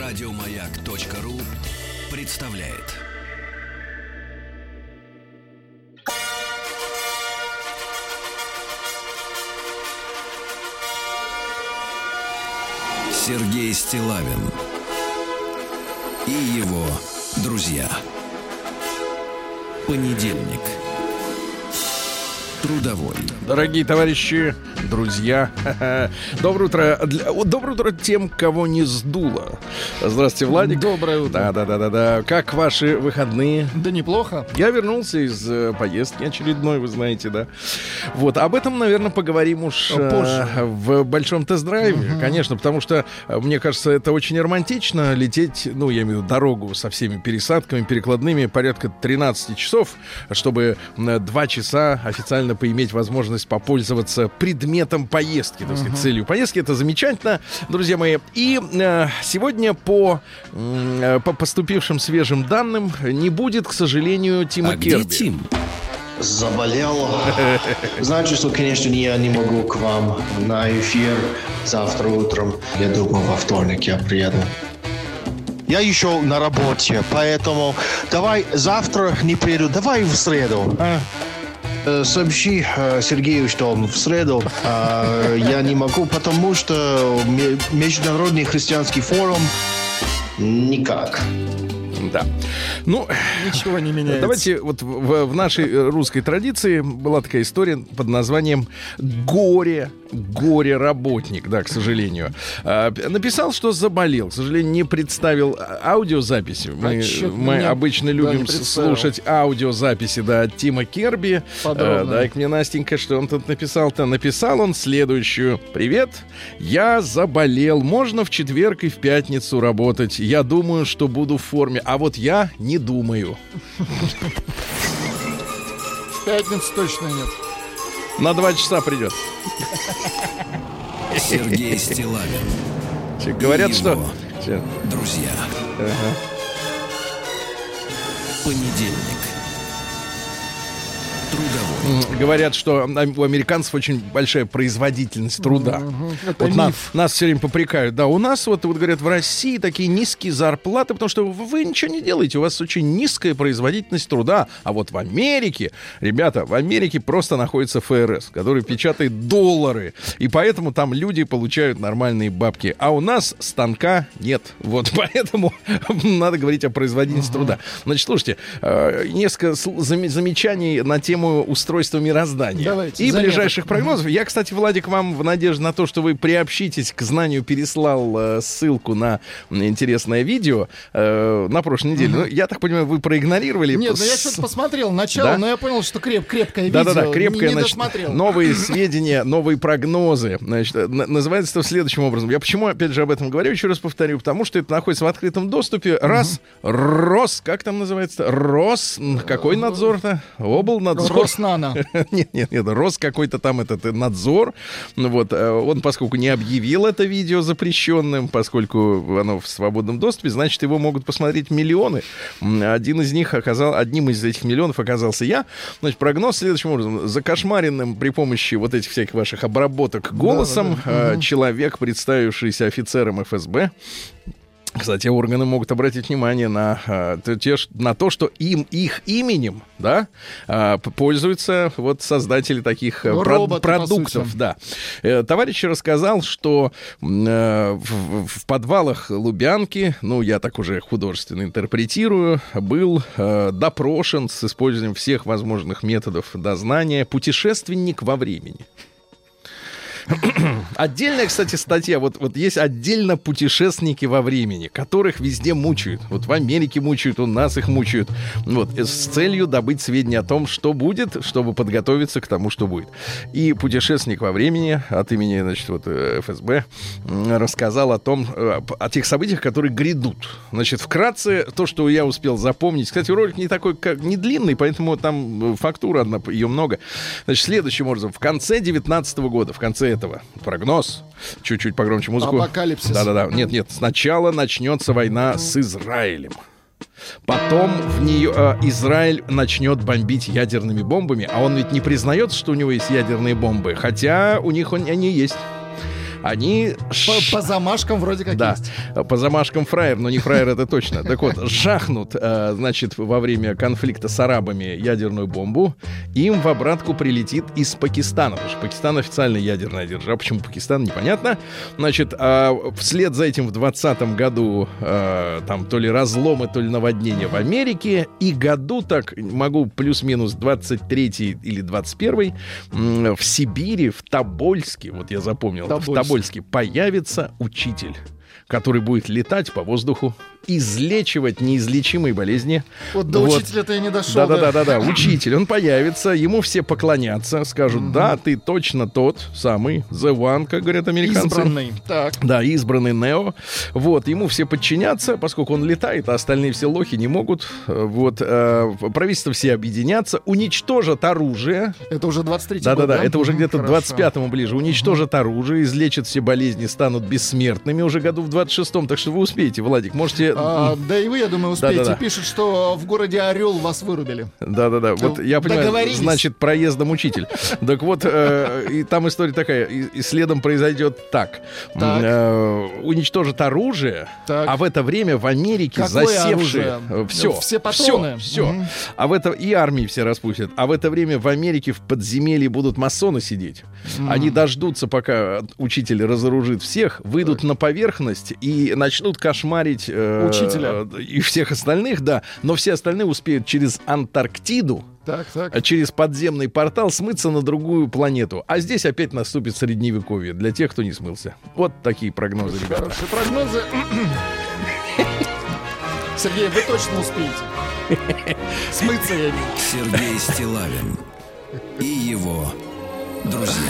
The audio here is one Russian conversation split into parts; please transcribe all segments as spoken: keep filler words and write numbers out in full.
Радиомаяк.ру представляет. Сергей Стиллавин и его друзья. Понедельник. Трудовой. Дорогие товарищи, друзья, доброе утро. Доброе утро тем, кого не сдуло. Здравствуйте, Владик. Доброе утро. Да, да, да, да, да. Как ваши выходные? Да неплохо. Я вернулся из э, поездки очередной, вы знаете, да. Вот, об этом, наверное, поговорим уж позже э, в большом тест-драйве, угу. Конечно, потому что, мне кажется, это очень романтично лететь, ну, я имею в виду дорогу со всеми пересадками, перекладными, порядка тринадцать часов, чтобы два часа официально поиметь возможность попользоваться предметом поездки, так сказать, uh-huh. целью поездки. Это замечательно, друзья мои. И э, сегодня по, э, по поступившим свежим данным не будет, к сожалению, Тима а Керби. Где Тим? Заболел. Знаете, что, конечно, я не могу к вам на эфир завтра утром. Я думаю, во вторник я приеду. Я еще на работе, поэтому давай завтра не приеду, давай в среду. А? Сообщи э, Сергею, что в среду э, я не могу, потому что Международный христианский форум никак. Да. Ну, ничего не меняется. Давайте вот в, в нашей русской традиции была такая история под названием «Горе». Горе-работник, да, к сожалению. А, написал, что заболел. К сожалению, не представил аудиозаписи. Мы, мы обычно любим да, слушать аудиозаписи, да, от Тима Керби. А, дай-ка мне, Настенька, что он тут написал-то. Написал он следующую. «Привет, я заболел. Можно в четверг и в пятницу работать. Я думаю, что буду в форме. А вот я не думаю». В пятницу точно нет. На два часа придет. Сергей Стиллавин. Говорят, что... Друзья. Ага. Понедельник. Трудовой. Говорят, что у американцев очень большая производительность труда. Mm-hmm. Вот нас, нас все время попрекают. Да, у нас, вот, вот говорят, в России такие низкие зарплаты, потому что вы ничего не делаете, у вас очень низкая производительность труда. А вот в Америке, ребята, в Америке просто находится эф эр эс, который печатает доллары. И поэтому там люди получают нормальные бабки. А у нас станка нет. Вот поэтому надо говорить о производительности uh-huh. труда. Значит, слушайте, несколько замечаний на тему устройства мироздания. Давайте, и заметок. Ближайших прогнозов. Я, кстати, Владик, вам в надежде на то, что вы приобщитесь к знанию, переслал э, ссылку на интересное видео э, на прошлой неделе. Uh-huh. Ну, я так понимаю, вы проигнорировали. Нет, ну я что-то посмотрел начало, да? но я понял, что креп, крепкое видео. Да-да-да, крепкое, не, не значит, новые сведения, новые прогнозы. Значит, на, называется это следующим образом. Я почему, опять же, об этом говорю, еще раз повторю, потому что это находится в открытом доступе. Раз, uh-huh. Рос, как там называется? Рос, какой надзор-то? Облнадзор. Роснано. Нет, нет, нет, Рос какой-то там этот надзор. Вот, он, поскольку не объявил это видео запрещенным, поскольку оно в свободном доступе, значит, его могут посмотреть миллионы. Один из них оказал, одним из этих миллионов оказался я. Значит, прогноз следующим образом. Закошмаренным при помощи вот этих всяких ваших обработок голосом да, да, да. человек, представившийся офицером эф эс бэ, кстати, органы могут обратить внимание на, на то, что им, их именем, да, пользуются вот создатели таких Роботы, продуктов. Да. Товарищ рассказал, что в, в подвалах Лубянки, ну, я так уже художественно интерпретирую, был допрошен с использованием всех возможных методов дознания путешественник во времени. Отдельная, кстати, статья. Вот, вот есть отдельно путешественники во времени, которых везде мучают. Вот в Америке мучают, у нас их мучают. Вот, с целью добыть сведения о том, что будет, чтобы подготовиться к тому, что будет. И путешественник во времени от имени, значит, вот, эф эс бэ рассказал о том, о тех событиях, которые грядут. Значит, вкратце, то, что я успел запомнить. Кстати, ролик не такой, как, не длинный, поэтому там фактура одна, ее много. Значит, следующим образом. В конце девятнадцатого года, в конце этого прогноз, чуть-чуть погромче музыку. Апокалипсис. Да-да-да. Нет-нет, сначала начнется война с Израилем. Потом в нее э, Израиль начнет бомбить ядерными бомбами, а он ведь не признается, что у него есть ядерные бомбы, хотя у них он, они есть. Они... По, по замашкам вроде как да, есть. По замашкам фраер, но не фраер это точно. Так вот, жахнут, значит, во время конфликта с арабами ядерную бомбу, им в обратку прилетит из Пакистана, потому что Пакистан официально ядерная держава. Почему Пакистан, непонятно. Значит, вслед за этим в двадцатом году там то ли разломы, то ли наводнения в Америке, и году так, могу плюс-минус двадцать третий или двадцать первый, в Сибири, в Тобольске, вот я запомнил, Тобольск. в Тобольске появится учитель, который будет летать по воздуху, излечивать неизлечимые болезни. Вот до вот. Учителя-то я не дошел. Да-да-да, учитель, он появится, ему все поклонятся, скажут, mm-hmm. да, ты точно тот самый, the one, как говорят американцы. Избранный. Так. Да, избранный Нео. Вот, ему все подчинятся, поскольку он летает, а остальные все лохи не могут. Вот, э, правительства все объединятся, уничтожат оружие. Это уже двадцать третий да, год, да? Да, это уже mm-hmm. где-то к двадцать пятому ближе. Уничтожат mm-hmm. оружие, излечат все болезни, станут бессмертными уже году в двадцать шестом, так что вы успеете, Владик, можете... А, да и вы, я думаю, успеете. Да-да-да. Пишут, что в городе Орел вас вырубили. Да-да-да. Вот я понимаю, значит, проездом учитель. Так вот, э, и там история такая. И, и следом произойдет так. так. Э, уничтожат оружие, так. а в это время в Америке Какое засевшие... Оружие? Все. Все патроны. Все. все. Угу. А в это... И армии все распустят. А в это время в Америке в подземелье будут масоны сидеть. Угу. Они дождутся, пока учитель разоружит всех, выйдут так. на поверхность и начнут кошмарить... Э, учителя. И всех остальных, да. Но все остальные успеют через Антарктиду, так, так. через подземный портал смыться на другую планету. А здесь опять наступит средневековье для тех, кто не смылся. Вот такие прогнозы, ребята. Хорошие прогнозы. Сергей, вы точно успеете. Смыться я не. Сергей Стиллавин и его друзья.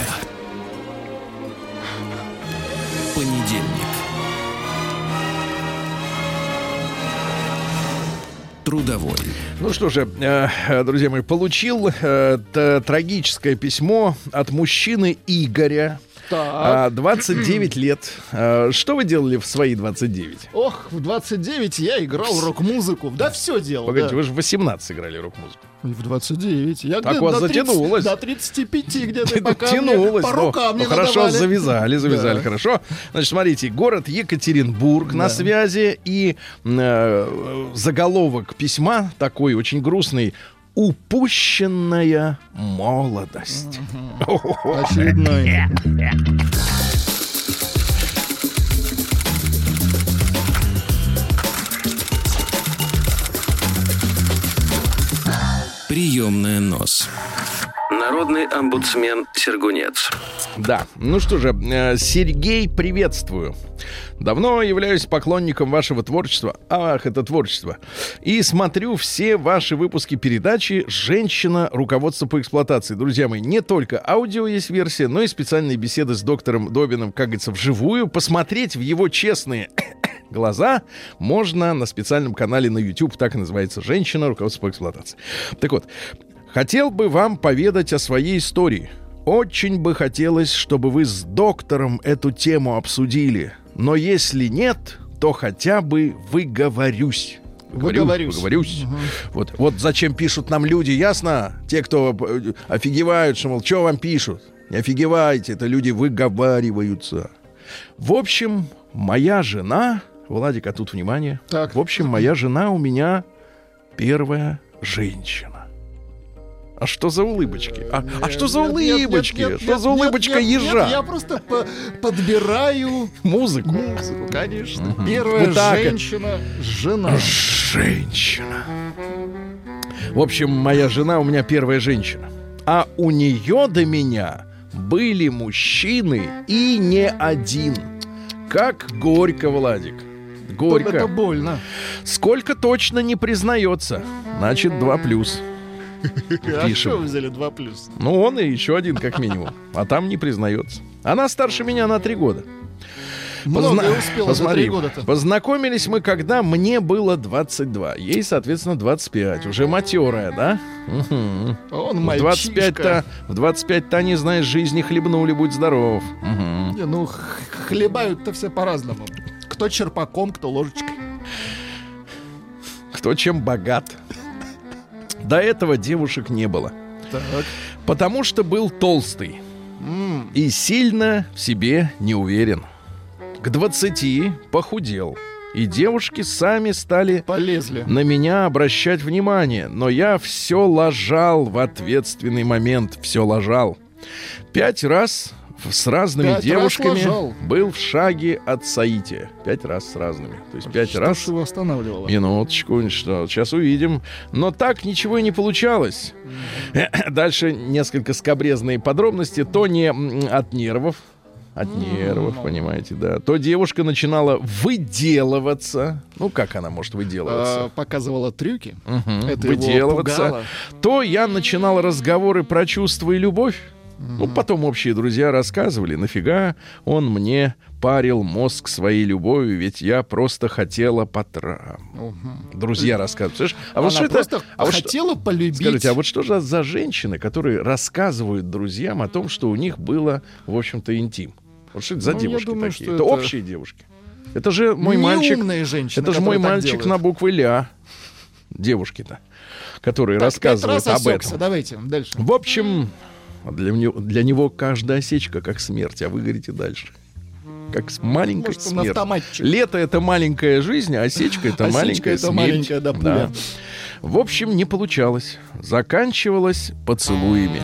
Понедельник. Трудовой. Ну что же, э, друзья мои, получил э, т- трагическое письмо от мужчины Игоря. Так. двадцать девять лет. Что вы делали в свои двадцать девять? Ох, в двадцать девять я играл рок-музыку. Да все делал. Погодите, да. вы же в восемнадцать играли рок-музыку. В двадцать девять. Я так у вас затянулось. До тридцати пяти где-то пока тянулось. По рукам не Хорошо, надавали. завязали, завязали, да. хорошо. Значит, смотрите, город Екатеринбург да. на связи. И э, заголовок письма такой очень грустный. Упущенная молодость. Очередной. Приемная нос. Народный омбудсмен Сергунец. Да, ну что же, Сергей, приветствую. Давно являюсь поклонником вашего творчества. Ах, это творчество. И смотрю все ваши выпуски передачи «Женщина. Руководство по эксплуатации». Друзья мои, не только аудио есть версия, но и специальные беседы с доктором Добиным, как говорится, вживую. Посмотреть в его честные глаза можно на специальном канале на YouTube, так и называется «Женщина. Руководство по эксплуатации». Так вот, хотел бы вам поведать о своей истории. Очень бы хотелось, чтобы вы с доктором эту тему обсудили. Но если нет, то хотя бы выговорюсь. Выговорюсь. Выговорюсь. Угу. Вот, вот зачем пишут нам люди, ясно? Те, кто офигевают, что, мол, что вам пишут? Не офигевайте, это люди выговариваются. В общем, моя жена... Владик, а тут внимание. Так. В общем, моя жена у меня первая женщина. А что за улыбочки? А, нет, а что за нет, улыбочки? Нет, нет, что нет, за улыбочка нет, нет, ежа? Нет, я просто по- подбираю музыку. Музыку, конечно. Угу. Первая вот женщина, жена. Женщина. В общем, моя жена у меня первая женщина. А у нее до меня были мужчины и не один. Как горько, Владик. Горько. Это больно. Сколько точно не признается. Значит, два плюс. А что вы взяли два плюс? Ну, он и еще один, как минимум. А там не признается. Она старше меня на три года. Много Позна... успела за три года-то. Познакомились мы, когда мне было двадцать два. Ей, соответственно, двадцать пять. Уже матерая, да? Угу. Он мальчишка. В двадцать пять-то, не знаешь, жизни хлебнули, будь здоров. Угу. Не, ну, хлебают-то все по-разному. Кто черпаком, кто ложечкой. Кто чем богат. До этого девушек не было. Так. Потому что был толстый. М. И сильно в себе не уверен. К двадцати похудел. И девушки сами стали Полезли. на меня обращать внимание. Но я все лажал в ответственный момент. Все лажал. Пять раз с разными Пять раз девушками лажал. был в шаге от соития. Пять раз с разными. То есть пять Что раз... ж его останавливало? Минуточку, что, сейчас увидим. Но так ничего и не получалось. Дальше несколько скабрезные подробности. То не м, от нервов, от нервов, понимаете, да. То девушка начинала выделываться. Ну, как она может А, выделываться? показывала трюки. Мгм. Это его Выделываться. пугало. То я начинал разговоры про чувства и любовь. Ну, потом общие друзья рассказывали, нафига он мне парил мозг своей любовью, ведь я просто хотела потра. Мгм. Друзья рассказывают. Слышишь? А вот Она что это? просто А вот что- хотела полюбить. Скажите, а вот что же за женщины, которые рассказывают друзьям о том, что у них было, в общем-то, интим? Вот что это за Ну, я девушки думаю, такие? что Это, это общие девушки. Это же мой мальчик. Неумные женщины, Это же мой которые так мальчик делают. на буквы ля. Девушки-то, которые Так, пять рассказывают раз об осекся. этом. Давайте, дальше. В общем, для него, для него каждая осечка как смерть, а вы говорите дальше. Как с маленькой Может, он смертью. автоматчик. Лето — это маленькая жизнь, а осечка — это Осечка маленькая это смерть. маленькая, да, пуля. В общем, не получалось. Заканчивалось поцелуями.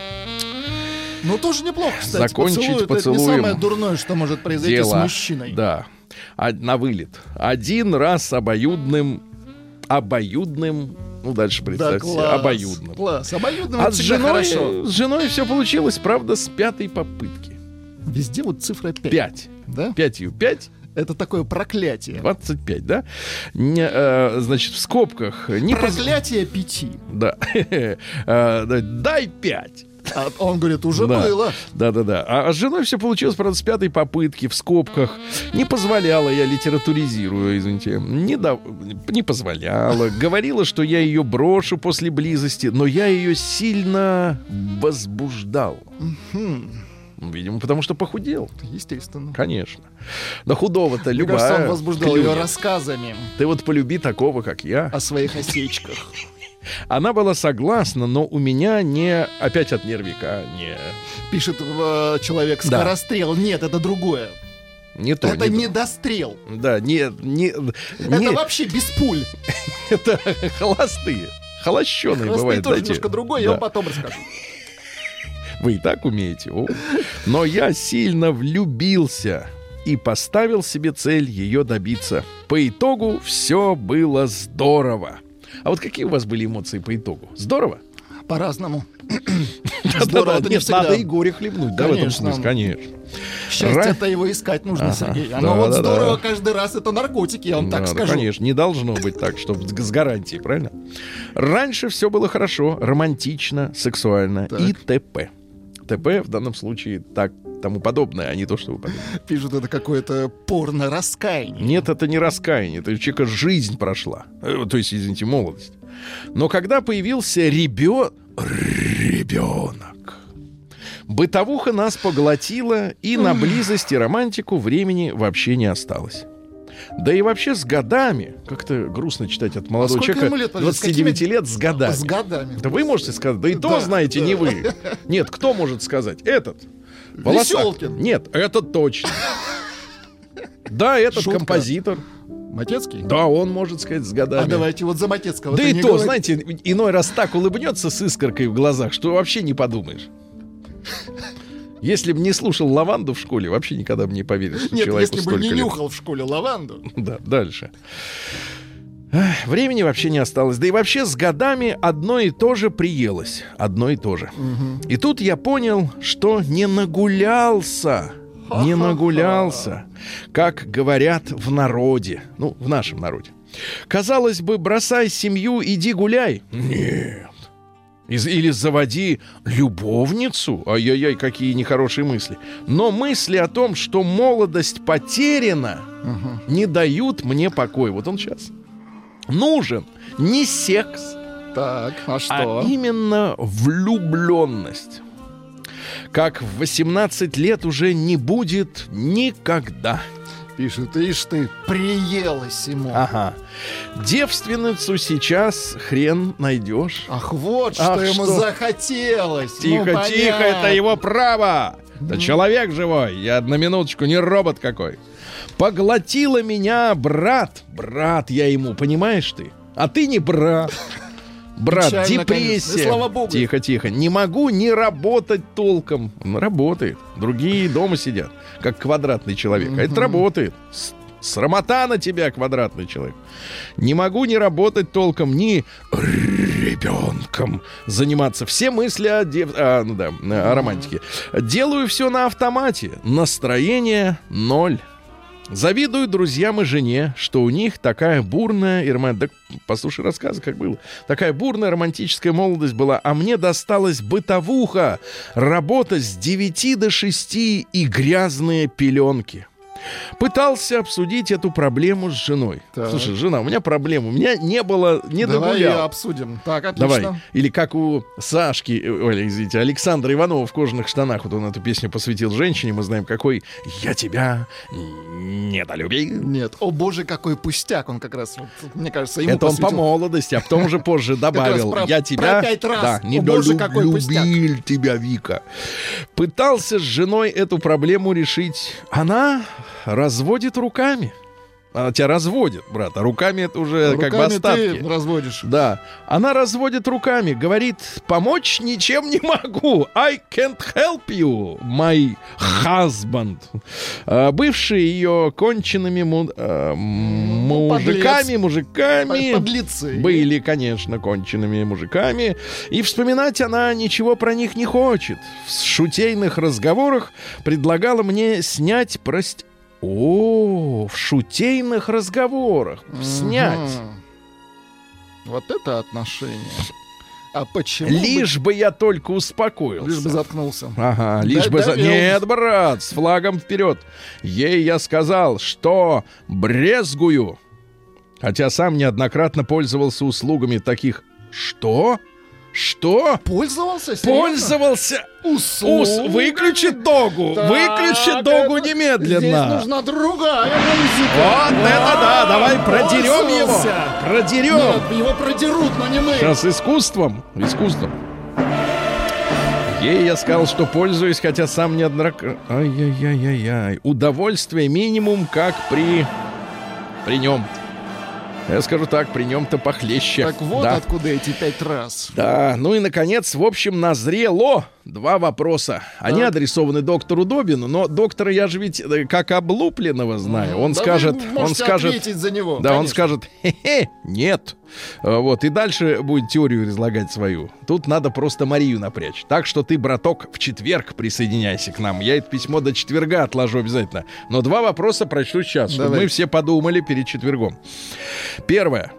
Ну, тоже неплохо, кстати. Закончить Поцелуй, это поцелуем. не самое дурное, что может произойти Дело. с мужчиной. Да. А, на вылет. Один раз обоюдным, обоюдным, ну, дальше Да, представьте себе, класс. обоюдным. Класс. Обоюдным А это с всегда женой, хорошо. с женой все получилось, правда, с пятой попытки. Везде вот цифра пять. Пять. Да? Пятью пять. Это такое проклятие. двадцать пять, да? Не, э, значит, в скобках. Не поз- Проклятие пяти. Да. Э, да, дай пять. А он говорит, уже Да. было. Да-да-да. А, а с женой все получилось, правда, с пятой попытки, в скобках. Не позволяла, я литературизирую, извините. Не, да, не позволяла. Говорила, что я ее брошу после близости, но я ее сильно возбуждал. Хм, Видимо, потому что похудел. естественно. Конечно. Да худого-то Мне любая. кажется, он возбуждал ее клюнет. рассказами Ты вот полюби такого, как я. о своих осечках. Она была согласна, но у меня не... Опять от нервика. Не, Пишет э, человек Да. скорострел. Нет, это другое. не то. это не не то. дострел. Да, не... не, не Это вообще без пуль. это холостые. Холощеные Просто бывают, тоже знаете. немножко другое, я Да. вам потом расскажу. Вы и так умеете. О. Но я сильно влюбился и поставил себе цель ее добиться. По итогу все было здорово. А вот какие у вас были эмоции по итогу? Здорово? По-разному. Да-да-да, Здорово, это не нет, всегда. надо и горе хлебнуть, да, в этом Конечно. смысле, конечно. Счастье-то его искать нужно, Ага. Сергей. Оно Да, вот да, здорово да. каждый раз. Это наркотики, я вам так Да, да, скажу. конечно, не должно быть так, чтобы с с гарантией, правильно? Раньше все было хорошо, романтично, сексуально Так. и т.п. т.п. в данном случае так тому подобное, а не то, что вы подумали. Пишут, это какое-то порно-раскаяние. Нет, это не раскаяние, это у человека жизнь прошла. Э, То есть, извините, молодость. Но когда появился ребё... ребенок, бытовуха нас поглотила, и на близость и романтику времени вообще не осталось. Да и вообще с годами, как-то грустно читать от молодого А сколько человека, ему лет, подожди, с двадцати девяти лет с годами. С годами. Да вы можете сказать, да и то Да, знаете, да. не вы. Нет, кто может сказать? Этот. Волосатый. Веселкин. Нет, этот точно. Да, этот Шутка. композитор. Матецкий? Да, он может сказать с годами. А давайте вот за Матецкого. Да ты и не то, говори. знаете, иной раз так улыбнется с искоркой в глазах, что вообще не подумаешь. Если бы не слушал лаванду в школе, вообще никогда бы не поверил, что Нет, человеку если бы столько не лет. нюхал в школе лаванду. Да, дальше. Эх, времени вообще не осталось. Да и вообще с годами одно и то же приелось. Одно и то же. И тут я понял, что не нагулялся. Не нагулялся, как говорят в народе. Ну, в нашем народе. Казалось бы, бросай семью, иди гуляй. Нет. Из- Или заводи любовницу. Ай-яй-яй, какие нехорошие мысли. Но мысли о том, что молодость потеряна, не дают мне покоя. Вот он сейчас. Нужен не секс, Так, а что? а именно влюбленность. Как в восемнадцать лет уже не будет никогда. Пишет, ишь ты, приелась ему. Ага. Девственницу сейчас хрен найдешь. Ах, вот что Ах, ему что? захотелось. Тихо, Ну, тихо, понятно. это его право. Это человек живой. Я на минуточку, не робот какой. Поглотила меня брат. Брат я ему, понимаешь ты? А ты не брат. Брат, Печально, депрессия. конечно. И слава богу. Тихо, тихо. Не могу не работать толком. Он работает. Другие дома сидят, как квадратный человек. А это работает. С- Срамота на тебя, квадратный человек. Не могу не работать толком, ни ребенком заниматься. Все мысли о, дев... а, ну да, о романтике. Делаю все на автомате. Настроение ноль. Завидую друзьям и жене, что у них такая бурная и роман... Да, послушай рассказы, как было. Такая бурная романтическая молодость была, а мне досталась бытовуха, работа с девяти до шести и грязные пеленки. Пытался обсудить эту проблему с женой. Так. Слушай, жена, у меня проблема. У меня не было, не Давай догулял. ее обсудим. Так, отлично. Давай. Или как у Сашки, ой, извините, Александра Иванова в кожаных штанах. Вот он эту песню посвятил женщине. Мы знаем, какой «Я тебя недолюбил». Нет, о боже, какой пустяк. Он как раз, вот, мне кажется, ему Это он по посвятил. молодости, а потом уже позже добавил про- «Я тебя про пять раз. да, О, боже, какой пустяк». недолюбил тебя, Вика». Пытался с женой эту проблему решить. Она разводит руками. Она тебя разводит, брат, а руками это уже как бы Руками остатки. ты разводишь. Да, она разводит руками, говорит, помочь ничем не могу. I can't help you, my husband. А, бывшие ее конченными му- а, мужиками, мужиками Подлецы. были, конечно, конченными мужиками. И вспоминать она ничего про них не хочет. В шутейных разговорах предлагала мне снять прости... О, в шутейных разговорах снять. Мгм. Вот это отношение. А почему? Лишь бы я только бы, успокоился. лишь бы заткнулся. Ага, лишь Да- бы... за- довел. Нет, брат, с флагом вперед. Ей я сказал, что брезгую. Хотя сам неоднократно пользовался услугами таких... Что? Что? Пользовался? Серьезно? Пользовался... Услугами? Ус... Выключи догу! Так, Выключи догу это- немедленно! Здесь нужна другая музыка. Вот это да! Давай А, продерем его! пользовался. Продерем! Нет, его продерут, но не мы. Сейчас искусством, искусством. Ей я сказал, что пользуюсь, хотя сам неоднократно... Ай-яй-яй-яй-яй. Удовольствие минимум, как при... При нем. Я скажу так, при нем-то похлеще. Так вот Да. откуда эти пять раз. Да, ну и, наконец, в общем, назрело два вопроса. Они Так. адресованы доктору Добину, но доктора я же ведь э, как облупленного знаю. Он Да скажет... вы Он можете скажет... ответить за него. Да, он конечно. скажет, хе-хе, нет. А, Вот, и дальше будет теорию излагать свою. Тут надо просто Марию напрячь. Так что ты, браток, в четверг присоединяйся к нам. Я это письмо до четверга отложу обязательно. Но два вопроса прочту сейчас, чтобы Давай. мы все подумали перед четвергом. Первое.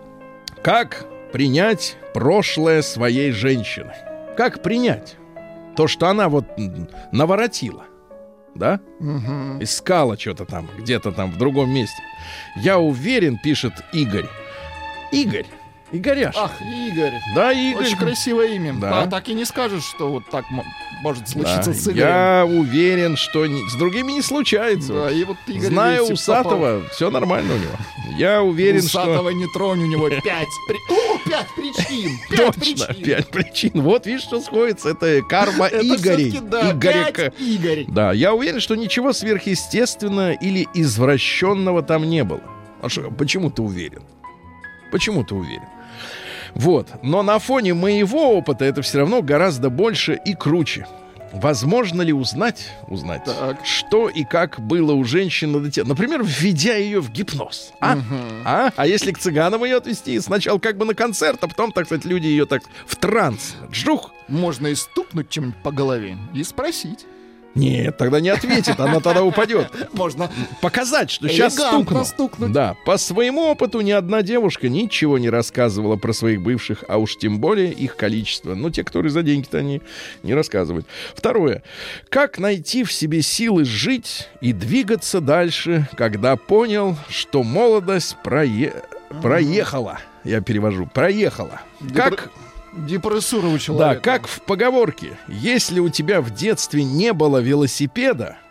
Как принять прошлое своей женщины? Как принять то, что она вот м, наворотила? Да? Мгм. Искала что-то там, где-то там в другом месте. Я уверен, пишет Игорь. Игорь. Игоряша. Ах, Игорь. Да, Игорь. Очень красивое имя. Да. А так и не скажешь, что вот так мо- может случиться Да, с Игорем. я уверен, что ни- с другими не случается. Да, и вот Игорь, Знаю видите, Усатого, все нормально у него. Я уверен, Усатого что... не тронь, у него пять. при- О, пять причин! Пять Точно, причин! пять причин. Вот видишь, что сходится. Это карма Это Игорей. всё-таки, да, Игоря- пять Игорь. Да, я уверен, что ничего сверхъестественного или извращенного там не было. А что, почему ты уверен? Почему ты уверен? Вот. Но на фоне моего опыта это все равно гораздо больше и круче. Возможно ли узнать, узнать, Так. что и как было у женщины до тех, например, введя ее в гипноз? А? А? А если к цыганам ее отвезти сначала как бы на концерт, а потом, так сказать, люди ее так в транс. Джух. Можно и стукнуть чем-нибудь по голове и спросить. Нет, тогда не ответит, она тогда упадет. Можно Показать, что сейчас элегантно стукну. стукнуть. Да, по своему опыту ни одна девушка ничего не рассказывала про своих бывших, а уж тем более их количество. Ну, те, которые за деньги-то они не рассказывают. Второе. Как найти в себе силы жить и двигаться дальше, когда понял, что молодость прое... проехала? Я перевожу. Проехала. Как... Депрессура у Да, человека. как в поговорке. Если у тебя в детстве не было велосипеда,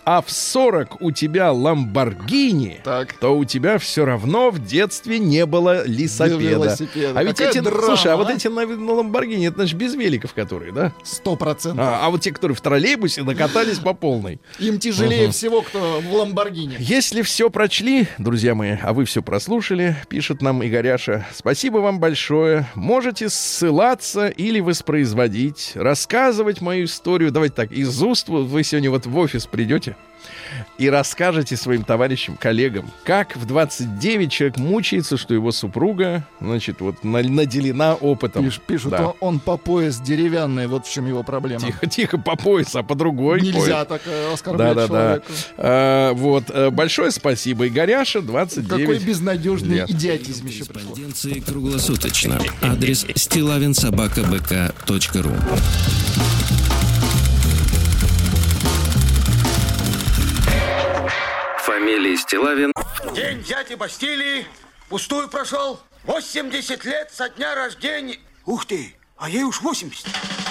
а в сорок у тебя Ламборгини, Так. то у тебя все равно в детстве не было лисопеда. Велосипеда. А ведь Какая эти, драма, слушай, а вот а? эти на, на Ламборгини, это значит без великов, которые, да? Сто процентов. А, а вот те, которые в троллейбусе, накатались по полной. Им тяжелее всего, кто в Ламборгини. Если все прочли, друзья мои, а вы все прослушали, пишет нам Игоряша, спасибо вам большое. Можете ссылаться или воспроизводить, рассказывать мою историю. Давайте так, из уст вы сегодня вот в офис придете и расскажете своим товарищам, коллегам, как в двадцать девять человек мучается, что его супруга, значит, вот на- наделена опытом. Пиш- пишут, Да. он, он по пояс деревянный, вот в чем его проблема. Тихо, тихо, по пояс, а по другой Нельзя пояс. так э, оскорблять Да-да-да. человека. А, вот, э, большое спасибо, Игоряша, двадцать девять. Какой безнадежный лет. идиотизм еще пришел. Корреспонденции круглосуточно. Адрес стилавин собака бэ ка точка ру. Фамилия Стилавин День дяди Бастилии пустую прошел. восемьдесят лет со дня рождения. Ух ты, а ей уж восемьдесят.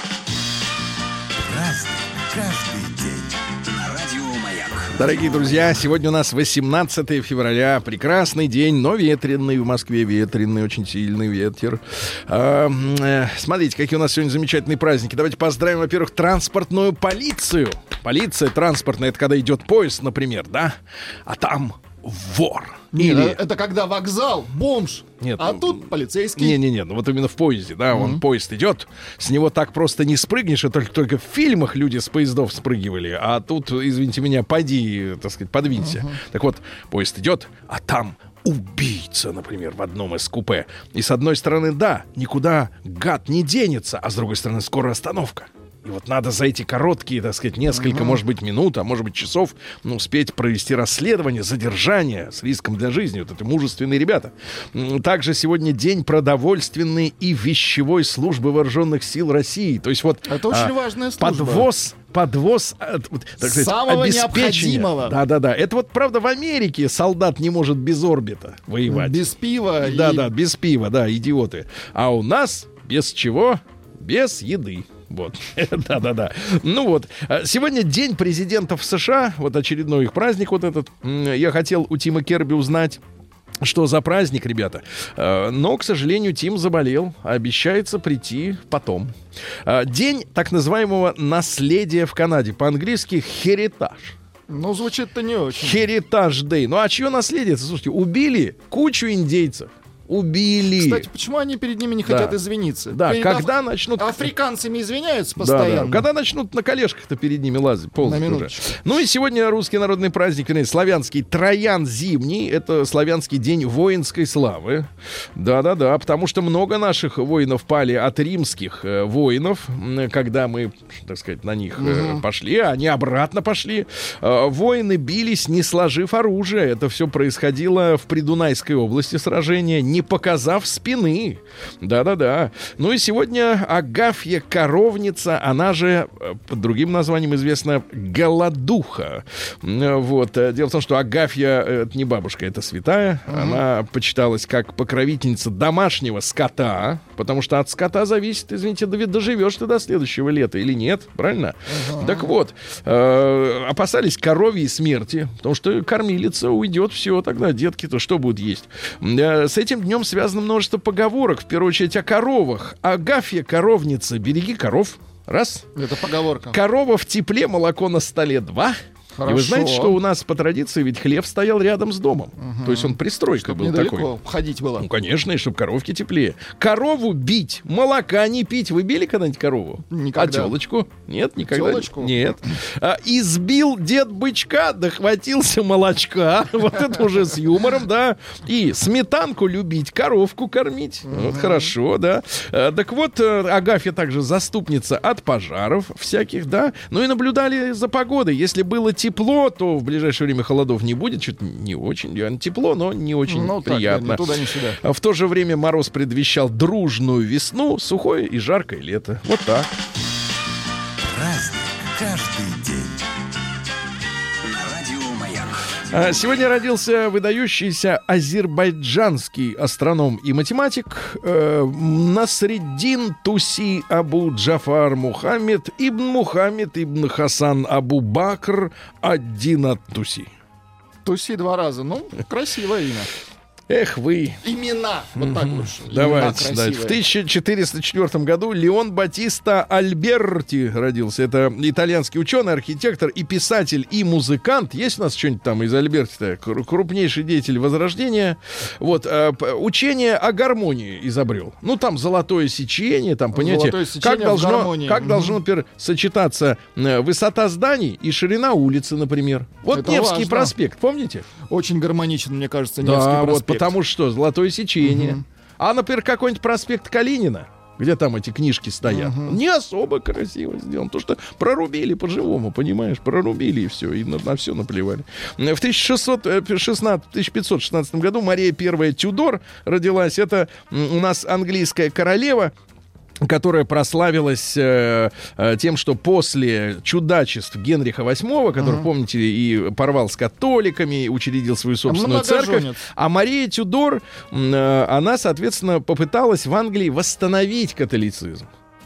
Дорогие друзья, сегодня у нас восемнадцатое февраля. Прекрасный день, но ветреный. В Москве ветреный, очень сильный ветер. А, э, смотрите, какие у нас сегодня замечательные праздники. Давайте поздравим, во-первых, транспортную полицию. Полиция транспортная, это когда идет поезд, например, да? А там вор. Нет, Или... это когда вокзал, бомж, Нет, а ну, тут полицейский. Не-не-не, ну вот именно в поезде, да, он поезд идет, с него так просто не спрыгнешь, и только, только в фильмах люди с поездов спрыгивали, а тут, извините меня, поди, так сказать, подвинься. Так вот, поезд идет, а там убийца, например, в одном из купе. И с одной стороны, да, никуда гад не денется, а с другой стороны, скоро остановка. И вот надо за эти короткие, так сказать, несколько, может быть, минут, а может быть, часов, ну, успеть провести расследование, задержание с риском для жизни. Вот это мужественные ребята. М, Также сегодня день продовольственной и вещевой службы вооруженных сил России. То есть вот Это очень а, важная служба. подвоз подвоз а, вот, так сказать, Самого обеспечения. необходимого. Да-да-да. Это вот, правда, в Америке солдат не может без орбита воевать. Без пива. и- Да-да, без пива, да, идиоты. А у нас без чего? Без еды. Вот, да-да-да. Ну вот, сегодня день президентов США, вот очередной их праздник вот этот. М, Я хотел у Тима Керби узнать, что за праздник, ребята. Э, Но, к сожалению, Тим заболел. Обещается прийти потом. Э, День так называемого наследия в Канаде. По-английски «херитаж». Ну, звучит-то не очень. Heritage Day. Ну а чье наследие? Слушайте, убили кучу индейцев. Убили. Кстати, почему они перед ними не хотят Да. извиниться? Да, Перед когда аф- начнут... Африканцами извиняются Да, да. постоянно. Когда начнут на колешках-то перед ними лазить, ползать На уже. минуточку. Ну и сегодня русский народный праздник, вернее, славянский Троян зимний. Это славянский день воинской славы. Да-да-да, потому что много наших воинов пали от римских э, воинов, м, когда мы, так сказать, на них э, пошли, а они обратно пошли. Э, воины бились, не сложив оружие. Это все происходило в Придунайской области сражения, не показав спины. Да-да-да. Ну и сегодня Агафья Коровница, она же э, под другим названием известна Голодуха. М, Вот. Э, Дело в том, что Агафья э, это не бабушка, это святая. Она почиталась как покровительница домашнего скота, потому что от скота зависит, извините, дови- доживешь ты до следующего лета или нет, правильно? Так вот, э, опасались коровьей смерти, потому что кормилица уйдет, все, тогда детки-то что будут есть? Э, С этим днем связано множество поговорок, в первую очередь о коровах. Агафья Коровница, береги коров. Раз. Это поговорка. Корова в тепле, молоко на столе. Два. И вы Хорошо. знаете, что у нас по традиции ведь хлев стоял рядом с домом. То есть он пристройкой был Недалеко такой. ходить было. Ну, конечно, и чтобы коровки теплее. Корову бить, молока не пить. Вы били когда-нибудь корову? Никогда. А телочку? Нет, никогда. Телочку? Нет. А, избил дед бычка, дохватился молочка. Вот это уже с юмором, да. И сметанку любить, коровку кормить. Вот хорошо, да. А, Так вот, э, Агафья также заступница от пожаров всяких, да. Ну и наблюдали за погодой. Если было тепло, то в ближайшее время холодов не будет. Что-то не очень. Реально тепло, но не очень Ну, так, да, приятно. ни туда, ни сюда. А в то же время мороз предвещал дружную весну, сухое и жаркое лето. Вот так. Праздник каждый день. На радио Маяк. Сегодня родился выдающийся азербайджанский астроном и математик э, Насреддин Туси Абу Джафар Мухаммед ибн Мухаммед ибн Хасан Абу Бакр ад-Дин ат-Туси. Туси два раза. Ну, красивое имя. Эх вы. Имена. Вот так лучше. Давайте. Да. В тысяча четыреста четвёртом году Леон Батиста Альберти родился. Это итальянский ученый, архитектор и писатель, и музыкант. Есть у нас что-нибудь там из Альберти-то? Крупнейший деятель Возрождения. Вот. Учение о гармонии изобрел. Ну, там золотое сечение, там, понимаете, как должно, как должно, например, сочетаться высота зданий и ширина улицы, например. Вот это Невский важно. Проспект, помните? Очень гармоничен, мне кажется, да, Невский проспект. Вот, потому что золотое сечение. Угу. А, например, какой-нибудь проспект Калинина, где там эти книжки стоят, угу. не особо красиво сделан. Потому что прорубили по-живому, понимаешь? Прорубили и все, и на, на все наплевали. В тысяча пятьсот шестнадцатом году Мария Первая Тюдор родилась. Это у нас английская королева, которая прославилась э, э, тем, что после чудачеств Генриха восьмого, который, uh-huh. помните, и порвал с католиками, учредил свою собственную а церковь, а Мария Тюдор, э, она, соответственно, попыталась в Англии восстановить католицизм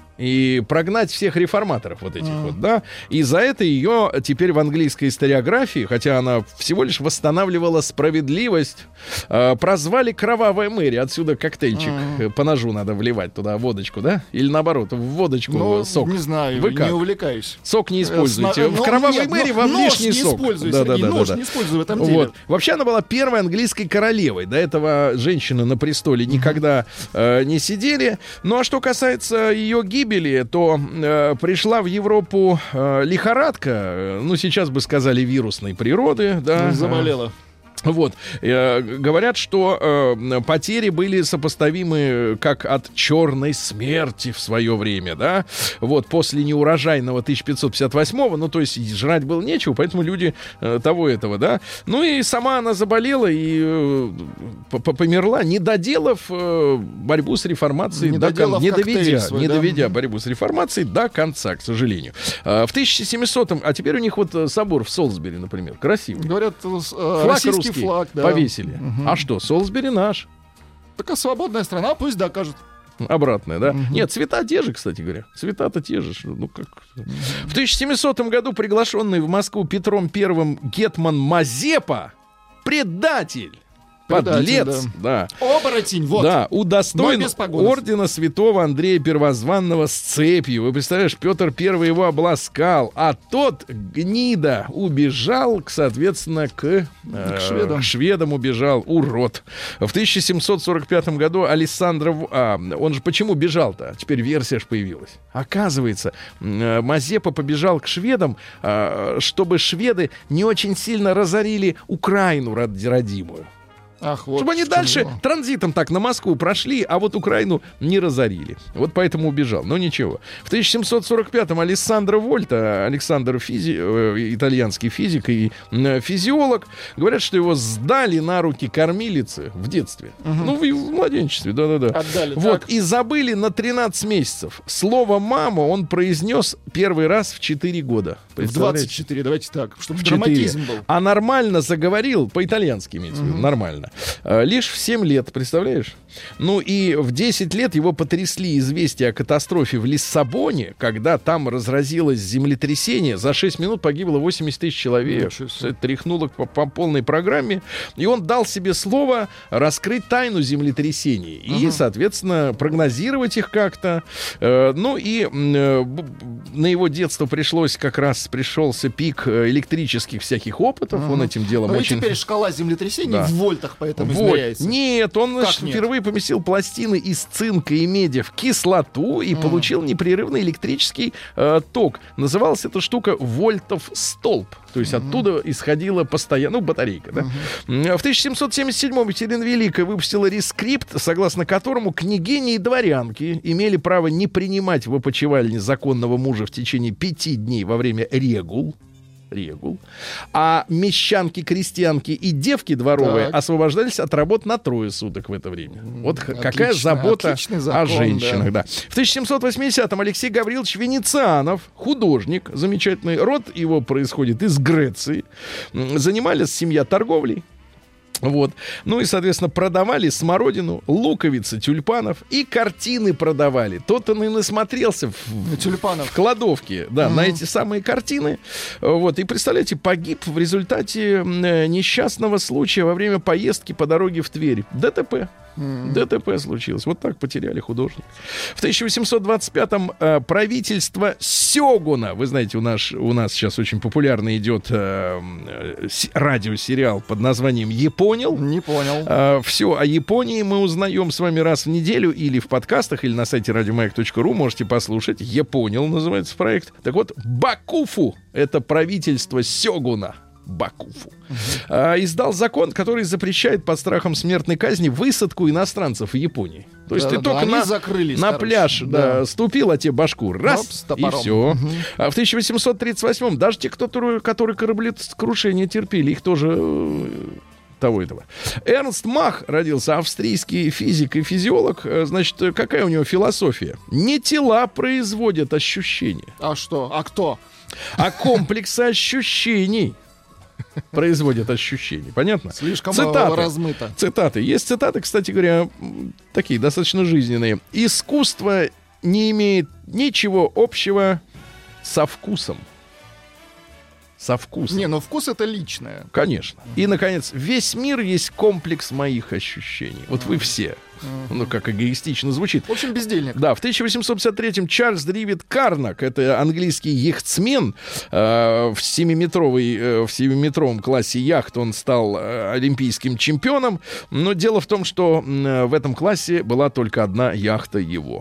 и прогнать всех реформаторов вот этих mm. вот, да. И за это ее теперь в английской историографии, хотя она всего лишь восстанавливала справедливость, э, прозвали «Кровавая Мэри». Отсюда коктейльчик mm. по ножу надо вливать туда, водочку, да? Или наоборот, в водочку ну, сок. Не знаю, Вы как? Не увлекаюсь. Сок не используйте. В «Кровавой Мэри» вам лишний сок. Нож не используй, да, да, да, нож да, да. не используй в этом деле. Вот. Вообще она была первой английской королевой. До этого женщины на престоле mm-hmm. никогда э, не сидели. Ну а что касается ее гибели, то э, пришла в Европу э, лихорадка, э, ну, сейчас бы сказали, вирусной природы. Да, заболела. Вот. Э, говорят, что э, потери были сопоставимы как от черной смерти в свое время, да. Вот, после неурожайного тысяча пятьсот пятьдесят восьмого, ну, то есть жрать было нечего, поэтому люди э, того этого, да. Ну, и сама она заболела и э, померла, не доделав э, борьбу с реформацией, не, до кон... не доведя, свой, не да? доведя борьбу с реформацией до конца, к сожалению. Э, в тысяча семисотом, а теперь у них вот собор в Солсбери, например, красивый. Говорят, э, флаг российский флаг, да. Повесили. Угу. А что, Солсбери наш. Такая свободная страна, пусть докажет. Обратная, да? Угу. Нет, цвета те же, кстати говоря. Цвета-то те же. Ну, как... Угу. В тысяча семисотом году приглашенный в Москву Петром Первым гетман Мазепа, предатель, подлец, да. да. Оборотень, вот. Да, удостоен ордена святого Андрея Первозванного с цепью. Вы представляешь, Петр Первый его обласкал, а тот, гнида, убежал, соответственно, к, э, к, шведам. к шведам убежал, урод. В тысяча семьсот сорок пятом году Александр... А, он же почему бежал-то? Теперь версия же появилась. Оказывается, э, Мазепа побежал к шведам, э, чтобы шведы не очень сильно разорили Украину родимую. Ах, вот чтобы они дальше было. Транзитом так на Москву прошли, а вот Украину не разорили. Вот поэтому убежал. Но ничего. В тысяча семьсот сорок пятом Алессандро Вольта, Александр физи... э, итальянский физик и э, физиолог, говорят, что его сдали на руки кормилицы в детстве. Угу. Ну, в, в младенчестве, да-да-да. Отдали, вот, так. и забыли на тринадцать месяцев. Слово «мама» он произнес первый раз в четыре года. В двадцать четыре, давайте так, чтобы в драматизм был. А нормально заговорил, по-итальянски имеется в виду, нормально. Лишь в семь лет, представляешь? Ну и в десять лет его потрясли известия о катастрофе в Лиссабоне, когда там разразилось землетрясение. За шесть минут погибло восемьдесят тысяч человек. Тряхнуло по, по полной программе. И он дал себе слово раскрыть тайну землетрясений. И, uh-huh. соответственно, прогнозировать их как-то. Ну и на его детство пришлось как раз пришелся пик электрических всяких опытов. Uh-huh. Он этим делом ну очень... и теперь шкала землетрясений да. в вольтах поэтому вот. измеряется. Нет, он как впервые нет? поместил пластины из цинка и меди в кислоту и mm. получил непрерывный электрический э, ток. Называлась эта штука вольтов столб. То есть mm-hmm. оттуда исходила постоянно, ну, батарейка, да. Mm-hmm. В тысяча семьсот семьдесят седьмом Екатерина Великая выпустила рескрипт, согласно которому княгини и дворянки имели право не принимать в опочивальне законного мужа в течение пяти дней во время регул. регул, а мещанки, крестьянки и девки дворовые Так. освобождались от работ на трое суток в это время. Вот х- какая Отлично, забота отличный о закон, женщинах. да. Да. В тысяча семьсот восьмидесятом Алексей Гаврилович Венецианов, художник замечательный, род его происходит из Греции, м, занимались семья торговлей. Вот. Ну и, соответственно, продавали смородину, луковицы, тюльпанов и картины продавали. Тот он и насмотрелся в, Тюльпанов. в кладовке, да, на эти самые картины. Вот. И, представляете, погиб в результате э, несчастного случая во время поездки по дороге в Тверь. ДТП. ДТП случилось. Вот так потеряли художника. В тысяча восемьсот двадцать пятом э, правительство Сёгуна, вы знаете, у нас, у нас сейчас очень популярно идет э, э, с- радиосериал под названием «Японил». Не понял. Э, все о Японии мы узнаем с вами раз в неделю или в подкастах, или на сайте радиомаяк точка ру. Можете послушать. «Японил» называется проект. Так вот, Бакуфу — это правительство Сёгуна. Бакуфу. А, издал закон, который запрещает под страхом смертной казни высадку иностранцев в Японии. То есть ты Да-да-да, только они на, закрылись, на короче. пляж Да. да, ступил, а тебе башку раз, Оп, с и топором. все. А в тысяча восемьсот тридцать восьмом даже те, которые, которые кораблекрушение терпели, их тоже э, того этого. Эрнст Мах родился, австрийский физик и физиолог. Э, Значит, э, какая у него философия? Не тела производят ощущения, А что? А кто? а комплексы ощущений производят ощущения. Понятно? Слишком Цитаты. размыто. Цитаты. Есть цитаты, кстати говоря, м, такие достаточно жизненные. Искусство не имеет ничего общего со вкусом. Со вкусом. Не, ну вкус это личное. Конечно. И, наконец, весь мир есть комплекс моих ощущений. Вот вы все. Ну, как эгоистично звучит. В общем, бездельник. Да, в тысяча восемьсот пятьдесят третьем Чарльз Дэвид Карнак, это английский яхтсмен, э, в семиметровой, э, в семиметровом классе яхт он стал э, олимпийским чемпионом. Но дело в том, что э, в этом классе была только одна яхта его.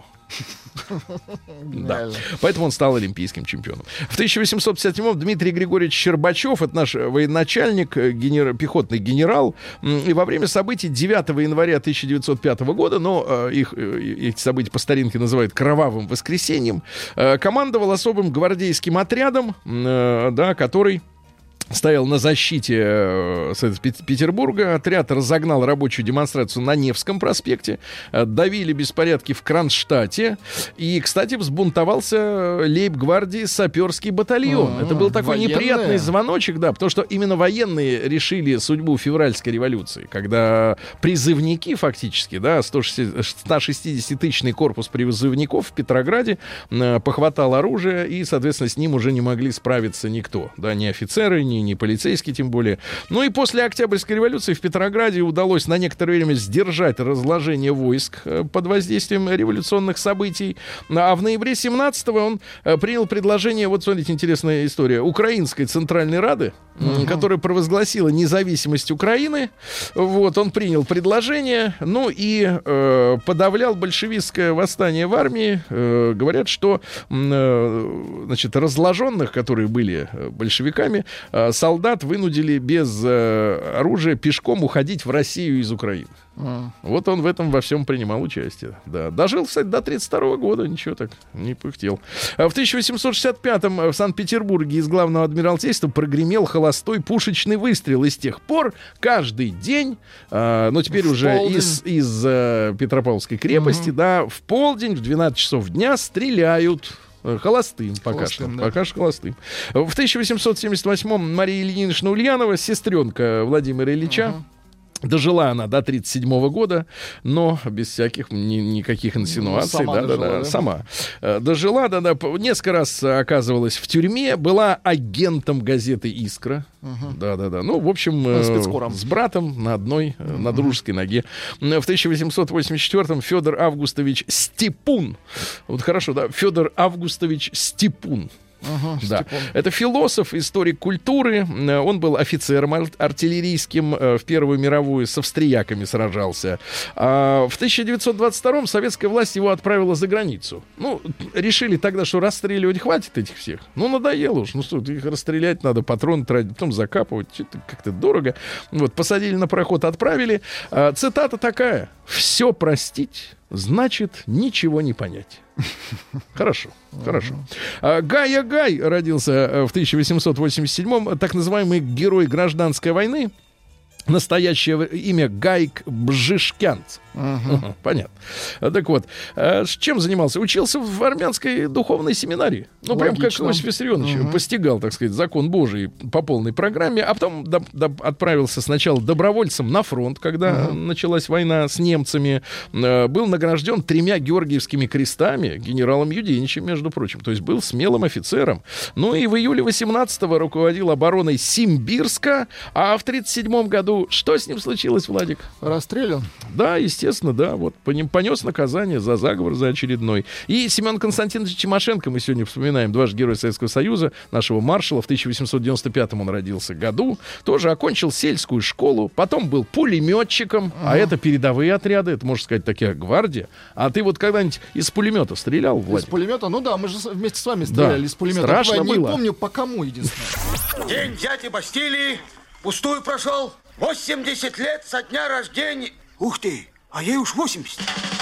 Да. Реально. Поэтому он стал олимпийским чемпионом. В тысяча восемьсот пятьдесят седьмом Дмитрий Григорьевич Щербачев, это наш военачальник, э, генер... пехотный генерал, м, и во время событий девятого января тысяча девятьсот пятого года, но э, их, э, эти события по старинке называют кровавым воскресеньем, э, командовал особым гвардейским отрядом, э, да, который стоял на защите э, с- Пет- Петербурга. Отряд разогнал рабочую демонстрацию на Невском проспекте. Э, давили беспорядки в Кронштадте. И, кстати, взбунтовался лейб-гвардии саперский батальон. А, Это был такой военные? неприятный звоночек, да, потому что именно военные решили судьбу февральской революции, когда призывники фактически, да, сто шестидесятитысячный корпус призывников в Петрограде э, похватал оружие, и, соответственно, с ним уже не могли справиться никто, да, ни офицеры, ни, ни полицейские тем более. Ну и после Октябрьской революции в Петрограде удалось на некоторое время сдержать разложение войск э, под воздействием революционных событий. А в ноябре семнадцатого он э, принял предложение, вот смотрите, интересная история, Украинской Центральной Рады, uh-huh. которая провозгласила независимость Украины. Вот, он принял предложение, ну и э, подавлял большевистское восстание в армии. Э, говорят, что э, значит, разложенных, которые были э, большевиками, э, солдат вынудили без э, оружия пешком уходить в Россию из Украины. А. Вот он в этом во всем принимал участие. Да. Дожил, кстати, до тридцать второго года, ничего так не пыхтел. А в тысяча восемьсот шестьдесят пятом в Санкт-Петербурге из главного адмиралтейства прогремел холостой пушечный выстрел. И с тех пор каждый день, а, ну теперь В уже полдень. из, из а, Петропавловской крепости, Мгм. да, в полдень, в двенадцать часов дня стреляют. э, Холостым, пока Холостым, что. да. Пока что холостым. В тысяча восемьсот семьдесят восьмом Мария Ильинична Ульянова, сестренка Владимира Ильича, Ага. дожила она до тридцать седьмого года, но без всяких ни- никаких инсинуаций. сама да, да, дожила, да, да? сама. Э, Дожила, да, да, п- несколько раз оказывалась в тюрьме, была агентом газеты «Искра». Да, да, да. Ну, в общем, э, спецкором. с братом на одной, э, на дружеской ноге. М, В тысяча восемьсот восемьдесят четвёртом Федор Августович Степун. Вот хорошо, да, Федор Августович Степун. Ага, Да. Степан. Это философ, историк культуры. Э, Он был офицером ар- артиллерийским, э, в Первую мировую с австрияками сражался. А в тысяча девятьсот двадцать втором советская власть его отправила за границу. Ну, решили тогда, что расстреливать хватит этих всех. Ну, надоело уж. Ну, что, их расстрелять надо, патроны тратить, потом закапывать. Что-то как-то дорого. Вот, посадили на пароход, отправили. А, цитата такая. Все простить значит ничего не понять. Хорошо, хорошо. А, Гай Агай родился в тысяча восемьсот восемьдесят седьмом, так называемый герой гражданской войны. Настоящее имя Гайк Бжишкянц. Uh-huh. Понятно. Так вот, с чем занимался? Учился в армянской духовной семинарии. Ну, прям как Иосиф Виссарионович uh-huh. постигал, так сказать, закон Божий по полной программе, а потом до, до, отправился сначала добровольцем на фронт, когда uh-huh. началась война с немцами. Был награжден тремя Георгиевскими крестами, генералом Юденичем, между прочим. То есть был смелым офицером. Ну и в июле восемнадцатого руководил обороной Симбирска, а в тридцать седьмом году что с ним случилось, Владик? Расстрелян. Да, естественно, да. Вот понес наказание за заговор, за очередной. И Семен Константинович Тимошенко, мы сегодня вспоминаем, дважды Герой Советского Союза, нашего маршала. В тысяча восемьсот девяносто пятом он родился году. Тоже окончил сельскую школу. Потом был пулеметчиком. А, а это передовые отряды. Это, можно сказать, такая гвардия. А ты вот когда-нибудь из пулемета стрелял, Владик? Из пулемета? Ну да, мы же вместе с вами стреляли да. из пулемета. Страшно Я было. Не помню, по кому единственное. День взятия Бастилии пустую прошел. восемьдесят лет со дня рождения. Ух ты, а ей уж восемьдесят.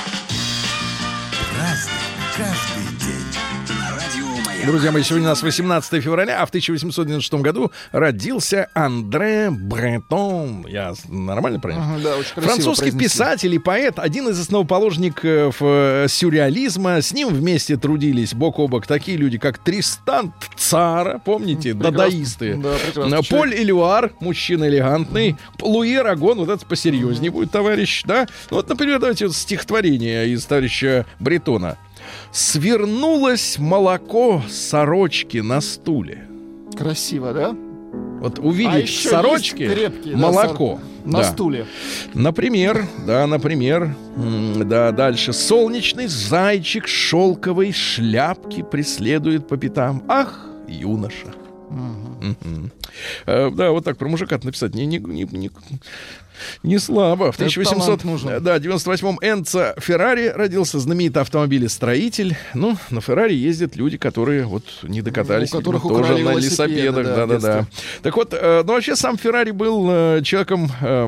Разный, каждый день. На радио Маяк. Друзья мои, сегодня у нас восемнадцатое февраля, а в тысяча восемьсот девяносто шестом году родился Андре Бретон. Я нормально правильно? Ага, да, очень красиво Французский произнесли. писатель и поэт, один из основоположников э, сюрреализма. С ним вместе трудились бок о бок такие люди, как Тристан Цара, помните, Прекрасно. дадаисты. Да, прекрасно. Поль Элюар, мужчина элегантный. Луи Рагон, вот это посерьезнее будет, товарищ, да? Ну, вот, например, давайте вот стихотворение из товарища Бретона. «Свернулось молоко сорочки на стуле». Красиво, да? Вот А увидеть еще сорочки, есть крепкие, да, молоко. сор- На Да. стуле. Например, да, например, м, да, дальше. Солнечный зайчик шелковой шляпки преследует по пятам. Ах, юноша. Мгм. Э, да, вот так про мужика написать не, не, не, не, не слабо. В Это тысяча восемьсот талант нужен. да, девяносто восьмом Энцо Феррари родился, знаменитый автомобилестроитель. Ну, на Феррари ездят люди, которые вот не докатались, У которых видимо, тоже украли на велосипеды, велосипедах. да, Да, в да, да. детстве. Так вот, э, ну вообще сам Феррари был э, человеком... э,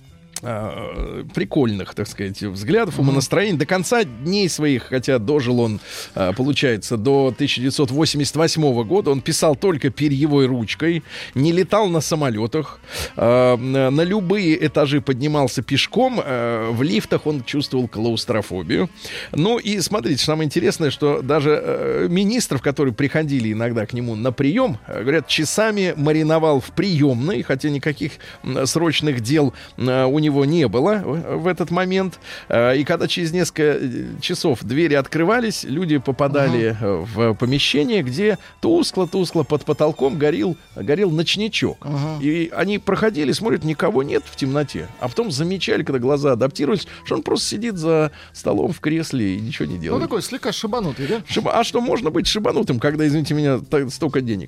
э, прикольных, так сказать, взглядов, умонастроений. До конца дней своих, хотя дожил он, э, получается, до тысяча девятьсот восемьдесят восьмого года, он писал только перьевой ручкой, не летал на самолетах, э, на любые этажи поднимался пешком, э, в лифтах он чувствовал клаустрофобию. Ну и смотрите, самое интересное, что даже э, министров, которые приходили иногда к нему на прием, э, говорят, часами мариновал в приемной, хотя никаких м, срочных дел э, у него не было в, в этот момент. Э, и когда через несколько часов двери открывались, люди попадали uh-huh. в помещение, где тускло-тускло под потолком горел, горел ночничок. Uh-huh. И они проходили, смотрят, никого нет в темноте. А потом замечали, когда глаза адаптировались, что он просто сидит за столом в кресле и ничего не делает. Ну, такой слегка шибанутый, да? Шиба... А что можно быть шибанутым, когда, извините меня, так, столько денег?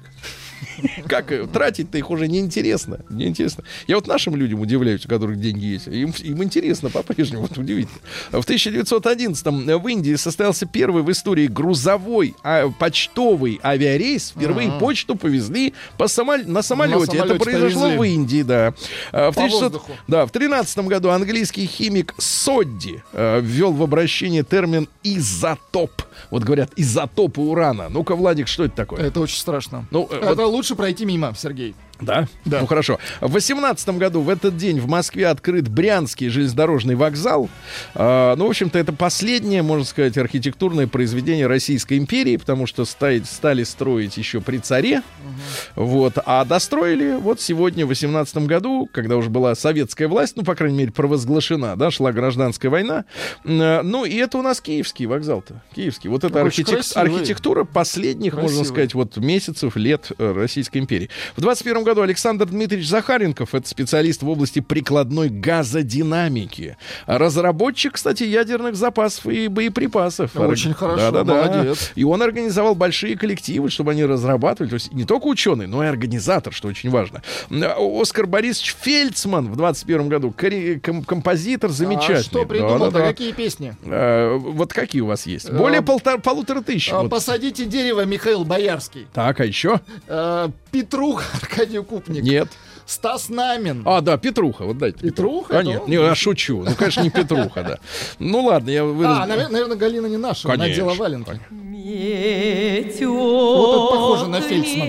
Как тратить-то их уже неинтересно. Неинтересно. Я вот нашим людям удивляюсь, у которых деньги есть. Им, им интересно по-прежнему. Вот удивительно. В тысяча девятьсот одиннадцатом в Индии состоялся первый в истории грузовой а, почтовый авиарейс. Впервые А-а-а. почту повезли по самол... на самолете. На самолете Это произошло повезли. в Индии, да. А, в По тысяча девятьсот... воздуху. Да, в тринадцатом году английский химик Содди э, ввел в обращение термин изотоп. Вот говорят, изотопы урана. Ну-ка, Владик, что это такое? Это очень страшно. Ну, э, Это лучше пройти мимо, Сергей. Да? Да. Ну хорошо. В восемнадцатом году в этот день в Москве открыт Брянский железнодорожный вокзал. А, ну, в общем-то, это последнее, можно сказать, архитектурное произведение Российской империи, потому что стали, стали строить еще при царе. Угу. Вот. А достроили вот сегодня, в восемнадцатом году, когда уже была советская власть, ну, по крайней мере, провозглашена, да, шла гражданская война. Ну, и это у нас киевский вокзал-то. Киевский. Вот это архитек... архитектура последних, красивый. Можно сказать, вот месяцев, лет Российской империи. В двадцать первом году Александр Дмитриевич Захаренков, это специалист в области прикладной газодинамики. Разработчик, кстати, ядерных запасов и боеприпасов. Очень Орг... хорошо, да, да, молодец. Да. И он организовал большие коллективы, чтобы они разрабатывали. То есть не только ученый, но и организатор, что очень важно. Оскар Борисович Фельдсман в двадцать первом году, ком- композитор замечательный. А что придумал-то? Да, да, да. Какие песни? А, вот какие у вас есть? Более а, полтора, полутора тысяч. А, вот. «Посадите дерево» Михаил Боярский. Так, а еще? А, «Петрух» Аркадий Купник. Нет. Стас Намин. А, да, Петруха, вот дайте. Петруха? А, нет, не, я шучу. Ну, конечно, не Петруха, да. Ну, ладно, я... А, наверное, Галина не наша, она надела валенки. Метет Вот это похоже на Фельдсман.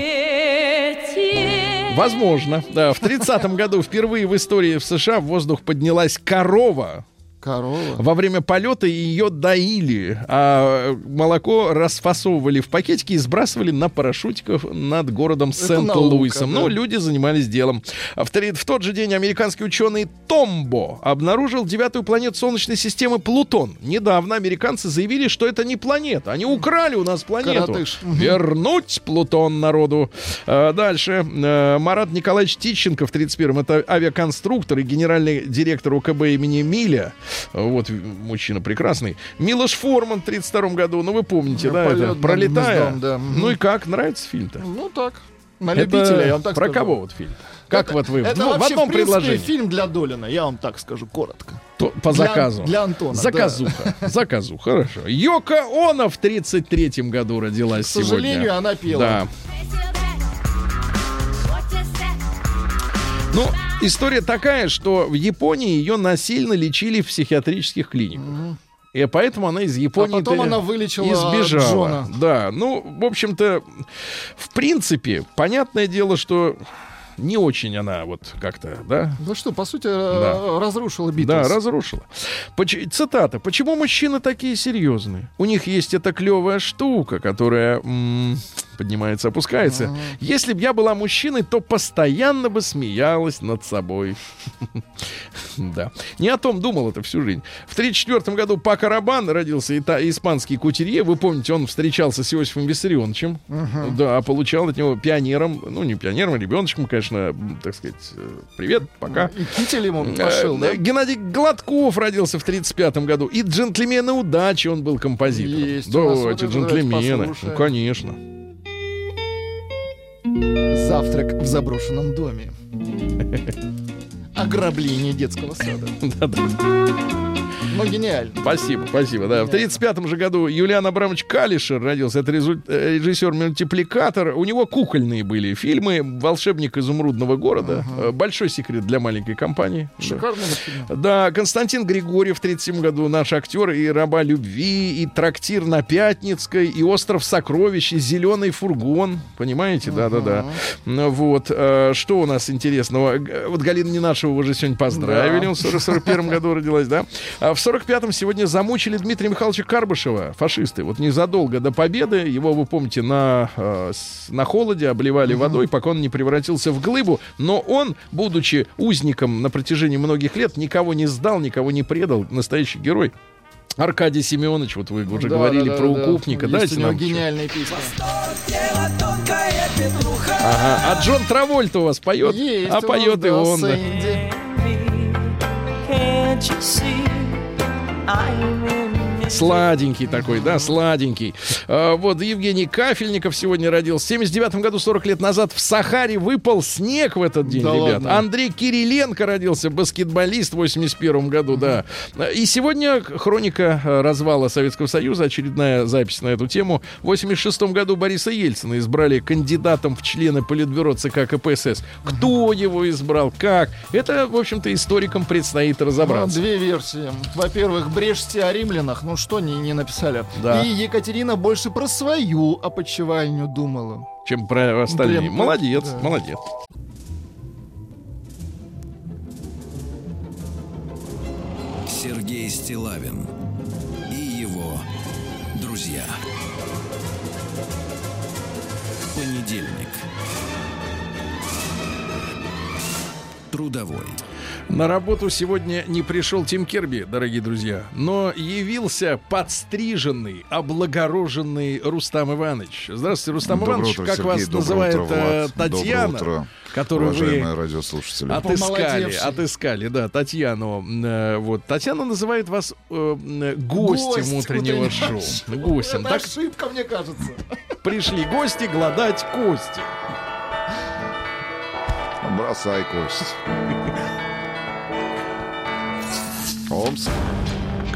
Возможно, да. В тридцатом году впервые в истории в США в воздух поднялась корова. Корова. Во время полета ее доили, а молоко расфасовывали в пакетики и сбрасывали на парашютиках над городом Сент-Луисом. Да. Ну, люди занимались делом. В, в тот же день американский ученый Томбо обнаружил девятую планету Солнечной системы Плутон. Недавно американцы заявили, что это не планета. Они украли у нас планету. Коротыш. Вернуть Плутон народу. А, дальше. А, Марат Николаевич Тищенко в тридцать первом. Это авиаконструктор и генеральный директор УКБ имени Миля. Вот мужчина прекрасный. Милош Форман в тридцать втором году. Ну, вы помните, да, Полет это «Пролетая». гнездом, да. Ну и как? Нравится фильм-то? Ну так, на любителя, я вам так про скажу. кого вот фильм? Как это, вот вы? Это Ну, вообще, в одном в принципе, предложении. фильм для Долина, я вам так скажу, коротко. То, по Для- заказу. для Антона, Заказуха. Заказуха, хорошо. Йоко Оно в тридцать третьем году родилась К сегодня. сожалению, она пела. Да. Ну, история такая, что в Японии ее насильно лечили в психиатрических клиниках. И поэтому она из Японии А потом она вылечила избежала. Джона. Да, ну, в общем-то, в принципе, понятное дело, что не очень она вот как-то, да? Ну что, по сути, Да. разрушила Да, Битлз. разрушила. Поч- Цитата. «Почему мужчины такие серьезные? У них есть эта клевая штука, которая м- поднимается, опускается. Ага. Если бы я была мужчиной, то постоянно бы смеялась над собой». Да. Не о том думал это всю жизнь. В тридцать четвёртом году Пако Рабан родился, ита- испанский кутюрье. Вы помните, он встречался с Иосифом Виссарионовичем. Да, получал от него пионером, ну не пионером, а ребеночком, конечно, так сказать, э, привет, пока. И китель ему пошил, Э, да? Геннадий Гладков родился в тридцать пятом году. И «Джентльмены удачи» он был композитором. Есть Да, у нас вот эти это, джентльмены. давайте Ну, послушаем. конечно. Завтрак в заброшенном доме. Ограбление детского сада. Да-да. Ну, гениально. Спасибо, спасибо. Да. В тридцать пятом же году Юлиан Абрамович Калишер родился. Это резу- э, режиссер-мультипликатор. У него кукольные были фильмы «Волшебник изумрудного города», э, «Большой секрет для маленькой компании». Да. Шикарный мультфильм. Да, Константин Григорьев в тридцать седьмом году, наш актер, и «Раба любви», и «Трактир на Пятницкой», и «Остров сокровищ», и «Зеленый фургон». Понимаете? Да-да-да. Ну, вот. э, Что у нас интересного? Г- Вот Галина Ненашева уже сегодня поздравили. Да. Он в сорок первом году родилась, да? А в сорок пятом сегодня замучили Дмитрия Михайловича Карбышева, фашисты. Вот незадолго до победы его, вы помните, на, э, с- на холоде обливали водой, пока он не превратился в глыбу. Но он, будучи узником на протяжении многих лет, никого не сдал, никого не предал. Настоящий герой. Аркадий Семенович, вот вы уже Да, говорили да, да, про да. укупника. Есть Дайте у него нам что. гениальная песня. Ага. А Джон Травольта у вас поет? Есть а у нас, поет и да, он. да. Сэнди. Can't you see I'm in Сладенький такой, да, сладенький. А, вот Евгений Кафельников сегодня родился. В семьдесят девятом году, сорок лет назад, в Сахаре выпал снег в этот день, Да ребят. ладно? Андрей Кириленко родился, баскетболист в восемьдесят первом году, да. И сегодня хроника э, развала Советского Союза, очередная запись на эту тему. В восемьдесят шестом году Бориса Ельцина избрали кандидатом в члены Политбюро ЦК КПСС. Кто его избрал, как? Это, в общем-то, историкам предстоит Ну, разобраться. две версии. Во-первых, брежьте о римлянах, ну что они не написали. Да. И Екатерина больше про свою опочивальню думала. Чем про остальные. Прям, молодец, да. молодец. Сергей Стиллавин и его друзья. Понедельник. Трудовой. На работу сегодня не пришел Тим Керби, дорогие друзья, но явился подстриженный, облагороженный Рустам Иванович. Здравствуйте, Рустам Доброе Иванович. утро, как Сергей. вас Доброе называет утро, э, Влад. Татьяна, Доброе утро, которую уважаемые вы радиослушатели. отыскали, Помолодевший. отыскали, да, Татьяну. Э, вот. Татьяна называет вас э, э, гостем Гость утреннего утреннего шоу. шоу. Гостем. Это Так ошибка, мне кажется. пришли гости гладать кости. Бросай кость. Омск.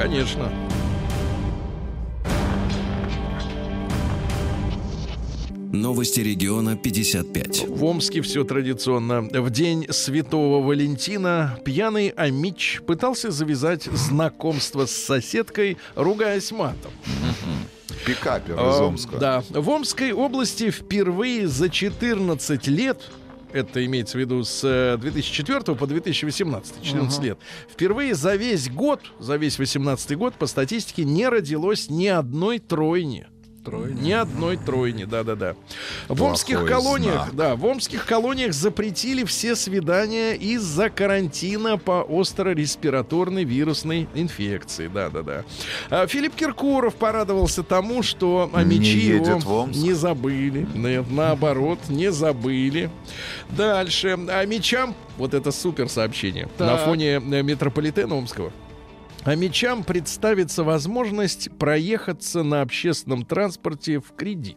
Конечно. Новости региона пятьдесят пять. В Омске все традиционно. В день Святого Валентина пьяный Амич пытался завязать знакомство с соседкой, ругаясь матом. Пикапер из Омска. А, да. В Омской области впервые за четырнадцать лет, это имеется в виду с две тысячи четвёртого по две тысячи восемнадцатый, четырнадцать uh-huh. лет, впервые за весь год, за весь восемнадцатый год по статистике не родилось ни одной тройни. Тройни. Ни одной тройни, да-да-да. В омских колониях, знак. да, в омских колониях запретили все свидания из-за карантина по остро-респираторной вирусной инфекции, да-да-да. А Филипп Киркоров порадовался тому, что амичи его не забыли. Нет, наоборот, не забыли. Дальше. Амичам, вот это супер сообщение, так. на фоне метрополитена омского. Амичам представится возможность проехаться на общественном транспорте в кредит.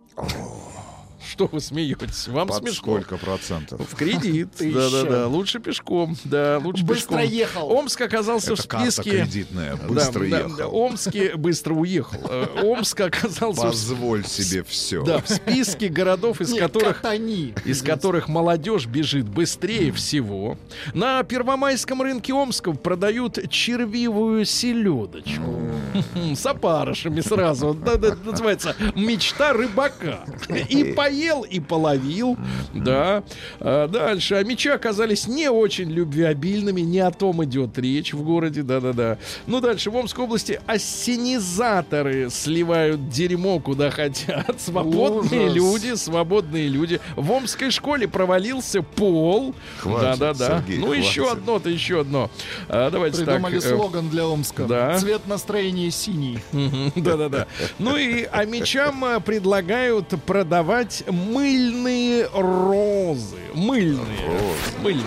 Что вы смеетесь? Вам Под смешно. Сколько процентов? В кредит. Да-да-да. Лучше пешком. Да, лучше быстро пешком. ехал. Омск оказался Это в списке. Карта кредитная. Быстро да, ехал. Да, Омске быстро уехал. Омск оказался. Позволь в... себе все. Да, в списке городов, из Нет, которых катани. из которых молодежь бежит быстрее всего. На Первомайском рынке Омска продают червивую селедочку с опарышами сразу. Называется «Мечта рыбака». И поел, и половил. Да. А дальше. Амичи оказались не очень любвеобильными. Не о том идет речь в городе. Да-да-да. Ну, дальше. В Омской области ассенизаторы сливают дерьмо куда хотят. Свободные Ужас. люди. Свободные люди. В омской школе провалился пол. Хватит, Да-да-да. Сергей, Ну, хватит. еще одно-то, еще одно. А, давайте Придумали так. слоган для Омска. Да. Цвет настроения синий. Да-да-да. Ну и амичам э, предлагают продавать мыльные розы. Мыльные. Мыльные.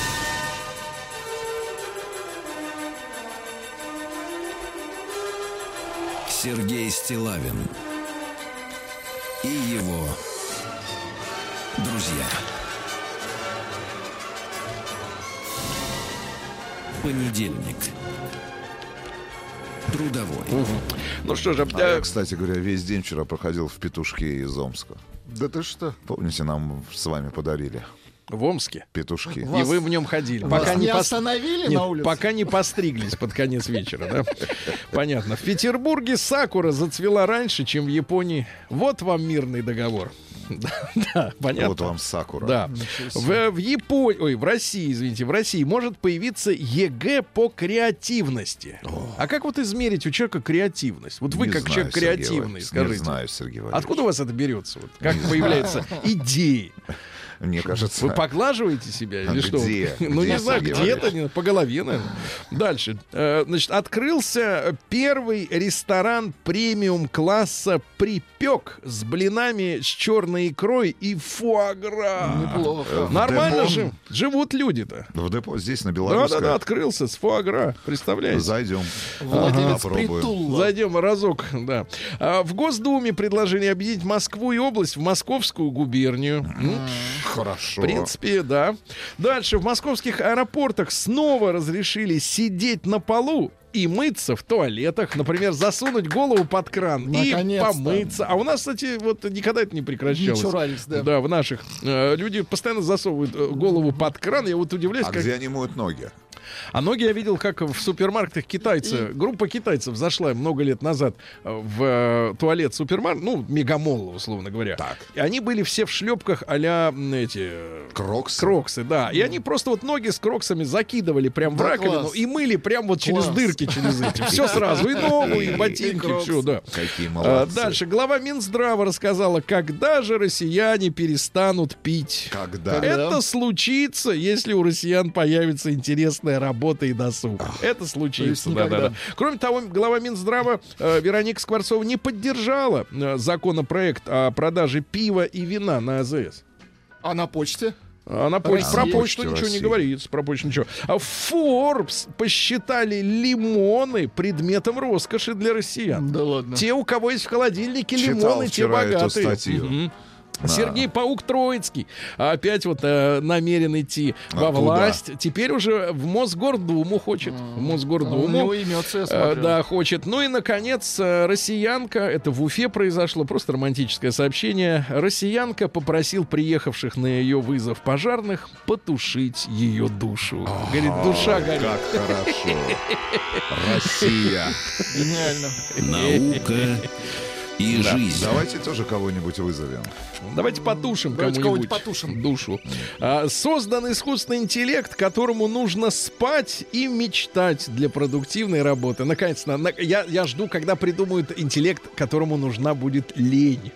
Сергей Стиллавин и его друзья. Понедельник. Трудовой. Ну что же, А э, я, кстати говоря, весь день вчера проходил в петушке из Омска. Да ты что? Помните, нам с вами подарили в Омске. петушки. И Вас- вы в нем ходили. Вас Пока не пос- остановили Нет, на улице? пока не постриглись под конец вечера, да? Понятно. В Петербурге сакура зацвела раньше, чем в Японии. Вот вам мирный договор. Да, понятно. Вот вам сакура. Да. В, в Японии, ой, в России, извините, в России может появиться ЕГЭ по креативности. А как вот измерить у человека креативность? Вот вы Не как знаю, человек Сергей креативный, Валерьевич, скажите. Не знаю, Сергей Валерьевич. Откуда у вас это берется? Вот, как появляются идеи? Мне кажется... Вы поглаживаете себя или А что? где? Ну, Где, не знаю, Сергей где-то, Валерьевич? не- по голове, наверное. Дальше. Э, Значит, открылся первый ресторан премиум-класса «Припек» с блинами с черной икрой и фуагра. Неплохо. В Нормально депо? же. Живут люди-то. В депо здесь, на Белорусской. Да-да-да, открылся с фуагра. Представляете? Зайдем. Владелец Попробуем. притула. Зайдем разок, да. А в Госдуме предложение объединить Москву и область в Московскую губернию. Ну, Хорошо. в принципе, да. Дальше. В московских аэропортах снова разрешили сидеть на полу и мыться в туалетах. Например, засунуть голову под кран и Наконец-то. помыться. А у нас, кстати, вот никогда это не прекращалось. Не чурались, да. Да, в наших. Э, люди постоянно засовывают э, голову под кран. Я вот удивляюсь, А как... где они моют ноги? А ноги я видел, как в супермаркетах китайцы, группа китайцев зашла много лет назад в э, туалет супермаркет, ну, мегамолла, условно говоря. Так. И они были все в шлепках а-ля м, эти... э, Кроксы? Кроксы, да. И они просто вот ноги с кроксами закидывали прям в Да, раковину класс. и мыли прям вот через Класс. дырки, через эти. Все сразу. И ногу, и И ботинки, кроксы. все, да. Какие А, молодцы. Дальше. Глава Минздрава рассказала, когда же россияне перестанут пить. Когда? Это случится, если у россиян появится интересная работа и досуг. Это То есть случится, никогда. да-да-да. Кроме того, глава Минздрава э, Вероника Скворцова не поддержала э, законопроект о продаже пива и вина на АЗС. А на почте? А на поч- Россия. про На почту почте ничего не России. говорится, про почту ничего. А Forbes посчитали лимоны предметом роскоши для россиян. Да ладно. Те, у кого есть в холодильнике Читал лимоны, те вчера эту богатые. статью. Мгм. Сергей Паук Троицкий опять вот э, намерен идти А во куда? власть. Теперь уже в Мосгордуму хочет. В У Мосгордуму. него имется, я Э, смотрю. да, хочет. Ну и, наконец, э, россиянка, это в Уфе произошло, просто романтическое сообщение. Россиянка попросил приехавших на ее вызов пожарных потушить ее душу. Говорит, душа горит. Как хорошо. Россия. Гениально. Наука и Да. жизнь. Давайте тоже кого-нибудь вызовем. Давайте потушим Давайте кому-нибудь кого-нибудь потушим. душу. А, создан искусственный интеллект, которому нужно спать и мечтать для продуктивной работы. Наконец-то. на- я, я жду, когда придумают интеллект, которому нужна будет лень.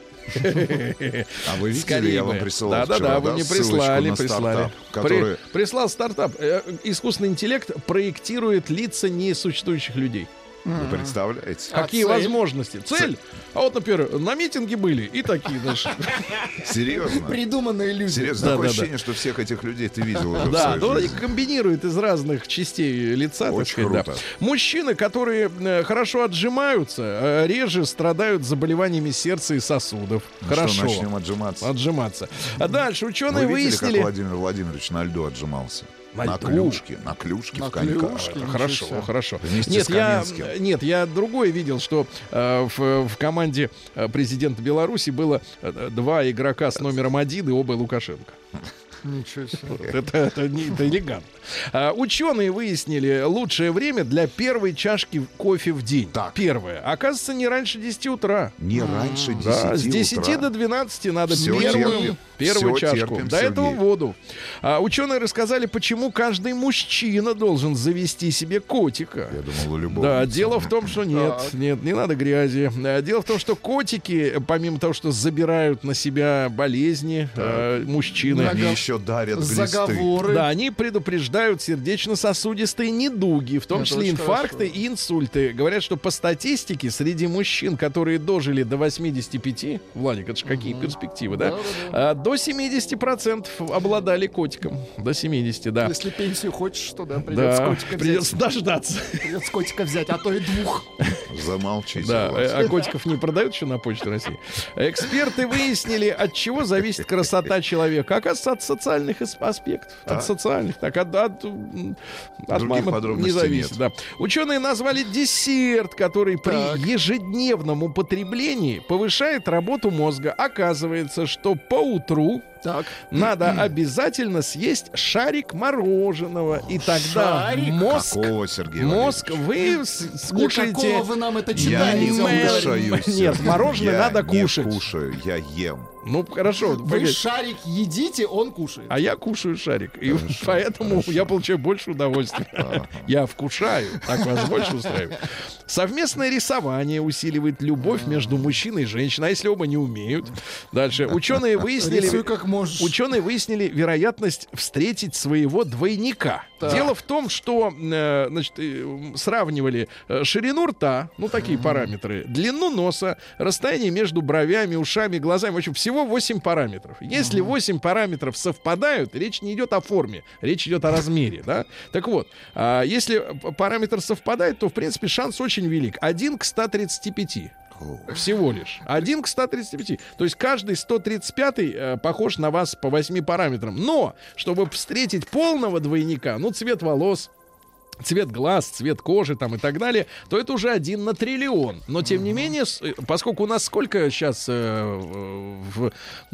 А вы видели, Скорее я вам бы. присылал Да-да-да, вчера, вы да, мне ссылочку прислали, на прислали. стартап, При- который... Прислал стартап. Э, Искусственный интеллект проектирует лица несуществующих людей. Вы представляете? А Какие цель? возможности? Цель? А вот, например, на митинге были и такие, знаешь. Серьезно? Придуманные люди. Серьезно, Да, такое да, ощущение, что всех этих людей ты видел уже в Да, своей ну, и жизни. комбинирует из разных частей лица. так Очень сказать, да. круто. Мужчины, которые э, хорошо отжимаются, э, реже страдают заболеваниями сердца и сосудов. Ну Хорошо. что, начнем отжиматься? Отжиматься. А дальше ученые Вы видели, выяснили... как Владимир Владимирович на льду отжимался? На На льду? клюшке, на клюшке На в коньках. клюшке. Ничего Хорошо, себе. хорошо. Вместе Нет, с я, Каменским. нет, я другое видел, что э, в, в команде э, президента Беларуси было э, два игрока с номером один и оба Лукашенко. Ничего себе. Вот это, это, не- это элегантно. А, ученые выяснили лучшее время для первой чашки кофе в день. Так. Первое. Оказывается, не раньше десяти утра. Не раньше десяти Да, с десяти утра. до двенадцати надо Всё первую, терпим. первую Всё чашку. терпим, До этого Сергей. воду. А, ученые рассказали, почему каждый мужчина должен завести себе котика. Я думал, у любого. Да, дело в том, что нет, Так. нет, не надо грязи. А, Дело в том, что котики, помимо того, что забирают на себя болезни э, мужчины, Они еще дарят глисты. Заговоры. да, они предупреждают сердечно-сосудистые недуги, в том Это числе очень инфаркты хорошо. и инсульты. Говорят, что по статистике среди мужчин, которые дожили до восьмидесяти пяти, Владик, это же какие перспективы, да? Да-да-да. А, до семидесяти процентов обладали котиком. До семидесяти, да. Если пенсию хочешь, то да, придется Да, котика взять. придется дождаться. Придется котика взять, а то и двух. Замолчите. Да, у вас. э, а котиков не продают еще на Почте России. Эксперты выяснили, от чего зависит красота человека. Оказывается, от социальных ис- аспектов. От А? социальных. Так, от, от, м, от Других мамы не подробностей зависит. Да. Ученые назвали десерт, который при Так. ежедневном употреблении повышает работу мозга. Оказывается, что по утру Так. надо обязательно съесть шарик мороженого. И тогда Шарик? мозг, Какого, Сергей мозг Валерьевич? вы с- Для скушаете... какого вы нам это Я читаете? не он говорит? кушаю. Нет, Сергей. мороженое Я надо не кушать. кушаю, я ем. Ну, хорошо. Вы погоди. шарик едите, он кушает. А я кушаю шарик. И поэтому я получаю больше удовольствия. Я вкушаю. Так вас больше устраивает. Совместное рисование усиливает любовь между мужчиной и женщиной. А если оба не умеют? Дальше. Ученые выяснили... Рисуй как можешь. Ученые выяснили вероятность встретить своего двойника. Так. Дело в том, что э, значит, э, сравнивали э, ширину рта, ну такие параметры, длину носа, расстояние между бровями, ушами, глазами. В общем, всего восемь параметров. Если восемь параметров совпадают, речь не идет о форме, речь идет о размере. Да? Так вот, а если п- параметр совпадает, то, в принципе, шанс очень велик. один к ста тридцати пяти. Всего лишь. один к ста тридцати пяти. То есть каждый сто тридцать пятый э, похож на вас по восьми параметрам. Но, чтобы встретить полного двойника, ну, цвет волос, цвет глаз, цвет кожи там и так далее, то это уже один на триллион. Но, тем не менее, с- э, поскольку у нас сколько сейчас э, в,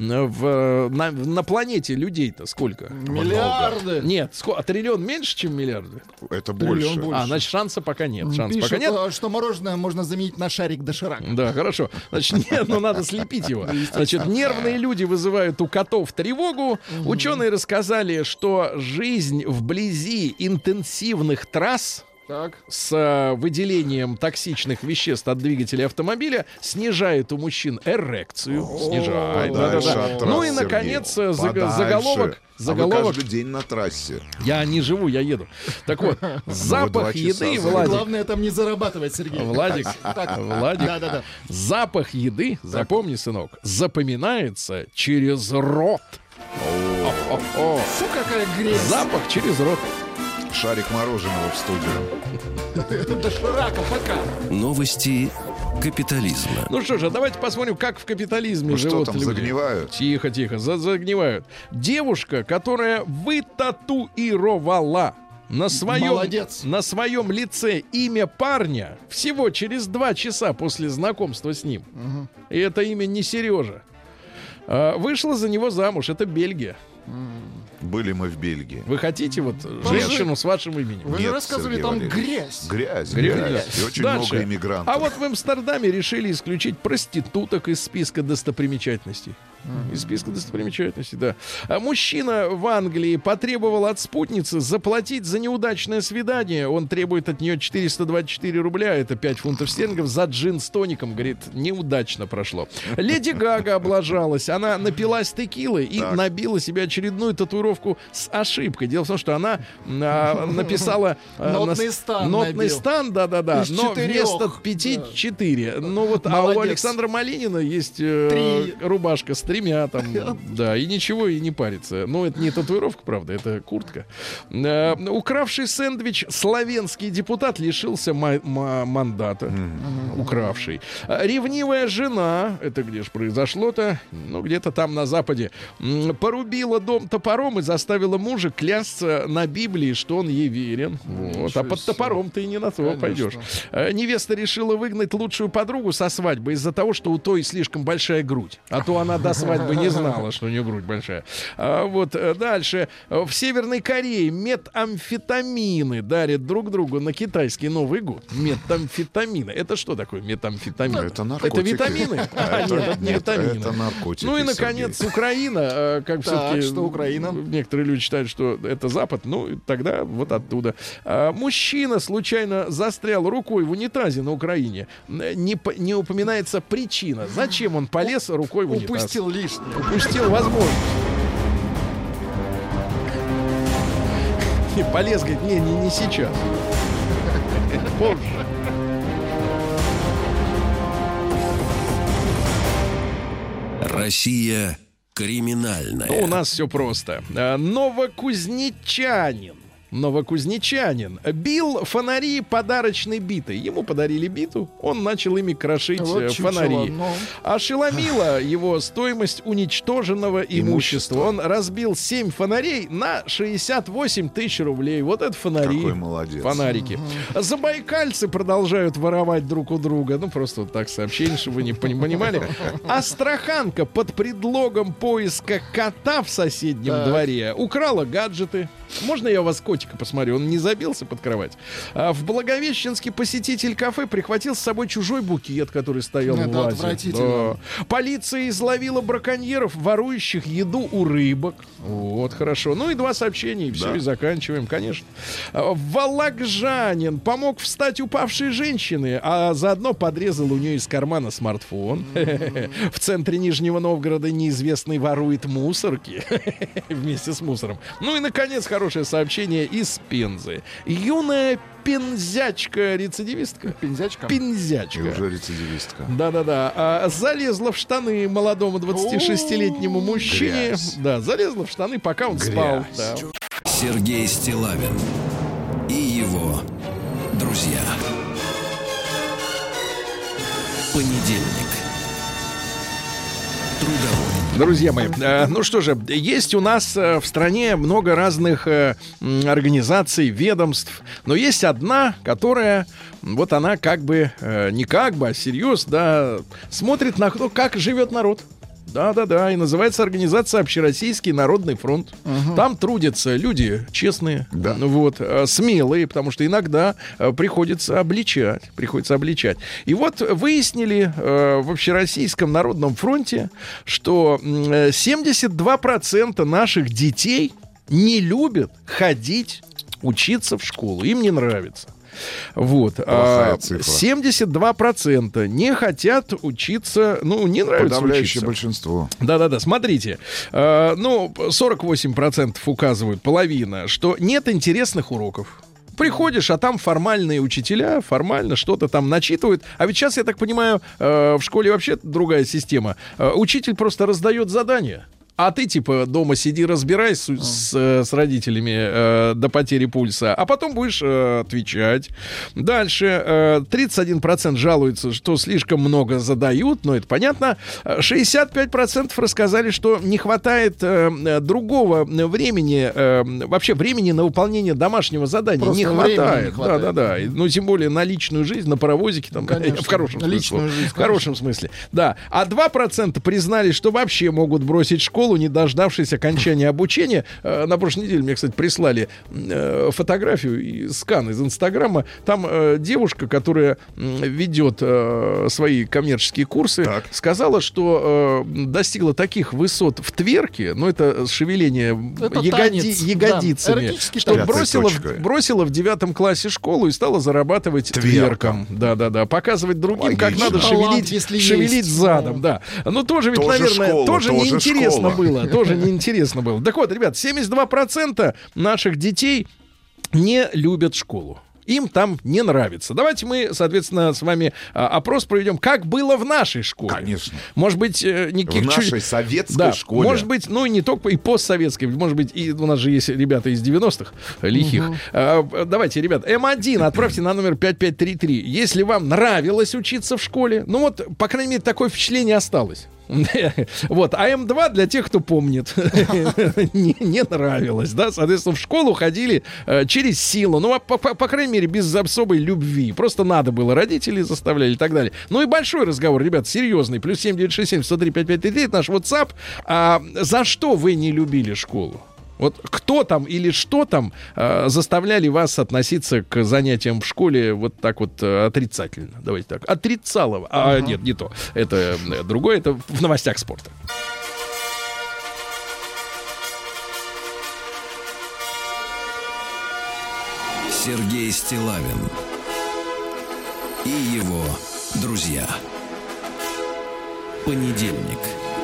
в- на, на планете людей-то сколько? Миллиарды. Нет, ско- а триллион меньше, чем миллиарды? Это Триллион больше. больше. А, значит, шанса пока нет. Шанса Пишут, пока нет. а, что мороженое можно заменить на шарик доширака. Да, хорошо. Значит, нет, ну надо слепить его. Значит, нервные люди вызывают у котов тревогу. Ученые рассказали, что жизнь вблизи интенсивных трасс Так. с э, выделением токсичных веществ от двигателя автомобиля снижает у мужчин эрекцию. Снижает. Подальше Да-да-да. от трасс, Ну и, Сергей. наконец, э, заг- Подальше. заголовок. А вы Заголовок. каждый день на трассе. Я не живу, я еду. Так вот, запах два часа еды, за- Владик. Главное там не зарабатывать, Сергей. Владик, Так. Владик, Да-да-да. запах еды, запомни, сынок, запоминается через рот. О-о-о. Фу, какая грязь. Запах через рот. Шарик мороженого в студию. Доширака, пока. Новости капитализма. Ну что же, давайте посмотрим, как в капитализме Ну что живут там, люди. загнивают? Тихо, тихо, за- загнивают. Девушка, которая вытатуировала на своем, Молодец. на своем лице имя парня всего через два часа после знакомства с ним. И это имя не Сережа. А, вышла за него замуж. Это Бельгия. Были мы в Бельгии. Вы хотите вот женщину с вашим именем? Вы же Нет, рассказывали, Сергей там Валерьевич. грязь. Грязь, Грязь. грязь. И очень Дальше. много иммигрантов. А вот в Амстердаме решили исключить проституток из списка достопримечательностей. Из списка достопримечательностей, да. А мужчина в Англии потребовал от спутницы заплатить за неудачное свидание. Он требует от нее четыреста двадцать четыре рубля, это пять фунтов стерлингов, за джин с тоником. Говорит, неудачно прошло. Леди Гага облажалась. Она напилась текилы и Так. набила себе очередную татуировку с ошибкой. Дело в том, что она а, написала... а, Нотный на- стан Нотный набил. стан, да-да-да. Из Но четырех. вместо пяти Да. четыре. Ну вот, а у Молодец. Александра Малинина есть э, Три. рубашка с тремя там, да, и ничего, и не парится. Ну, это не татуировка, правда, это куртка. Э, укравший сэндвич славянский депутат лишился ма- ма- мандата. Укравший. А ревнивая жена, это где же произошло-то? Ну, где-то там на Западе. м, Порубила дом топором и заставила мужа клясться на Библии, что он ей верен. Вот. А под себе. топором ты не на то Конечно. пойдешь. Э, Невеста решила выгнать лучшую подругу со свадьбы из-за того, что у той слишком большая грудь. А то она до свадьбы не знала, что у нее грудь большая. А вот э, дальше. Э, В Северной Корее метамфетамины дарят друг другу на китайский Новый год. Метамфетамины. Это что такое метамфетамины? Это наркотики. Это витамины? А, Это- Нет, это не нет, витамины. это наркотики, Ну и, наконец, Сергей. Украина. э, Как Так, все-таки что Украина? некоторые люди считают, что это Запад. Ну, тогда вот оттуда. А, мужчина случайно застрял рукой в унитазе на Украине. Не, по- не упоминается причина. Зачем он полез рукой в унитаз? Упустил лишнее. Упустил возможность. И полез, говорит, не, не, не сейчас. Позже. Россия криминальная. Ну, у нас все просто. А, Новокузнечанин. Новокузнечанин бил фонари подарочной битой. Ему подарили биту, он начал ими крошить Вот э, чучело, фонари. ну. Ошеломила его стоимость уничтоженного имущества. Имущество. Он разбил семь фонарей на шестьдесят восемь тысяч рублей. Вот это фонари. Какой молодец. Фонарики. Забайкальцы продолжают воровать друг у друга. Ну, просто вот так сообщение, чтобы вы не пони- понимали. Астраханка под предлогом поиска кота в соседнем Так. дворе украла гаджеты. Можно я у вас котика посмотрю? Он не забился под кровать. А в Благовещенске посетитель кафе прихватил с собой чужой букет, который стоял Это в вазе. отвратительно. Да. Полиция изловила браконьеров, ворующих еду у рыбок. Вот, хорошо. Ну и два сообщения, и все, Да. и заканчиваем, конечно. А, Вологжанин помог встать упавшей женщине, а заодно подрезал у нее из кармана смартфон. В центре Нижнего Новгорода неизвестный ворует мусорки вместе с мусором. Ну и, наконец, хорошее сообщение из Пензы. Юная пензячка-рецидивистка. Пензячка. И Пензячка. уже рецидивистка. Да-да-да. А, залезла в штаны молодому двадцатишестилетнему мужчине. Грязь. Да, залезла в штаны, пока он спал. Да. Сергей Стиллавин и его друзья. Понедельник. Трудовой. Друзья мои, э, ну что же, есть у нас э, в стране много разных э, м, организаций, ведомств, но есть одна, которая, вот она как бы, э, не как бы, а серьезно, да, смотрит на то, как живет народ. Да-да-да, и называется организация «Общероссийский народный фронт». Там трудятся люди честные, Да. ну вот, э, смелые, потому что иногда э, приходится обличать, приходится обличать. И вот выяснили э, в Общероссийском народном фронте, что м, э, семьдесят два процента наших детей не любят ходить, учиться в школу, им не нравится. Вот. Плохая а, цифра. семьдесят два процента не хотят учиться, ну, не нравится Подавляющее учиться. большинство. Да-да-да, смотрите. Э, ну, сорок восемь процентов указывают, половина, что нет интересных уроков. Приходишь, а там формальные учителя, формально что-то там начитывают. А ведь сейчас, я так понимаю, э, в школе вообще другая система. Э, учитель просто раздает задания. А ты, типа, дома сиди, разбирайся с, с, с родителями э, до потери пульса, а потом будешь э, отвечать. Дальше. Э, тридцать один процент жалуются, что слишком много задают, но это понятно. шестьдесят пять процентов рассказали, что не хватает э, другого времени, э, вообще времени на выполнение домашнего задания. Просто не хватает. не хватает. Да, да, да. Ну, тем более на личную жизнь, на паровозике, там, в хорошем смысле. Жизнь, в хорошем смысле. Да. А два процента признали, что вообще могут бросить школу, не дождавшись окончания обучения. На прошлой неделе мне, кстати, прислали фотографию и скан из Инстаграма. Там девушка, которая ведет свои коммерческие курсы, так. сказала, что достигла таких высот в тверке, ну это шевеление это ягоди, ягодицами, да, что бросила в, бросила в девятом классе школу и стала зарабатывать тверком. Да-да-да. Показывать другим, логично. Как надо шевелить, шевелить задом. Да. Ну тоже ведь, тоже наверное, школа, тоже, тоже неинтересно школа. было. Тоже неинтересно было. Так вот, ребят, семьдесят два процента наших детей не любят школу. Им там не нравится. Давайте мы, соответственно, с вами а, опрос проведем, как было в нашей школе. Конечно. Может быть, э, никаких... В нашей чуть... советской да, школе. Может быть, ну и не только, и постсоветской. Может быть, и у нас же есть ребята из девяностых лихих. Угу. А, давайте, ребят, эм один отправьте на номер пять пять три три. Если вам нравилось учиться в школе, ну вот, по крайней мере, такое впечатление осталось. Вот, а эм два для тех, кто помнит, не, не нравилось, да, соответственно, в школу ходили э, через силу, ну, по, по, по крайней мере, без особой любви, просто надо было, родители заставляли и так далее. Ну и большой разговор, ребят, серьезный, плюс семь девять шесть семь сто три пять пять три три, это наш WhatsApp. А, за что вы не любили школу? Вот кто там или что там э, заставляли вас относиться к занятиям в школе вот так вот э, отрицательно? Давайте так. Отрицалово. А, uh-huh. Нет, не то. Это э, другое. Это в новостях спорта. Сергей Стиллавин и его друзья. Понедельник.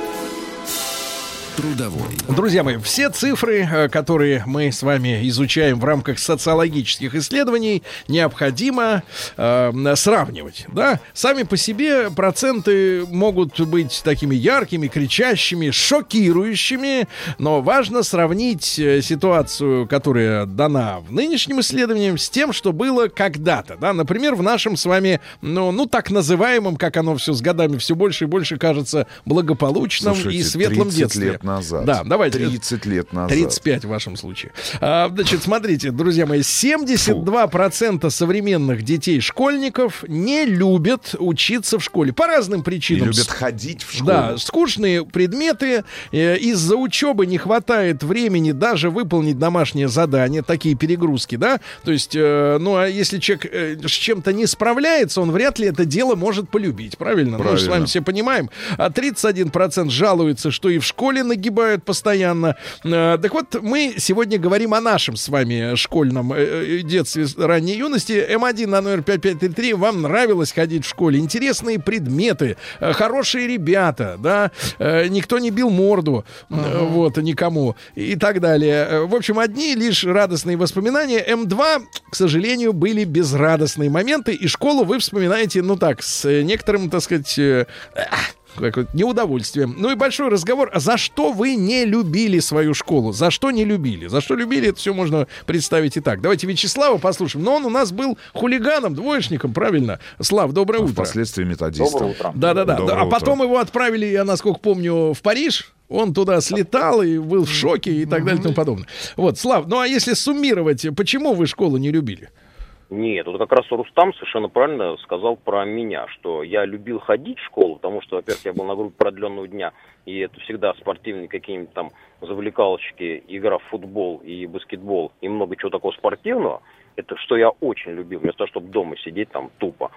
Трудовой. Друзья мои, все цифры, которые мы с вами изучаем в рамках социологических исследований, необходимо э, сравнивать. Да? Сами по себе проценты могут быть такими яркими, кричащими, шокирующими, но важно сравнить ситуацию, которая дана в нынешнем исследовании, с тем, что было когда-то. Да? Например, в нашем с вами, ну, ну так называемом, как оно все с годами все больше и больше кажется, благополучном. Слушайте, и светлом детстве. Лет назад. Да, давайте. тридцать лет назад. тридцать пять в вашем случае. А, значит, смотрите, друзья мои, семьдесят два процента современных детей-школьников не любят учиться в школе. По разным причинам. Не любят ходить в школу. Да, скучные предметы. Э, из-за учебы не хватает времени даже выполнить домашнее задание. Такие перегрузки, да? То есть, э, ну, а если человек э, с чем-то не справляется, он вряд ли это дело может полюбить. Правильно? Правильно. Мы же с вами все понимаем. А тридцать один процент жалуются, что и в школе нагибают постоянно. Э, так вот, мы сегодня говорим о нашем с вами школьном э, детстве, ранней юности. эм один на номер пять пять три три. Вам нравилось ходить в школе? Интересные предметы, э, хорошие ребята, да? Э, никто не бил морду, uh-huh. э, вот, никому и так далее. В общем, одни лишь радостные воспоминания. эм два, к сожалению, были безрадостные моменты, и школу вы вспоминаете, ну так, с некоторым, так сказать, э, какое-то неудовольствие. Ну и большой разговор. А за что вы не любили свою школу? За что не любили? За что любили, это все можно представить и так. Давайте Вячеслава послушаем. Но он у нас был хулиганом, двоечником, правильно? Слав, доброе а утро. Впоследствии методистом. Доброе утро. Да-да-да. А потом его отправили, я насколько помню, в Париж. Он туда слетал и был в шоке и так далее и тому подобное. Вот, Слав, ну а если суммировать, почему вы школу не любили? Нет, вот как раз Рустам совершенно правильно сказал про меня, что я любил ходить в школу, потому что, во-первых, я был на группе продленного дня, и это всегда спортивные какие-нибудь там завлекалочки, игра в футбол и баскетбол, и много чего такого спортивного, это что я очень любил, вместо того, чтобы дома сидеть там тупо.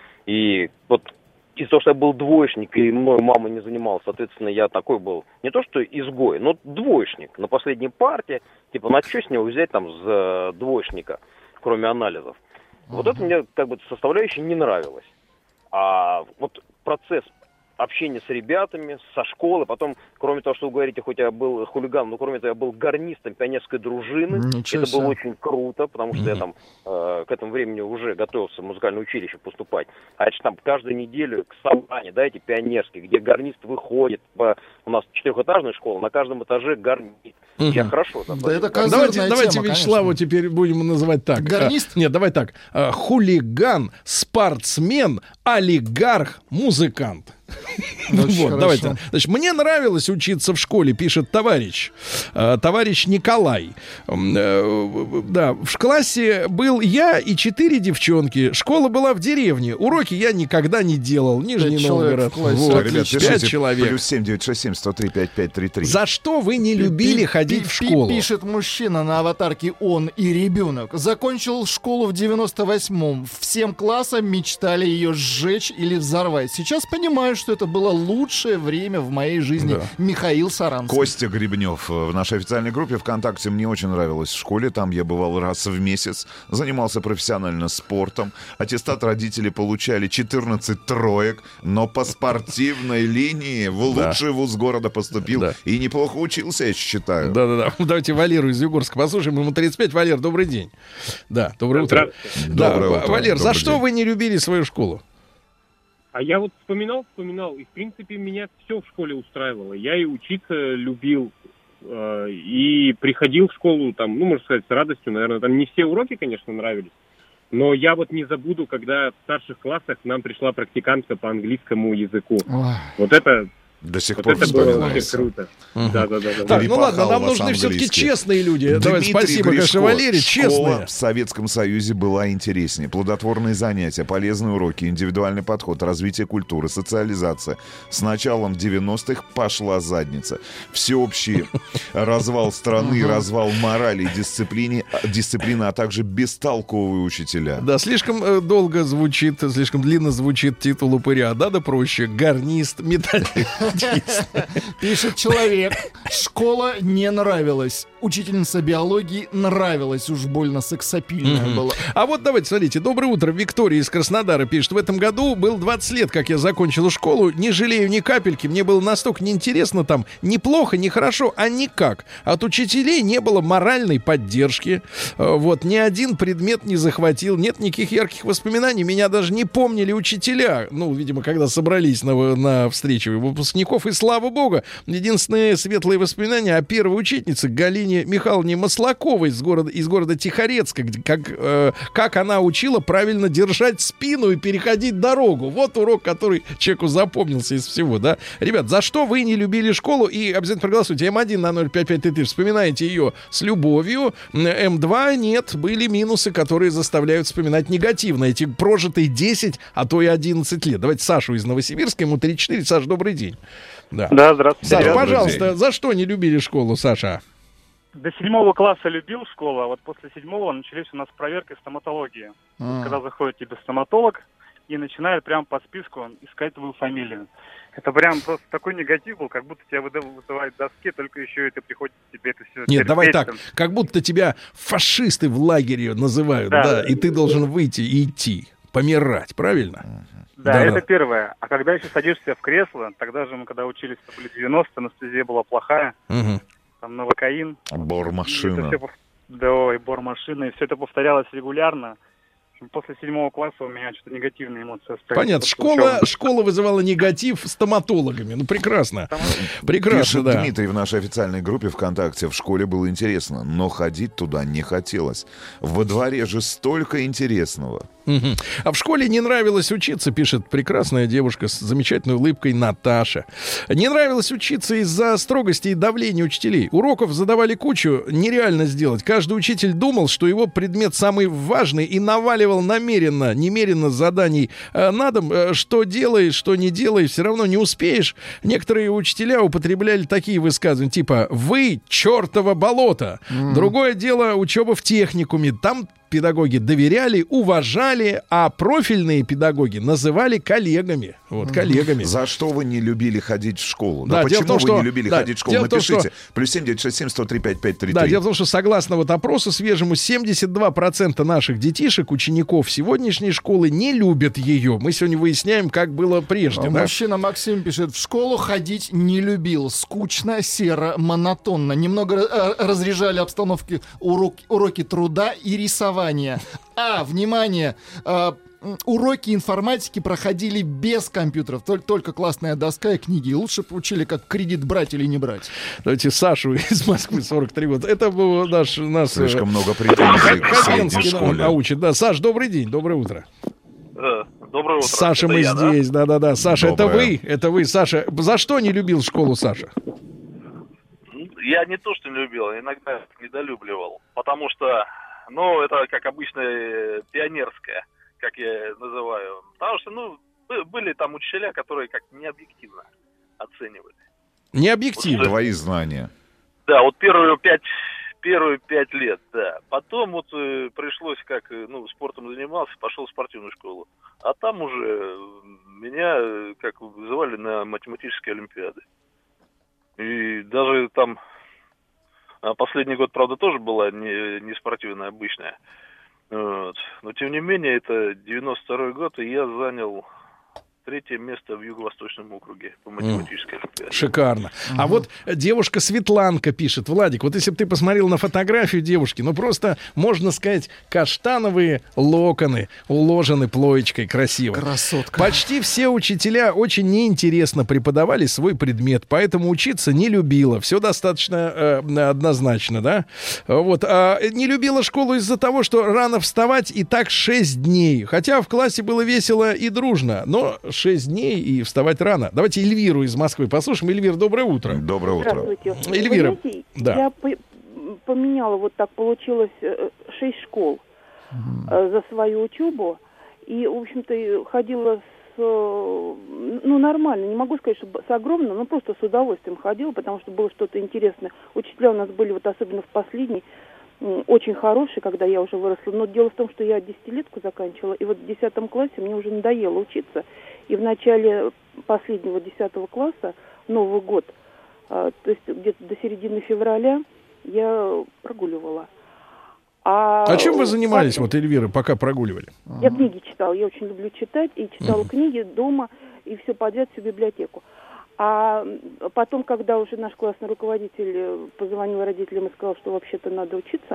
И вот из-за того, что я был двоечник, и мной мама не занималась, соответственно, я такой был, не то что изгой, но двоечник на последней парте, типа, на что с него взять там с двоечника, кроме анализов. Uh-huh. Вот это мне как бы составляющая не нравилась. А вот процесс общение с ребятами, со школы. Потом, кроме того, что вы говорите, хоть я был хулиган, но кроме того, я был гарнистом пионерской дружины. Ничего Это себе. было очень круто, потому что Мгм. я там э, к этому времени уже готовился в музыкальное училище поступать. А это же там каждую неделю к собранию, да, эти пионерские, где гарнист выходит. По... У нас четырехэтажная школа, на каждом этаже гарнист. Я Мгм. хорошо Да запомнил. это Давайте, козырная давайте тема, Вячеславу конечно. теперь будем называть так. Гарнист? А, нет, давай так. А, хулиган, спортсмен, олигарх, музыкант. Ну Очень вот, хорошо. давайте. Значит, мне нравилось учиться в школе, пишет товарищ. Э, товарищ Николай. М, э, Да, в классе был я и четыре девчонки. Школа была в деревне. Уроки я никогда не делал. Нижний Пять человек Новгород. в классе. Вот, Ребят, отлично. пять пишите человек. плюс семь девятьсот шестьдесят семь сто три пятьдесят пять тридцать три. За что вы не любили Пи- ходить пи- в пи- школу? Пишет мужчина на аватарке «Он и ребенок». Закончил школу в девяносто восьмом. Всем классам мечтали ее сжечь или взорвать. Сейчас понимаю, что это было лучшее время в моей жизни. Да. Михаил Саранский. Костя Гребнев. В нашей официальной группе ВКонтакте мне очень нравилось в школе. Там я бывал раз в месяц. Занимался профессионально спортом. Аттестат родители получали четырнадцать троек. Но по спортивной линии в Да. лучший вуз города поступил. Да. И неплохо учился, я считаю. Да-да-да. Давайте Валеру из Югорска послушаем. Ему тридцать пять. Валер, добрый день. Да, доброе утро. Да, Доброе утро. Валер, за Добрый что день. вы не любили свою школу? А я вот вспоминал, вспоминал, и в принципе меня все в школе устраивало. Я и учиться любил, э, и приходил в школу, там, ну, можно сказать, с радостью, наверное, там не все уроки, конечно, нравились, но я вот не забуду, когда в старших классах к нам пришла практикантка по английскому языку. Ой. Вот это, До сих вот пор это было вообще вспоминается. круто. Мгм. Да, да, да, да. Так, ну Перепахал ладно, нам вас нужны все-таки английский. честные люди. Давай, Дмитрий спасибо, конечно, Гришко. Валерий, Школа честные. в Советском Союзе была интереснее. Плодотворные занятия, полезные уроки, индивидуальный подход, развитие культуры, социализация. С началом девяностых пошла задница. Всеобщий развал страны, развал морали и дисциплины, дисциплины, а также бестолковые учителя. Да, слишком э, долго звучит, слишком длинно звучит титул упыря. Да, да проще. Гарнист, металлист. Пишет человек. Школа не нравилась. Учительница биологии нравилась. Уж больно сексапильная Мгм. была. А вот давайте, смотрите. Доброе утро. Виктория из Краснодара пишет. В этом году был двадцать лет, как я закончила школу. Не жалею ни капельки. Мне было настолько неинтересно там. Ни плохо, ни хорошо, а никак. От учителей не было моральной поддержки. Э, Вот, ни один предмет не захватил. Нет никаких ярких воспоминаний. Меня даже не помнили учителя. Ну, видимо, когда собрались на, на встречу выпускников. И слава богу, единственные светлые воспоминания о первой учительнице Галине Михайловне Маслаковой из города, из города Тихорецка, где- как, э, как она учила правильно держать спину и переходить дорогу. Вот урок, который человеку запомнился из всего, да. Ребят, за что вы не любили школу? И обязательно проголосуйте. эм один на ноль пять пять три три. Вспоминаете ее с любовью. эм два нет. Были минусы, которые заставляют вспоминать негативно. Эти прожитые десять, а то и одиннадцать лет. Давайте Сашу из Новосибирска. Ему тридцать четыре. Саш, добрый день. Да, Да, здравствуйте. Саш, Добрый пожалуйста, день. за что не любили школу, Саша? До седьмого класса любил школу, а вот после седьмого начались у нас проверки стоматологии. А. Когда заходит тебе стоматолог и начинает прям по списку искать твою фамилию. Это прям просто такой негатив был, как будто тебя выда- вызывают к доске, только еще это приходится тебе это все Нет, давай так, как будто тебя фашисты в лагере называют, да, Да. и ты должен выйти и идти, помирать, правильно? Да, Да-да. это первое. А когда еще садишься в кресло, тогда же мы, когда учились, это были девяностые, анестезия была плохая, Мгм. там новокаин. Бормашина. И это всё пов- Да, и бормашина, и все это повторялось регулярно. В общем, после седьмого класса у меня что-то негативные эмоции остались. Понятно, После школа, учебы. школа вызывала негатив стоматологами, ну прекрасно, прекрасно, Пишет да. Дмитрий в нашей официальной группе ВКонтакте. В школе было интересно, но ходить туда не хотелось. Во дворе же столько интересного. Мгм. А в школе не нравилось учиться, пишет прекрасная девушка с замечательной улыбкой Наташа. Не нравилось учиться из-за строгости и давления учителей. Уроков задавали кучу, нереально сделать. Каждый учитель думал, что его предмет самый важный и наваливал намеренно, немеренно заданий э, на дом. Э, что делаешь, что не делаешь, все равно не успеешь. Некоторые учителя употребляли такие высказывания, типа «Вы чертово болото». М. Другое дело учеба в техникуме. Там педагоги доверяли, уважали, а профильные педагоги называли коллегами. Вот, коллегами. За что вы не любили ходить в школу? Да, Да, почему том, вы что, не любили да, ходить в школу? том, Напишите. что, Плюс семь девятьсот шестьдесят семь сто три пять пять три три. Да, дело в том, что согласно вот опросу свежему, семьдесят два процента наших детишек, учеников сегодняшней школы не любят ее. Мы сегодня выясняем, как было прежде. А Да? Мужчина Максим пишет: в школу ходить не любил. Скучно, серо, монотонно. Немного э, разряжали обстановки уроки, уроки труда и рисования. А, внимание, э, уроки информатики проходили без компьютеров. Только, только классная доска и книги. И лучше получили, как кредит брать или не брать. Давайте Сашу из Москвы, сорок три года. Это был наш... нас Слишком много претензий к средней школе. Научит. Да, Саш, добрый день, доброе утро. Доброе утро. Саша, это мы я, здесь, да-да-да. Саша, Доброе. это вы, это вы, Саша. За что не любил школу, Саша? Я не то, что не любил, а иногда недолюбливал. Потому что, ну, это, как обычно, э, пионерское, как я называю. Потому что, ну, бы- были там учителя, которые как необъективно оценивали. Не объективно. Твои знания. Да, вот первые пять, первые пять лет, да. Потом вот э, пришлось, как, э, ну, спортом занимался, пошел в спортивную школу. А там уже э, меня, э, как вызывали на математические олимпиады. И даже там а, последний год, правда, тоже была не, не спортивная, обычная. Вот. Но, тем не менее, это девяносто второй год, и я занял третье место в Юго-Восточном округе по математической олимпиаде. Шикарно. А вот девушка Светланка пишет: Владик, вот если бы ты посмотрел на фотографию девушки, ну просто, можно сказать, каштановые локоны уложены плоечкой красиво. Красотка. Почти все учителя очень неинтересно преподавали свой предмет, поэтому учиться не любила. Все достаточно э, однозначно, да? Вот. А не любила школу из-за того, что рано вставать и так шесть дней. Хотя в классе было весело и дружно, но шесть дней и вставать рано. Давайте Эльвиру из Москвы послушаем. Эльвир, доброе утро. Доброе утро. Здравствуйте. Эльвира, Вы знаете, да. я по- поменяла, вот так получилось, э, шесть школ э, за свою учебу. И, в общем-то, ходила с, э, ну, нормально. Не могу сказать, что с огромным, но просто с удовольствием ходила, потому что было что-то интересное. Учителя у нас были, вот особенно в последней, очень хороший, когда я уже выросла. Но дело в том, что я десятилетку заканчивала, и вот в десятом классе мне уже надоело учиться. И в начале последнего десятого класса, Новый год, то есть где-то до середины февраля, я прогуливала. А, А чем вы занимались, потом- вот, Эльвира, пока прогуливали? Я книги читала, я очень люблю читать, и читала Мгм. книги дома, и все подряд, всю библиотеку. А потом, когда уже наш классный руководитель позвонил родителям и сказал, что вообще-то надо учиться,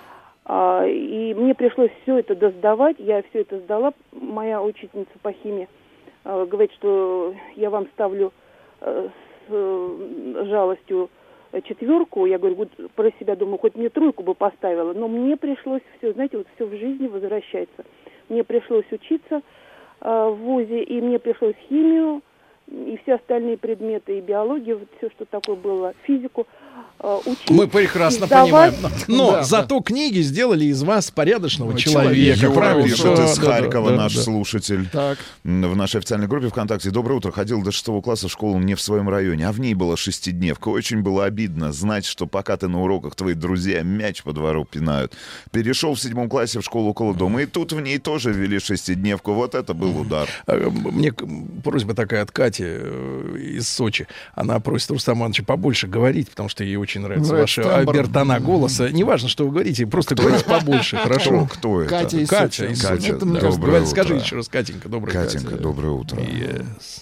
а, и мне пришлось все это досдавать, я все это сдала. Моя учительница по химии а, говорит, что я вам ставлю а, с э, жалостью четверку. Я говорю, вот про себя думаю, хоть мне тройку бы поставила, но мне пришлось все, знаете, вот все в жизни возвращается. Мне пришлось учиться а, в вузе, и мне пришлось химию, и все остальные предметы, и биологию, вот все, что такое было, физику, э, учить. Мы прекрасно издавать. понимаем. Но, но Да, зато книги сделали из вас порядочного Ну, человека. Юра правильно? пишет Да, из да, Харькова, да, наш да. слушатель. Так. В нашей официальной группе ВКонтакте. Доброе утро. Ходил до шестого класса в школу не в своем районе, а в ней была шестидневка. Очень было обидно знать, что пока ты на уроках, твои друзья мяч по двору пинают. Перешел в седьмом классе в школу около дома, и тут в ней тоже ввели шестидневку. Вот это был удар. А, Мне к- просьба такая от Кати э, из Сочи. Она просит Рустама Ивановича побольше говорить, потому что ей очень нравится Нравится ваша тембр. обертона голоса. Неважно, что вы говорите, просто говорите побольше, хорошо. Кто, кто это? Катя из Катя Сочи. из Катя, Сочи. Это, мне Да. кажется, доброе Давайте скажи утро. еще раз, Катенька, доброе Катенька, Катя. доброе утро. Yes.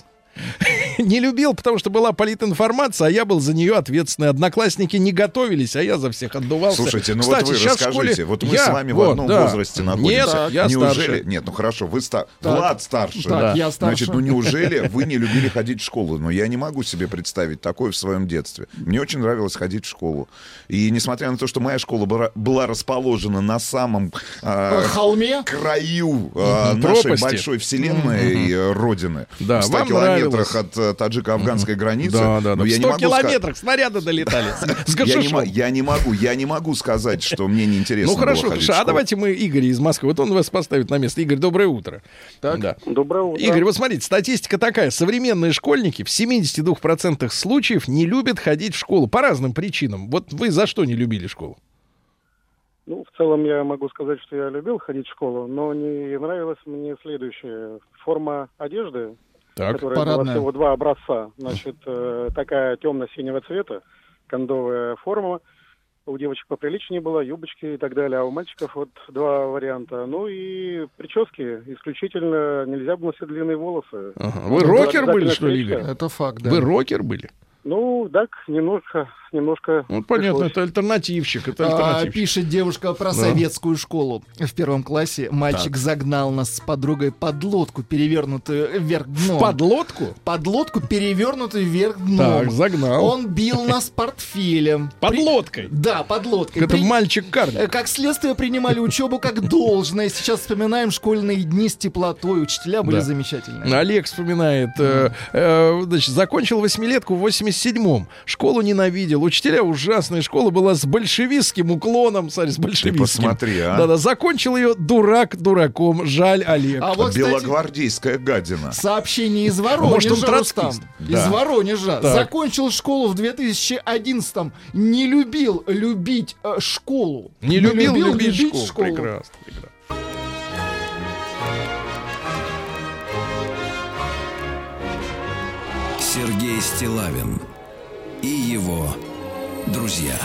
Не любил, потому что была политинформация, а я был за нее ответственный. Одноклассники не готовились, а я за всех отдувался. Слушайте, ну Кстати, вот вы сейчас в расскажите, школе вот мы я- с вами в вот, одном да. возрасте Нет, находимся. я неужели... старше. Нет, ну хорошо, вы стар... Так. Влад старше. Так, да. я старше. Значит, ну неужели вы не любили ходить в школу? Но я не могу себе представить такое в своем детстве. Мне очень нравилось ходить в школу. И несмотря на то, что моя школа была, была расположена на самом э, холме, краю э, Мгм, нашей пропасти. большой вселенной э, родины, Да, в ста вам километрах нравилось. от э, таджико-афганской границы, Да, да, да. но В я не сто могу ска- километрах снаряды долетали с- с я не, гашишом. мо- я не могу, я не могу сказать, что мне неинтересно Ну хорошо, было ходить хорошо. в А школу. давайте мы Игоря из Москвы. Вот он вас поставит на место. Игорь, доброе утро. Так. Да. Доброе утро. Игорь, вот смотрите, статистика такая. Современные школьники в семидесяти двух процентах случаев не любят ходить в школу по разным причинам. Вот вы за что не любили школу? Ну, в целом я могу сказать, что я любил ходить в школу, но не нравилась мне следующее. Форма одежды, так, которая парадная. была всего два образца. Значит, э, такая темно-синего цвета, кондовая форма. У девочек поприличнее была, юбочки и так далее, а у мальчиков вот два варианта. Ну и прически. Исключительно нельзя было носить длинные волосы. Ага. Вы рокер были, что ли, Игорь? Это факт, да. Вы рокер были? Ну, так, немножко, немножко. Ну, понятно, пришлось. это альтернативщик, это А, альтернативщик. пишет девушка про Да. советскую школу. В первом классе мальчик Так. загнал нас с подругой под лодку, перевернутую вверх дном. Под лодку? Под лодку, перевернутую вверх дном. Так, загнал. Он бил нас портфелем. Под При- лодкой? Да, под лодкой. Это При- мальчик-карлик. Э, Как следствие, принимали учебу как должное. Сейчас вспоминаем школьные дни с теплотой. Учителя были Да. замечательные. Олег вспоминает, э, э, значит, закончил восьмилетку в восемьдесят седьмом. Школу ненавидел. Учителя ужасная. Школа была с большевистским уклоном. Смотри, с большевистским. посмотри, а. Да-да, закончил ее дурак дураком. Жаль, Олег. А вот, кстати, Белогвардейская гадина. сообщение из Может, Воронежа, он троцкист? Рустам. Да. Из Воронежа. Так. Закончил школу в две тысячи одиннадцатом. Не любил любить э, школу. Не любил любить школу. Прекрасно, прекрасно. Сергей Стиллавин и его друзья.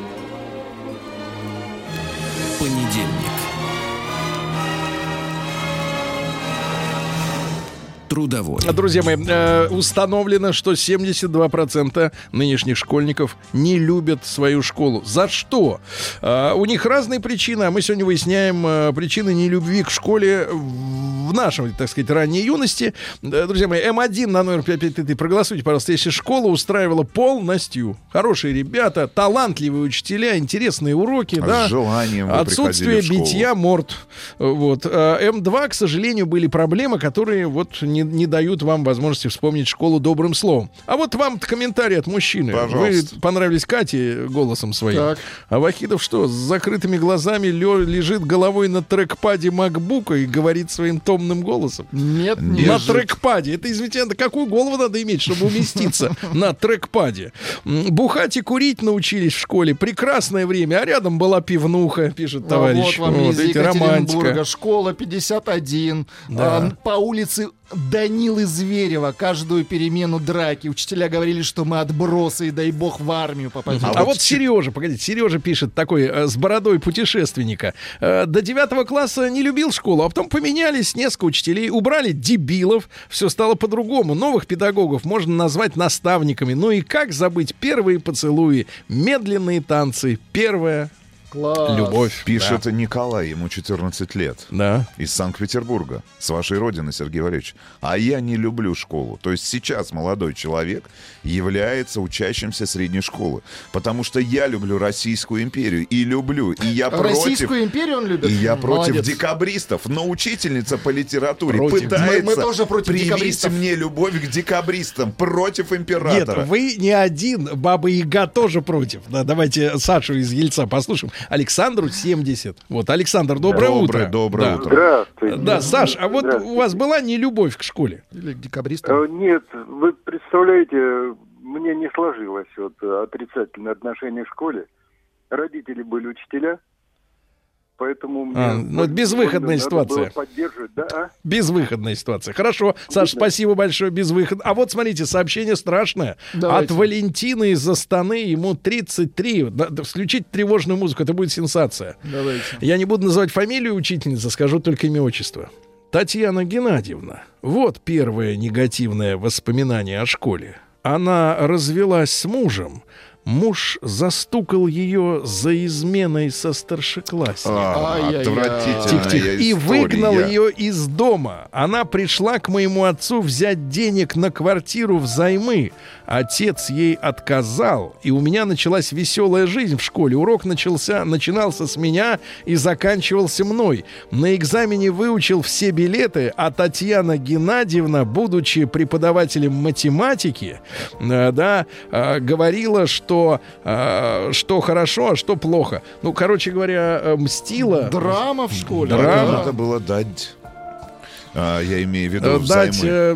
Понедельник. Трудовой. Друзья мои, э, установлено, что семьдесят два процента нынешних школьников не любят свою школу. За что? Э, у них разные причины, а мы сегодня выясняем э, причины нелюбви к школе в нашем, так сказать, ранней юности. Э, друзья мои, эм один на номер пять пять три, проголосуйте, пожалуйста, если школа устраивала полностью. Хорошие ребята, талантливые учителя, интересные уроки, С да? желанием вы Отсутствие приходили в школу. битья морд. Вот. А эм два, к сожалению, были проблемы, которые вот не, не дают вам возможности вспомнить школу добрым словом. А вот вам комментарий от мужчины. Пожалуйста. Вы понравились Кате голосом своим. Так. А Вахидов что, с закрытыми глазами лё- лежит головой на трекпаде макбука и говорит своим томным голосом? Нет, На нет. трекпаде. Это, извините, это какую голову надо иметь, чтобы уместиться на трекпаде? М, Бухать и курить научились в школе. Прекрасное время. А рядом была пивнуха, пишет товарищ. Вот вам из видите, Екатеринбурга. романтика. Школа пятьдесят один. Да. А, по улице Данилы Зверева. Каждую перемену драки. Учителя говорили, что мы отбросы, и дай бог в армию попадем. А, вот Сережа, погодите, Сережа пишет такой э, с бородой путешественника. Э, до девятого класса не любил школу, а потом поменялись несколько учителей, убрали дебилов, все стало по-другому. Новых педагогов можно назвать наставниками. Ну и как забыть первые поцелуи, медленные танцы, первая Класс. любовь. Пишет Да. Николай, ему четырнадцать лет. Да. Из Санкт-Петербурга, с вашей родины, Сергей Валерьевич. А я не люблю школу. То есть сейчас молодой человек является учащимся средней школы. Потому что я люблю Российскую империю. И люблю. И я Российскую против... империю он любит? И я против Молодец. декабристов. Но учительница по литературе Против. пытается Мы- мы тоже против привить декабристов. мне любовь к декабристам. Против императора. Нет, вы не один, Баба Яга тоже против. Да, давайте Сашу из Ельца послушаем. Александру семьдесят. Вот, Александр, доброе, Доброе, утро. доброе Да. утро. Здравствуйте. Да, Саш, а вот у вас была нелюбовь к школе? Или к декабристам. Э, Нет, вы представляете, мне не сложилось вот э, отрицательное отношение в школе. Родители были учителя, поэтому мне А, ну, это безвыходная надо ситуация. было поддерживать, да? а? Безвыходная ситуация. Хорошо, Саш, спасибо большое, безвыход. А вот смотрите, сообщение страшное. Давайте. От Валентины из Астаны, ему тридцать три. Да, да, включить тревожную музыку, это будет сенсация. Давайте. Я не буду называть фамилию учительницы, скажу только имя, отчество. Татьяна Геннадьевна. Вот первое негативное воспоминание о школе. Она развелась с мужем. Муж застукал ее за изменой со старшеклассником. А, Ай-яй-яй. отвратительная Тихо-тихо. И история. выгнал ее из дома. Она пришла к моему отцу взять денег на квартиру взаймы. Отец ей отказал, и у меня началась веселая жизнь в школе. Урок начался, начинался с меня и заканчивался мной. На экзамене выучил все билеты, а Татьяна Геннадьевна, будучи преподавателем математики, э, да, э, говорила, что, э, что хорошо, а что плохо. Ну, короче говоря, э, мстила. Драма в школе. Драма. Надо было дать, а, я имею в виду, Э, Дать, взаймы. э, да.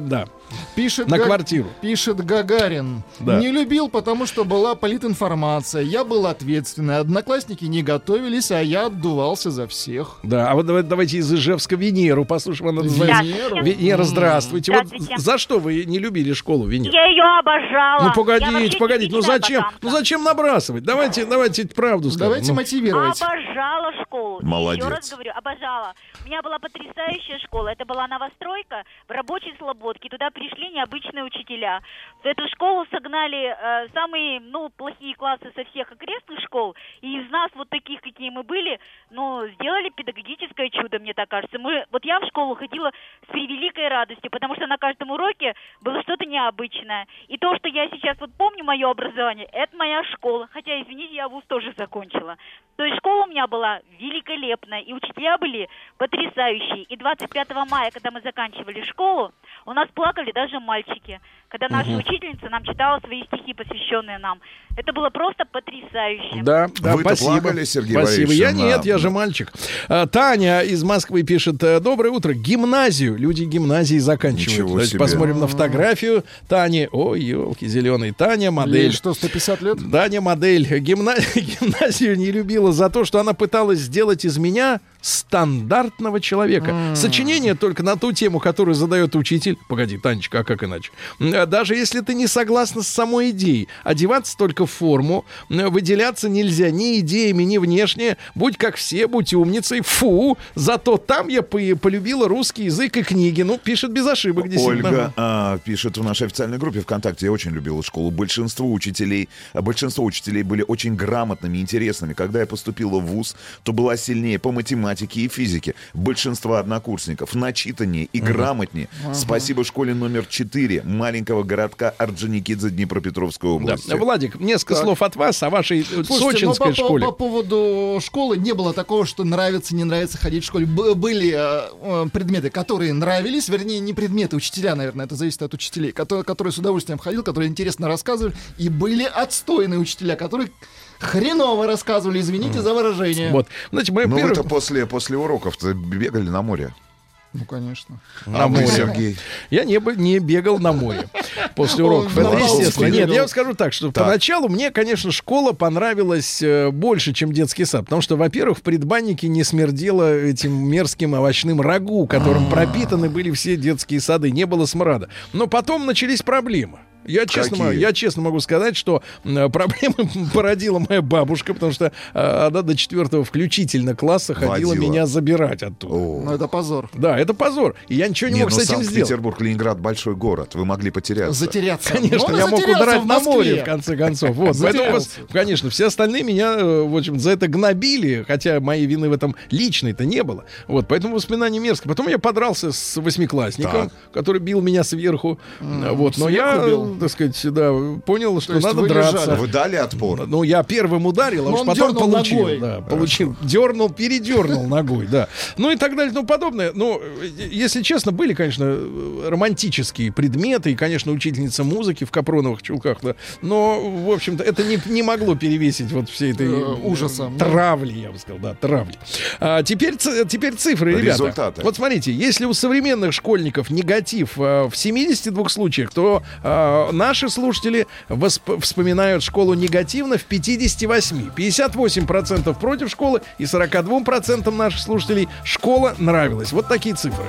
Пишет на Га- квартиру. Пишет Гагарин. Да. Не любил, потому что была политинформация. Я был ответственный. Одноклассники не готовились, а я отдувался за всех. Да, а вот давайте, давайте из Ижевска Венеру послушаем. Она называется. Венеру? Венера, здравствуйте. Вот Здравствуйте. за что вы не любили школу, Венера? Я ее обожала. Ну погодите, Я вообще погодите, ну типичная зачем, ботанка. ну зачем набрасывать? Давайте, давайте правду скажем. Давайте Ну. мотивировать. Обожала школу. Молодец. Еще раз говорю, обожала. У меня была потрясающая школа. Это была новостройка в рабочей Слободке. Туда пришли необычные учителя. В эту школу согнали э, самые, ну, плохие классы со всех окрестных школ. И из нас, вот таких, какие мы были, ну, сделали педагогическое чудо, мне так кажется. Мы, вот я в школу ходила с превеликой радостью, потому что на каждом уроке было что-то необычное. И то, что я сейчас вот помню, мое образование, это моя школа. Хотя, извините, я вуз тоже закончила. То есть школа у меня была великолепная, и учителя были потрясающие. И двадцать пятого мая, когда мы заканчивали школу, у нас плакали даже мальчики, когда наша Мгм. учительница нам читала свои стихи, посвященные нам. Это было просто потрясающе. Да, да, Вы-то спасибо. плакали, Сергей Спасибо. Борисович, Я на- нет, я же мальчик. А, Таня из Москвы пишет: э, доброе утро. Гимназию. Люди гимназии заканчивают. Ничего Давайте себе. посмотрим на фотографию Тани. Ой, елки зеленые. Таня модель. Лель, что, сто пятьдесят лет? Таня модель. Гимна... Гимназию не любила за то, что она пыталась сделать из меня стандартного человека. М. Сочинение только на ту тему, которую задает учитель. Погоди, Танечка, а как иначе? М, Даже если ты не согласна с самой идеей, одеваться только в форму, м, выделяться нельзя ни идеями, ни внешне. Будь как все, будь умницей. Фу! Зато там я по- полюбила русский язык и книги. Ну, пишет без ошибок, действительно. Ольга а, пишет в нашей официальной группе ВКонтакте: я очень любила школу. Большинство учителей, а большинство учителей были очень грамотными, интересными. Когда я поступила в вуз, то была сильнее по математике и физике. Большинство однокурсников начитаннее и грамотнее. Ага. Спасибо школе номер четыре маленького городка Орджоникидзе Днепропетровской Да. области. Владик, несколько Так. слов от вас о вашей э, Слушайте, ну, сочинской по, школе. По, по поводу школы не было такого, что нравится, не нравится ходить в школе. Б- были э, э, предметы, которые нравились, вернее, не предметы, учителя, наверное, это зависит от учителей, которые, которые с удовольствием ходил, которые интересно рассказывали, и были отстойные учителя, которые хреново рассказывали, извините за выражение. Вот. Знаете, мы Ну, первый- вы-то после, после уроков-то бегали на море. Ну, конечно. На А вы, море. Сергей? Я не, бы- не бегал на море после Он уроков. на Это Балтике естественно. Нет, бегал. я вам скажу так, что Так. поначалу мне, конечно, школа понравилась э, больше, чем детский сад. Потому что, во-первых, в предбаннике не смердело этим мерзким овощным рагу, которым пропитаны были все детские сады. Не было смрада. Но потом начались проблемы. Я честно, Какие? могу- я честно могу сказать, что э, проблемы породила моя бабушка, потому что э, она до четвертого включительно класса ходила Водила. меня забирать оттуда. О. Ну, это позор. Да, это позор. И я ничего не, Не, мог ну с этим сделать. Санкт-Петербург, Ленинград большой город. Вы могли потеряться. Затеряться. Конечно, Но он я мог затерялся удрать в на Москве. море, в конце концов. Вот. Поэтому, Затерялся. конечно, все остальные меня, э, в общем, за это гнобили, хотя моей вины в этом личной-то не было. Вот, поэтому воспоминания мерзкие. Потом я подрался с восьмиклассником, Так. который бил меня сверху. М, Вот, но сверху я, бил? так сказать, да, понял, что есть надо вы драться. лежали? Вы дали отпор? Ну, я первым ударил, а Но уж он потом дернул получил. ногой. Да, получил. Дернул, передернул ногой, да. Ну и так далее, ну подобное. Ну, э, если честно, были, конечно, э, романтические предметы, и, конечно, учительница музыки в капроновых чулках, да. Но, в общем-то, это не, не могло перевесить вот всей этой Э, ужаса. э, травли, я бы сказал, да, травли. А, теперь, ц- теперь цифры, ребята. Результаты. Вот смотрите, если у современных школьников негатив э, в семидесяти двух случаях, то э, наши слушатели восп- вспоминают школу негативно в пятидесяти восьми. пятьдесят восемь процентов против школы и сорок два процента наших слушателей школа нравилась. Вот такие цифры.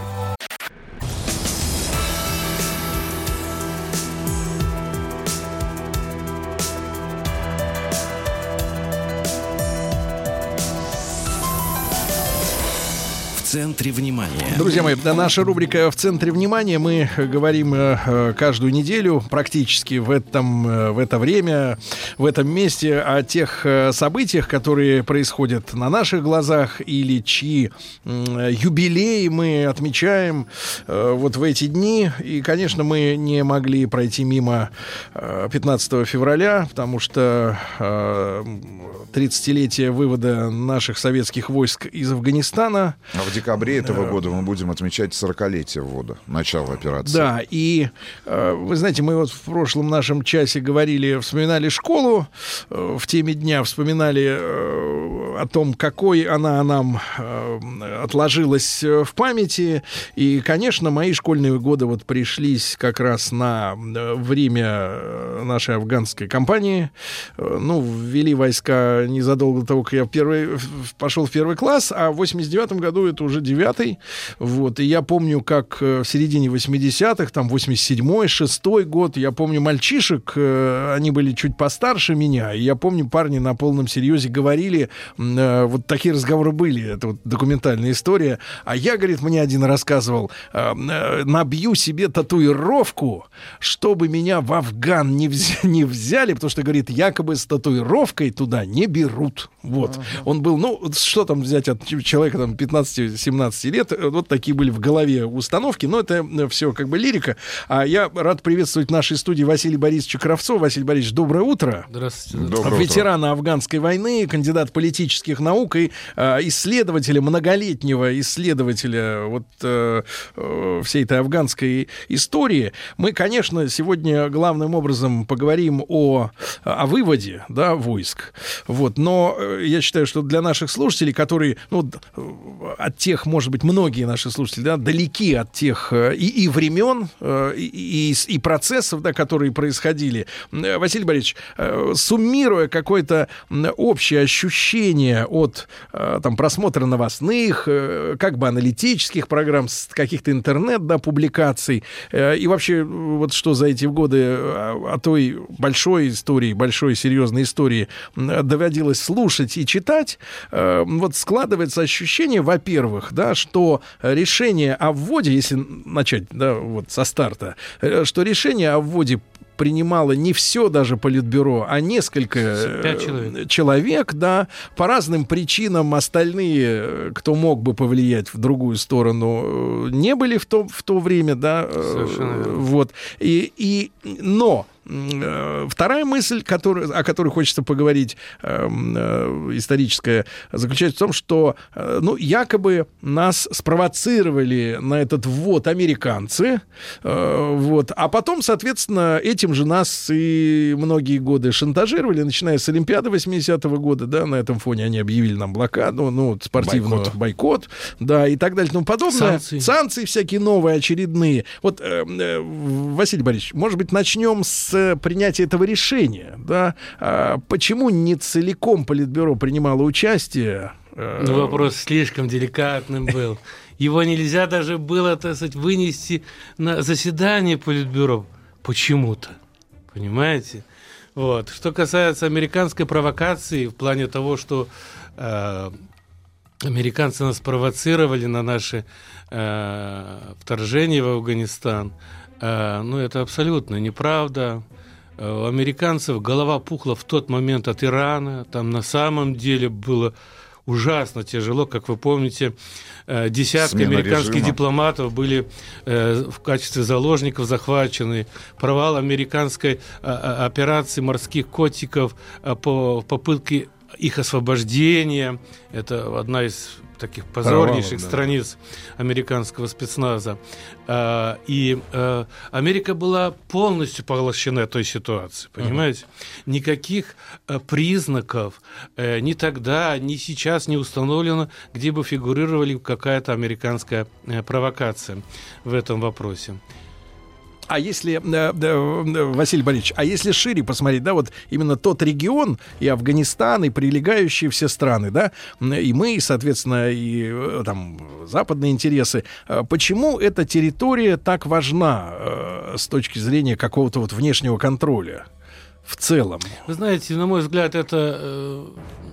В центре внимания. Друзья мои, да, наша рубрика «В центре внимания». Мы говорим э, э, каждую неделю практически в, этом, э, в это время, в этом месте о тех э, событиях, которые происходят на наших глазах или чьи э, юбилеи мы отмечаем э, вот в эти дни. И, конечно, мы не могли пройти мимо э, пятнадцатого февраля, потому что э, тридцатилетие вывода наших советских войск из Афганистана. А в декабре этого года мы будем отмечать сорокалетие ввода, начало операции. Да, и э, вы знаете, мы вот в прошлом нашем часе говорили, вспоминали школу, э, в теме дня вспоминали э, о том, какой она нам э, отложилась в памяти. И, конечно, мои школьные годы вот пришлись как раз на время нашей афганской кампании. Э, ну, ввели войска незадолго до того, как я в первый, пошел в первый класс, а в восемьдесят девятом году это уже девятый. Вот, и я помню, как в середине восьмидесятых, там восемьдесят седьмой, шестой год, я помню мальчишек, они были чуть постарше меня, и я помню, парни на полном серьезе говорили, вот такие разговоры были, это вот документальная история, а я, говорит, мне один рассказывал, набью себе татуировку, чтобы меня в Афган не, вз- не взяли, потому что, говорит, якобы с татуировкой туда не берут. Вот. Ага. Он был, ну, что там взять от человека там пятнадцати-семнадцати лет, вот такие были в голове установки, но это все как бы лирика. А я рад приветствовать в нашей студии Василия Борисовича Кравцова. Василий Борисович, доброе утро. Здравствуйте. Доброе Ветерана утро. Афганской войны, кандидат политических наук и э, исследователя, многолетнего исследователя вот э, э, всей этой афганской истории. Мы, конечно, сегодня главным образом поговорим о, о выводе, да, войск. Вот. Но я считаю, что для наших слушателей, которые, ну, от тех, может быть, многие наши слушатели, да, далеки от тех и, и времен, и, и, и процессов, да, которые происходили. Василий Борисович, суммируя какое-то общее ощущение от там, просмотра новостных, как бы аналитических программ, каких-то интернет, да, публикаций, и вообще вот что за эти годы о той большой истории, большой серьезной истории доводилось слушать и читать, вот складывается ощущение, во-первых, да, что решение о вводе, если начать, да, вот со старта, что решение о вводе принимало не все даже политбюро, а несколько человек. человек, да, по разным причинам. Остальные, кто мог бы повлиять в другую сторону, не были в то, в то время, да. Совершенно верно. Вот. И, и, но вторая мысль, который, о которой хочется поговорить, э, э, историческая, заключается в том, что э, ну, якобы нас спровоцировали на этот ввод американцы, э, вот, а потом, соответственно, этим же нас и многие годы шантажировали, начиная с Олимпиады восьмидесятого года, да, на этом фоне они объявили нам блокаду, ну, спортивную бойкот, бойкот да, и так далее, и тому подобное. Санкции. Санкции всякие новые, очередные. Вот, э, э, Василий Борисович, может быть, начнем с принятия этого решения, да? А почему не целиком Политбюро принимало участие? Ну, вопрос слишком деликатным был. Его нельзя даже было, так сказать, вынести на заседание Политбюро почему-то, понимаете? Вот. Что касается американской провокации в плане того, что э, американцы нас провоцировали на наше э, вторжение в Афганистан, ну, это абсолютно неправда. У американцев голова пухла в тот момент от Ирана. Там на самом деле было ужасно тяжело. Как вы помните, десятки Смена американских режима. дипломатов были в качестве заложников захвачены. Провал американской операции морских котиков по попытке их освобождения. Это одна из таких позорнейших Провалом, да. страниц американского спецназа. А, и а, Америка была полностью поглощена той ситуацией, понимаете? Uh-huh. Никаких а, признаков а, ни тогда, ни сейчас не установлено, где бы фигурировали какая-то американская а, провокация в этом вопросе. А если, Василий Борисович, а если шире посмотреть, да, вот именно тот регион, и Афганистан, и прилегающие все страны, да, и мы, соответственно, и там западные интересы, почему эта территория так важна с точки зрения какого-то вот внешнего контроля в целом? Вы знаете, на мой взгляд, это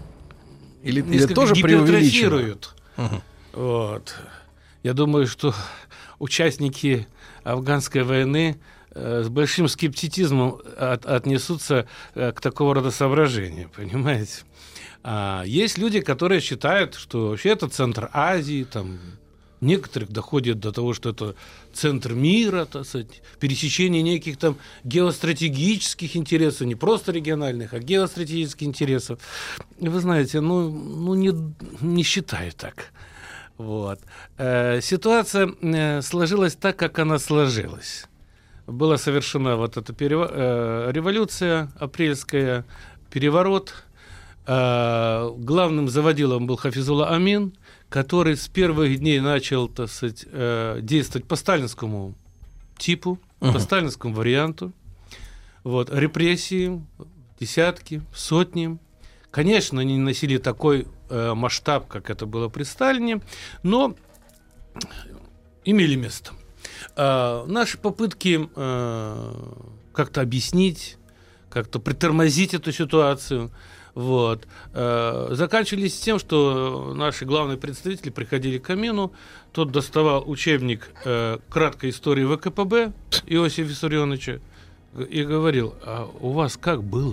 или, или тоже преувеличивают? Угу. Вот. Я думаю, что участники афганской войны э, с большим скептицизмом от, отнесутся э, к такого рода соображениям, понимаете? А есть люди, которые считают, что вообще это центр Азии, там, некоторых доходит до того, что это центр мира, так сказать, пересечение неких там геостратегических интересов, не просто региональных, а геостратегических интересов. Вы знаете, ну, ну не, не считаю так. Вот. Э, ситуация э, сложилась так, как она сложилась. Была совершена вот эта перево- э, революция апрельская, переворот. Э, главным заводилом был Хафизулла Амин, который с первых дней начал, так сказать, э, действовать по сталинскому типу, uh-huh. по сталинскому варианту. Вот. Репрессии, десятки, сотни. Конечно, они не носили такой э, масштаб, как это было при Сталине, но имели место. Э, наши попытки э, как-то объяснить, как-то притормозить эту ситуацию, вот, э, заканчивались тем, что наши главные представители приходили к Амину, тот доставал учебник э, краткой истории вэ ка пэ бэ Иосифа Виссарионовича и говорил: а у вас как было?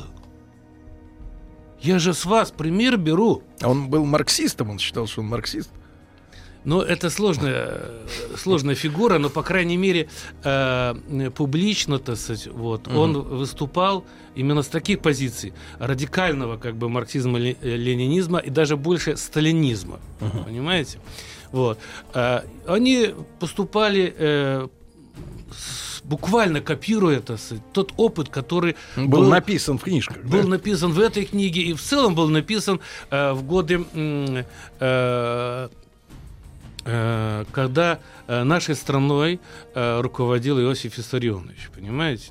Я же с вас пример беру. А он был марксистом, он считал, что он марксист. Ну, это сложная, сложная фигура, но, по крайней мере, э, публично, так сказать, вот, угу. он выступал именно с таких позиций радикального как бы марксизма, ленинизма и даже больше сталинизма. Угу. Понимаете? Вот. Э, они поступали э, с, буквально копируя, так сказать, тот опыт, который был, был написан в книжках. Был да? написан в этой книге и в целом был написан э, в годы... Э, когда нашей страной руководил Иосиф Виссарионович, понимаете?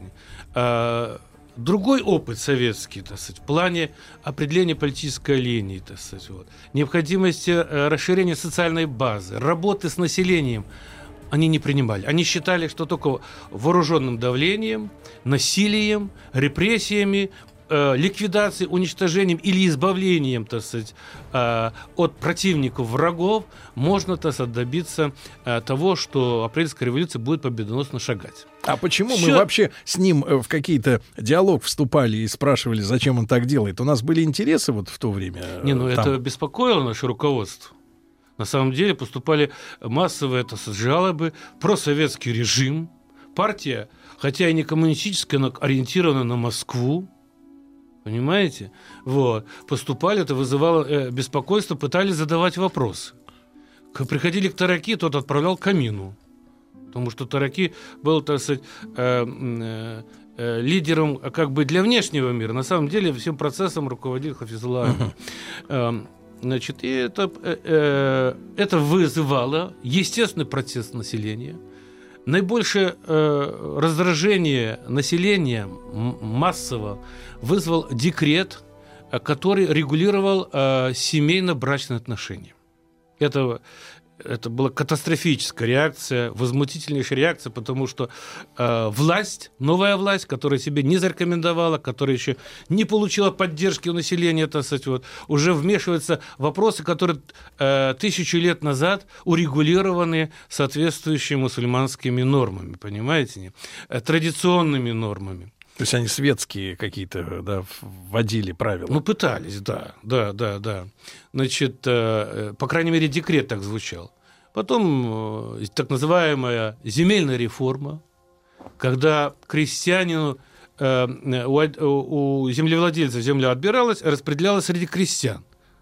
Другой опыт советский, так сказать, в плане определения политической линии, так сказать, вот, необходимости расширения социальной базы, работы с населением, они не принимали. Они считали, что только вооруженным давлением, насилием, репрессиями, ликвидацией, уничтожением или избавлением, так сказать, от противников, врагов, можно, так сказать, добиться того, что апрельская революция будет победоносно шагать. А почему Всё... мы вообще с ним в какие-то диалог вступали и спрашивали, зачем он так делает? У нас были интересы вот в то время? Не, ну там... это беспокоило наше руководство. На самом деле поступали массовые, так сказать, жалобы про советский режим. Партия, хотя и не коммунистическая, но ориентирована на Москву. Понимаете? Вот. Поступали, это вызывало э, беспокойство, пытались задавать вопросы. К, приходили к Тараки, тот отправлял к Амину. Потому что Тараки был, так сказать, э, э, э, лидером как бы для внешнего мира. На самом деле всем процессом руководил Хафизулла Амин. Uh-huh. Э, значит, и это, э, э, это вызывало естественный протест населения. Наибольшее э, раздражение населения м- массово вызвал декрет, который регулировал э, семейно-брачные отношения. Это, это была катастрофическая реакция, возмутительнейшая реакция, потому что э, власть, новая власть, которая себе не зарекомендовала, которая еще не получила поддержки у населения, так сказать, вот, уже вмешиваются в вопросы, которые э, тысячу лет назад урегулированы соответствующими мусульманскими нормами, понимаете, э, традиционными нормами. То есть они светские какие-то, да, вводили правила? Ну, пытались, да, да, да, да. Значит, э, по крайней мере, декрет так звучал. Потом э, так называемая земельная реформа, когда крестьянину, э, у, у землевладельца земля отбиралась, распределялась среди крестьян.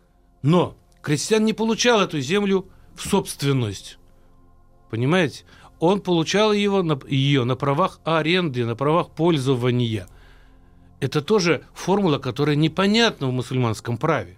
Но крестьян не получал эту землю в собственность. Понимаете? Он получал его, ее на правах аренды, на правах пользования. Это тоже формула, которая непонятна в мусульманском праве.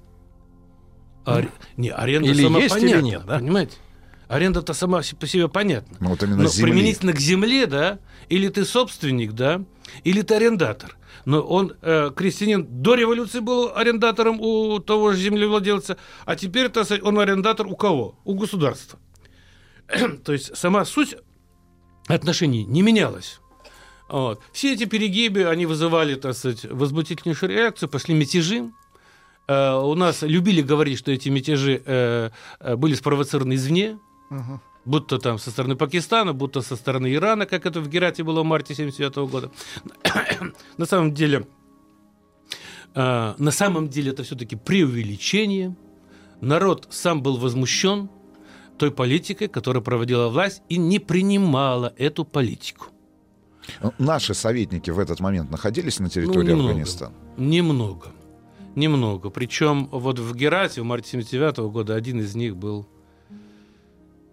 Ар... Не, аренда или сама есть, понятна, или нет, да? Понимаете? Аренда-то сама по себе понятна. Ну, вот именно Но земли. применительно к земле, да, или ты собственник, да, или ты арендатор. Но он, э, крестьянин, до революции был арендатором у того же землевладельца, а теперь, так сказать, он арендатор у кого? У государства. То есть сама суть отношений не менялась. Вот. Все эти перегибы, они вызывали, так сказать, возмутительнейшую реакцию, пошли мятежи. Э, у нас любили говорить, что эти мятежи э, были спровоцированы извне, uh-huh. будто там со стороны Пакистана, будто со стороны Ирана, как это в Герате было в марте тысяча девятьсот семьдесят девятого года. На самом деле, э, на самом деле это все-таки преувеличение. Народ сам был возмущен той политикой, которую проводила власть, и не принимала эту политику. Наши советники в этот момент находились на территории ну, немного, Афганистана? Немного. Немного. Причем вот в Герате в марте тысяча девятьсот семьдесят девятого года один из них был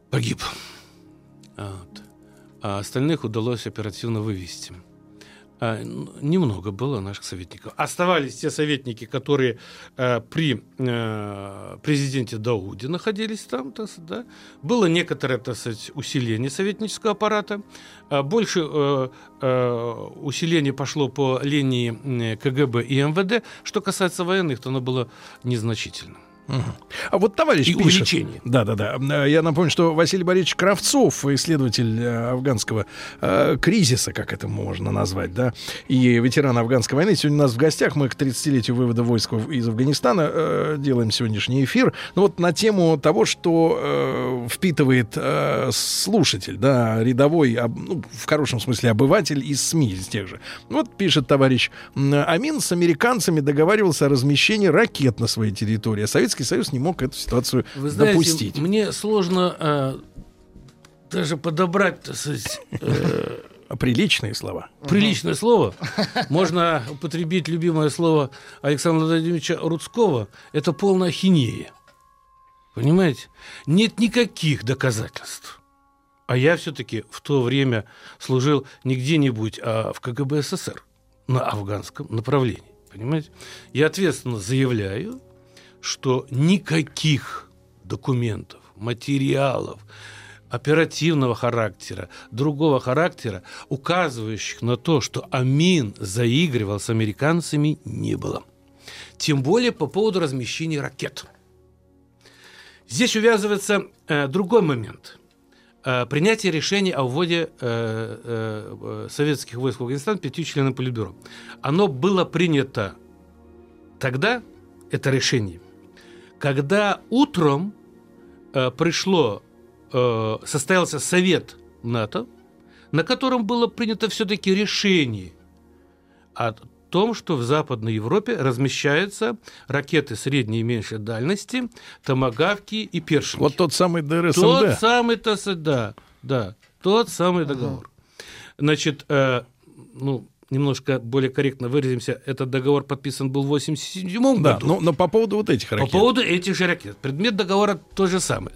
погиб. Вот. А остальных удалось оперативно вывести. А, немного было наших советников. Оставались те советники, которые а, при а, президенте Дауде находились там. Так сказать, да? Было некоторое, так сказать, усиление советнического аппарата. А, больше а, а, усиление пошло по линии КГБ и МВД. Что касается военных, то оно было незначительным. Угу. А вот товарищ и пишет, увеличение. Да, да, да. Я напомню, что Василий Борисович Кравцов, исследователь афганского э, кризиса, как это можно назвать, да, и ветеран афганской войны, сегодня у нас в гостях. Мы к тридцатилетию вывода войск из Афганистана э, делаем сегодняшний эфир. Ну вот на тему того, что э, впитывает э, слушатель, да, рядовой, об, ну, в хорошем смысле обыватель из СМИ, из тех же. Вот пишет товарищ: Амин с американцами договаривался о размещении ракет на своей территории. Советский Союз не мог эту ситуацию Вы знаете, допустить. Мне сложно э, даже подобрать, так сказать, э, приличные слова. Приличное uh-huh. слово. Можно употребить любимое слово Александра Владимировича Рудского. Это полная ахинея. Понимаете? Нет никаких доказательств. А я все-таки в то время служил не где-нибудь, а в КГБ СССР на афганском направлении. Понимаете? Я ответственно заявляю, что никаких документов, материалов оперативного характера, другого характера, указывающих на то, что Амин заигрывал с американцами, не было. Тем более по поводу размещения ракет. Здесь увязывается э, другой момент. Э, принятие решения о вводе э, э, советских войск в Афганистан пятью членам Политбюро. Оно было принято тогда, это решение, когда утром э, пришло, э, состоялся совет НАТО, на котором было принято все-таки решение о том, что в Западной Европе размещаются ракеты средней и меньшей дальности, томагавки и першинги. Вот тот самый ДРСМД. Тот самый, да, да, тот самый договор. Значит, э, ну, немножко более корректно выразимся, этот договор подписан был в восемьдесят седьмом да, году. Но, но по поводу вот этих ракет. По поводу этих же ракет. Предмет договора тот же самый.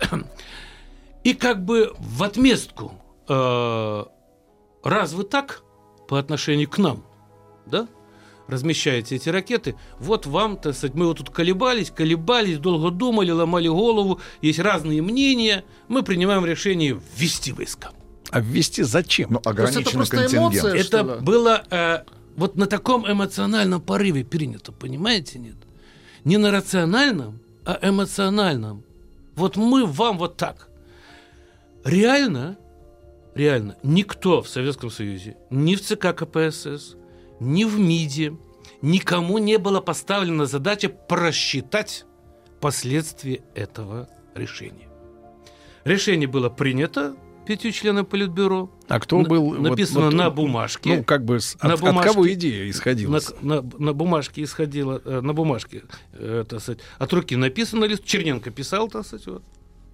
И как бы в отместку, э, раз вы так по отношению к нам, да, размещаете эти ракеты, вот вам, так сказать, мы вот тут колебались, колебались, долго думали, ломали голову, есть разные мнения, мы принимаем решение ввести войска. А ввести зачем? Ну, ограниченный контингент. Эмоция, это было э, вот на таком эмоциональном порыве принято, понимаете, нет? Не на рациональном, а эмоциональном. Вот мы вам вот так. Реально, реально, никто в Советском Союзе, ни в ЦК КПСС, ни в МИДе, никому не была поставлена задача просчитать последствия этого решения. Решение было принято пятью членов Политбюро. А кто был... Написано вот, вот, на бумажке. Ну, как бы на от, бумажке, от кого идея исходила? На, на, на бумажке исходила, на бумажке, э, так сказать, от руки написано, лист, Черненко писал, так сказать, вот.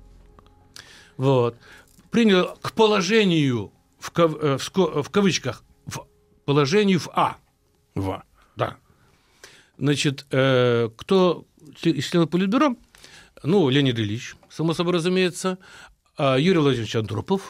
Вот. Принял к положению, в, кав, э, в, в кавычках, в положению в А. В А. Да. Значит, э, кто из членов Политбюро? Ну, Леонид Ильич, само собой разумеется, Юрий Владимирович Андропов,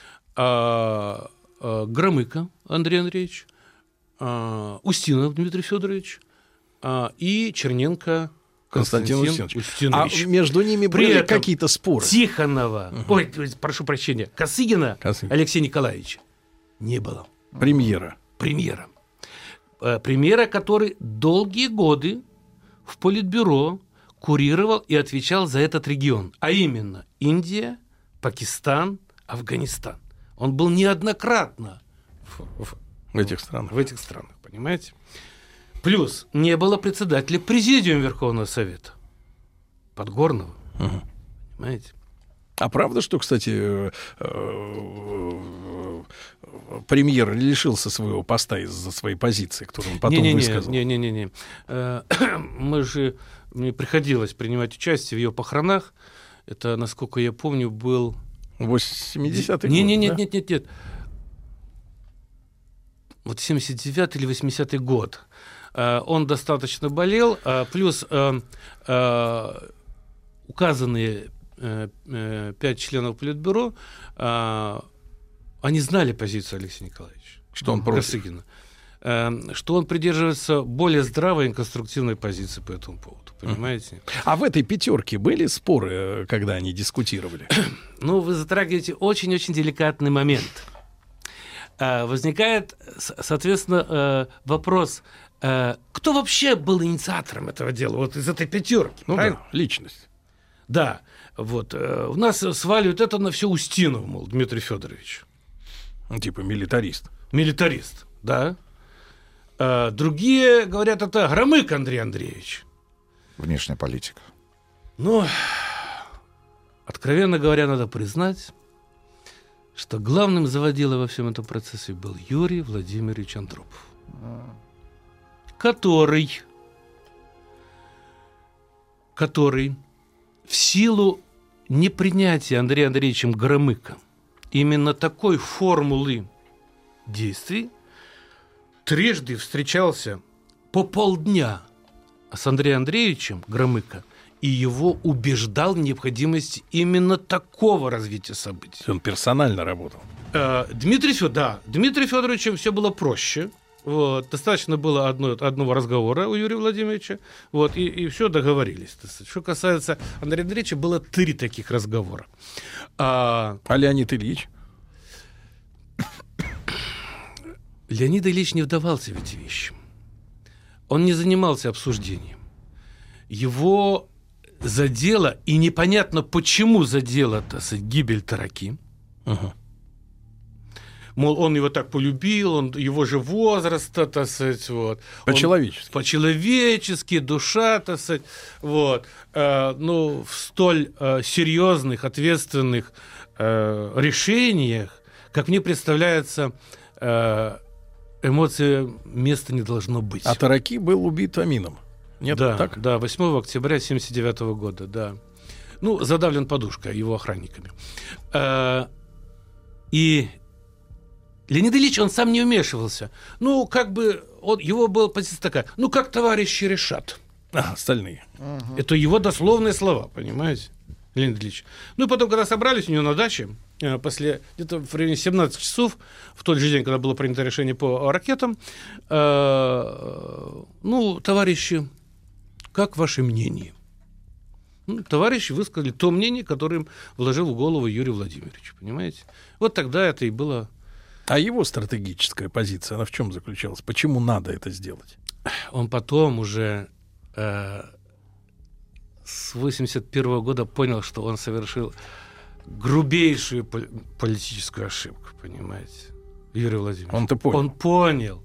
Громыко Андрей Андреевич, Устинов Дмитрий Федорович и Черненко Константин, Константин Устинович. А между ними были какие-то споры? Тихонова, угу. ой, прошу прощения, Косыгина Косыгин. Алексея Николаевича не было. Премьера. Премьера. Премьера, который долгие годы в Политбюро курировал и отвечал за этот регион, а именно Индия, Пакистан, Афганистан. Он был неоднократно в, в, в этих странах. В этих странах, понимаете? Плюс не было председателя Президиума Верховного Совета Подгорного. Угу. Понимаете? А правда, что, кстати, премьер лишился своего поста из-за своей позиции, которую он потом не, не, высказал? Не-не-не. Мы же... Мне приходилось принимать участие в ее похоронах. Это, насколько я помню, был... восьмидесятый не, год, не, нет, да? нет, нет, нет. Вот семьдесят девятый или восьмидесятый год. Он достаточно болел. Плюс указанные пять членов Политбюро, они знали позицию Алексея Николаевича. Что он против? Косыгина. Что он придерживается более здравой и конструктивной позиции по этому поводу. Понимаете? А в этой пятерке были споры, когда они дискутировали? Ну, вы затрагиваете очень-очень деликатный момент. Возникает, соответственно, вопрос, кто вообще был инициатором этого дела, вот из этой пятерки? Ну правильно? Да, личность. Да, вот. У нас сваливают это на всю Устинов, мол, Дмитрий Федорович. Ну, типа милитарист. Милитарист, да. А другие говорят, это Громыко Андрей Андреевич. Внешняя политика. Ну, откровенно говоря, надо признать, что главным заводилой во всем этом процессе был Юрий Владимирович Андропов, который, который в силу непринятия Андреем Андреевичем Громыко именно такой формулы действий трижды встречался по полдня с Андреем Андреевичем Громыко и его убеждал в необходимости именно такого развития событий. Он персонально работал. Э, Дмитрий Федорович, да, Дмитрию Федоровичу все было проще. Вот, достаточно было одно, одного разговора у Юрия Владимировича, вот, и, и все, договорились. Что касается Андрея Андреевича, было три таких разговора. А, а Леонид Ильич? Леонид Ильич не вдавался в эти вещи. Он не занимался обсуждением. Его задело, и непонятно почему задело, так сказать, гибель Тараки. Ага. Мол, он его так полюбил, он его же возраста, так сказать, вот. По-человечески. По-человечески, душа, так сказать, вот. Э, ну, в столь э, серьезных, ответственных э, решениях, как мне представляется, э, эмоции места не должно быть. А Тараки был убит Амином. Нет, да, так? Да, восьмого октября тысяча девятьсот семьдесят девятого года, да. Ну, задавлен подушкой его охранниками. Э, и Леонид Ильич, он сам не вмешивался. Ну, как бы, он, его была позиция такая, ну, как товарищи решат. А, остальные. Uh-huh. Это его дословные слова, понимаете, Леонид Ильич. Ну, и потом, когда собрались у него на даче, после, где-то в районе семнадцати часов, в тот же день, когда было принято решение по ракетам, э, ну, товарищи, как ваше мнение? Ну, товарищи высказали то мнение, которое им вложил в голову Юрий Владимирович, понимаете? Вот тогда это и было... А его стратегическая позиция, она в чем заключалась? Почему надо это сделать? Он потом уже э, с восемьдесят первого года понял, что он совершил грубейшую пол- политическую ошибку, понимаете, Юрий Владимирович. Он-то понял. Он понял.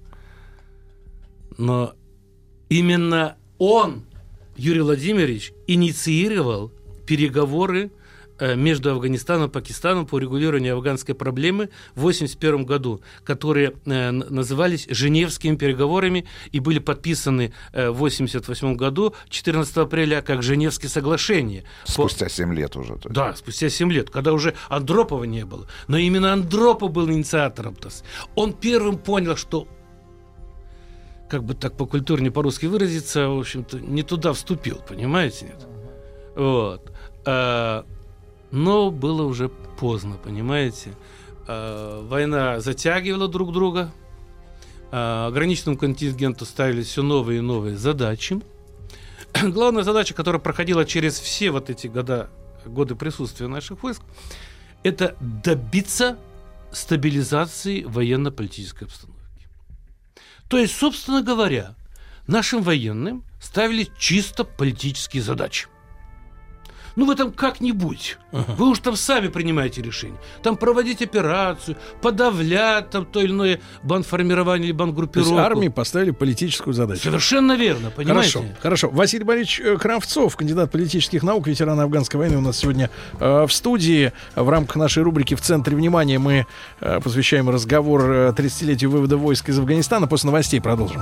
Но именно он, Юрий Владимирович, инициировал переговоры между Афганистаном и Пакистаном по урегулированию афганской проблемы в восемьдесят первом году, которые э, назывались Женевскими переговорами и были подписаны э, в восемьдесят восьмом году, четырнадцатого апреля, как Женевские соглашения. Спустя семь лет уже. То есть. Да, спустя семь лет, когда уже Андропова не было. Но именно Андропов был инициатором-то. Он первым понял, что, как бы так по-культурнее по-русски выразиться, в общем-то, не туда вступил, понимаете? Нет? Вот. А, но было уже поздно, понимаете? А, война затягивала друг друга, а, ограниченному контингенту ставились все новые и новые задачи. Главная задача, которая проходила через все вот эти года, годы присутствия наших войск, это добиться стабилизации военно-политической обстановки. То есть, собственно говоря, нашим военным ставились чисто политические задачи. Ну, вы там как-нибудь. Ага. Вы уж там сами принимаете решение. Там проводить операцию, подавлять там то или иное бандформирование или бандгруппировку. То есть армии поставили политическую задачу. Совершенно верно, понимаете? Хорошо, хорошо. Василий Борисович Кравцов, кандидат политических наук, ветеран афганской войны, у нас сегодня э, в студии. В рамках нашей рубрики «В центре внимания» мы э, посвящаем разговор тридцатилетию вывода войск из Афганистана. После новостей продолжим.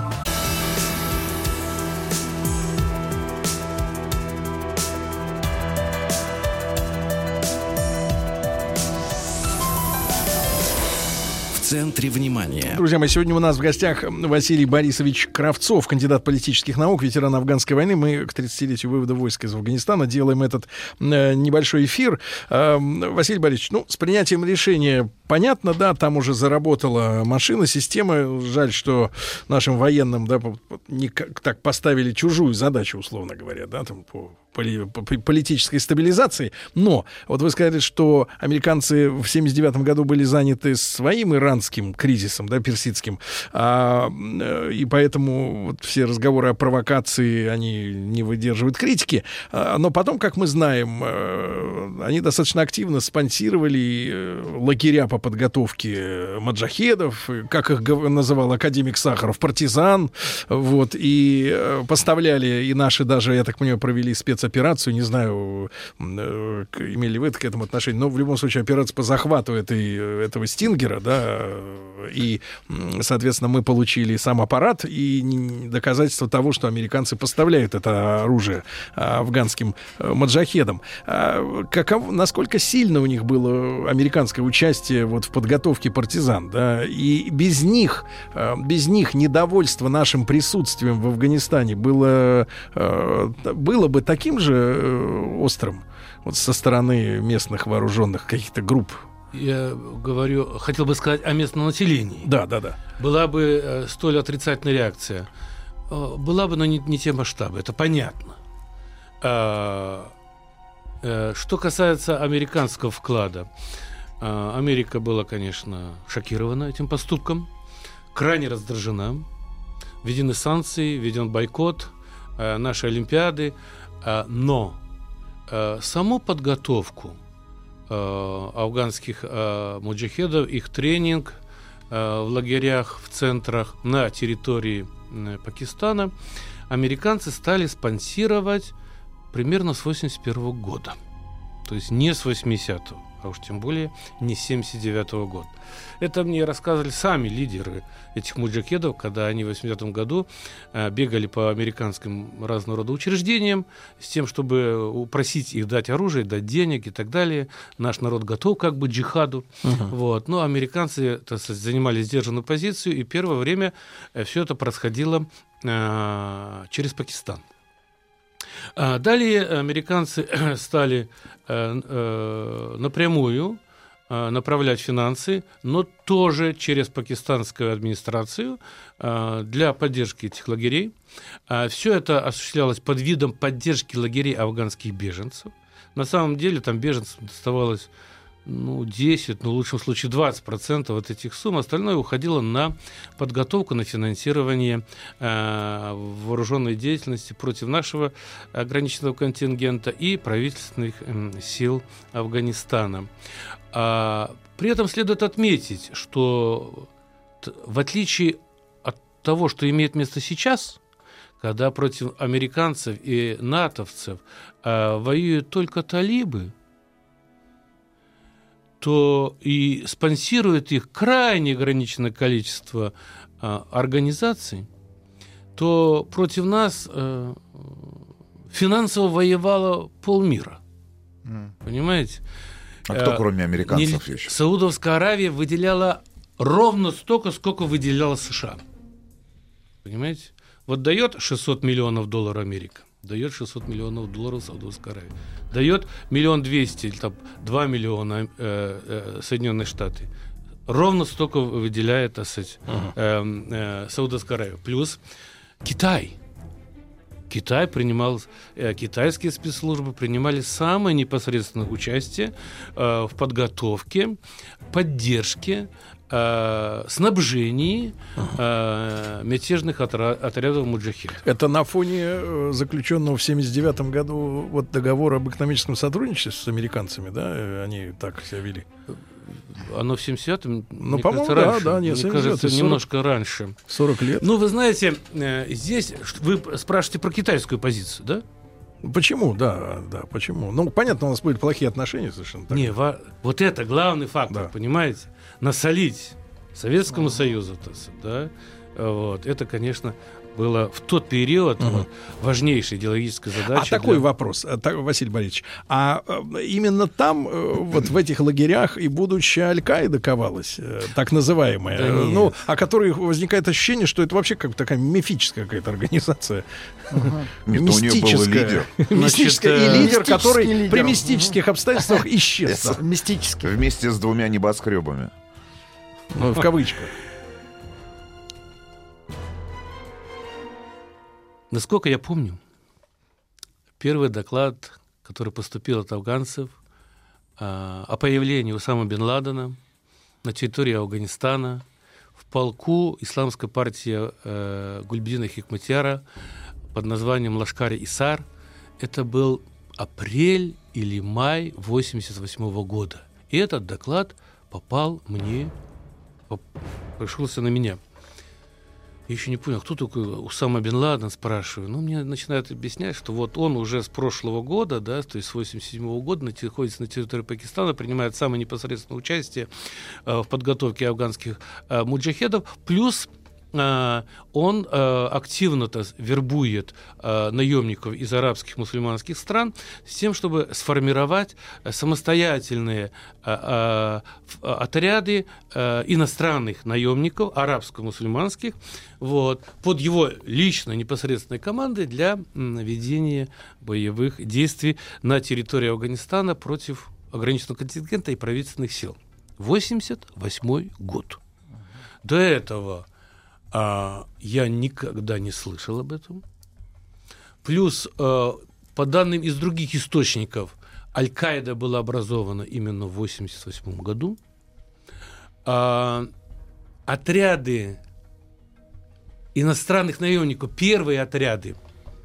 В центре внимания. Друзья мои, сегодня у нас в гостях Василий Борисович Кравцов, кандидат политических наук, ветеран афганской войны. Мы к тридцатилетию вывода войск из Афганистана делаем этот э, небольшой эфир. Э, Василий Борисович, ну, с принятием решения понятно, да, там уже заработала машина, система. Жаль, что нашим военным, да, не так поставили чужую задачу, условно говоря, да, там по политической стабилизации. Но вот вы сказали, что американцы в семьдесят девятом году были заняты своим иранским кризисом, да, персидским, а, и поэтому вот все разговоры о провокации, они не выдерживают критики. А, но потом, как мы знаем, они достаточно активно спонсировали лагеря по подготовке маджахедов, как их называл академик Сахаров, партизан, вот, и поставляли, и наши даже, я так понимаю, провели спец операцию, не знаю, имели вы к этому отношение, но в любом случае операция по захвату этой, этого Стингера, да, и, соответственно, мы получили сам аппарат и доказательство того, что американцы поставляют это оружие афганским маджахедам. Каков, насколько сильно у них было американское участие вот в подготовке партизан, да, и без них, без них недовольство нашим присутствием в Афганистане было, было бы таким же острым вот со стороны местных вооруженных каких-то групп? Я говорю, хотел бы сказать о местном населении. Да, да, да. Была бы э, столь отрицательная реакция. Э, была бы, но не, не те масштабы, это понятно. Э, э, что касается американского вклада. Э, Америка была, конечно, шокирована этим поступком, крайне раздражена. Введены санкции, введен бойкот э, нашей Олимпиады. Э, но э, саму подготовку афганских э, муджахедов, их тренинг э, в лагерях, в центрах на территории э, Пакистана американцы стали спонсировать примерно с восемьдесят первого года. То есть не с восьмидесятого, а уж тем более не с семьдесят девятого года. Это мне рассказывали сами лидеры этих муджахедов, когда они в восьмидесятом году э, бегали по американским разного рода учреждениям с тем, чтобы упросить их дать оружие, дать денег и так далее. Наш народ готов как бы к джихаду. Uh-huh. Вот. Но американцы, так сказать, занимали сдержанную позицию, и первое время э, все это происходило э, через Пакистан. А далее американцы стали э, э, напрямую э, направлять финансы, но тоже через пакистанскую администрацию э, для поддержки этих лагерей. А все это осуществлялось под видом поддержки лагерей афганских беженцев. На самом деле там беженцев доставалось ну, десять, ну, в лучшем случае двадцать процентов от этих сумм. Остальное уходило на подготовку, на финансирование э, вооруженной деятельности против нашего ограниченного контингента и правительственных э, сил Афганистана. А, при этом следует отметить, что т, в отличие от того, что имеет место сейчас, когда против американцев и натовцев э, воюют только талибы, то и спонсирует их крайне ограниченное количество а, организаций, то против нас а, финансово воевало полмира. Mm. Понимаете? А кто, кроме американцев, не, еще? Саудовская Аравия выделяла ровно столько, сколько выделяла США. Понимаете? Вот дает шестьсот миллионов долларов Америка. Дает шестьсот миллионов долларов Саудовская Аравия. Дает миллион двести, или там два миллиона э, э, Соединенные Штаты. Ровно столько выделяет, так сказать, uh-huh. э, э, Саудовская Аравия. Плюс Китай. Китай принимал, э, китайские спецслужбы принимали самое непосредственное участие э, в подготовке, поддержке, э, снабжении э, мятежных отра- отрядов муджахидов. Это на фоне заключенного в семьдесят девятом году вот договора об экономическом сотрудничестве с американцами, да? Они так себя вели. Оно в семьдесят девятом, ну, мне по-моему, кажется, да, раньше. да, нет, мне кажется, сорок, немножко раньше. сорок лет. Ну, вы знаете, здесь вы спрашиваете про китайскую позицию, да? Почему? Да, да, почему? Ну, понятно, у нас были плохие отношения совершенно. Так. Не, во... вот это главный фактор, да. Понимаете? Насолить Советскому mm-hmm. Союзу, да, вот, это, конечно, было в тот период угу. вот, важнейшей идеологической задачей. А такой для... вопрос, Василий Борисович. А именно там, вот в этих лагерях, и будущая Аль-Каида ковалась, так называемая, да ну, о которой возникает ощущение, что это вообще как такая мифическая какая-то организация. Ага. Мистическая. Мистическая. И лидер, который при мистических обстоятельствах исчез. Мистический. Вместе с двумя небоскребами. В кавычках. Насколько я помню, первый доклад, который поступил от афганцев а, о появлении Усама бен Ладена на территории Афганистана в полку исламской партии э, Гульбдина Хикматьяра под названием Лашкар-Исар, это был апрель или май восемьдесят восьмого года. И этот доклад попал мне, поп, пришелся на меня. Я еще не понял, кто такой Усама бен Ладен, спрашиваю. Ну, мне начинают объяснять, что вот он уже с прошлого года, да, то есть с восемьдесят седьмого года находится на территории Пакистана, принимает самое непосредственное участие э, в подготовке афганских э, муджахедов, плюс Uh, он uh, активно-то вербует uh, наемников из арабских мусульманских стран с тем, чтобы сформировать uh, самостоятельные uh, uh, отряды uh, иностранных наемников, арабско-мусульманских, вот, под его личной непосредственной командой для mm, ведения боевых действий на территории Афганистана против ограниченного контингента и правительственных сил. восемьдесят восьмой год. До этого А, я никогда не слышал об этом. Плюс, а, по данным из других источников, Аль-Каида была образована именно в восемьдесят восьмом году. А, отряды иностранных наемников, первые отряды,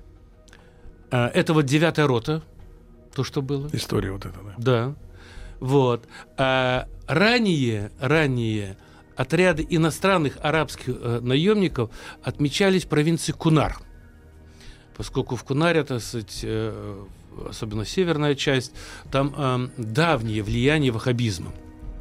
а, это вот девятая рота, то, что было. История вот эта, да. Да. Вот. А, ранее, ранее отряды иностранных арабских э, наемников отмечались в провинции Кунар, поскольку в Кунаре, так сказать, э, особенно северная часть, там э, давнее влияние ваххабизма.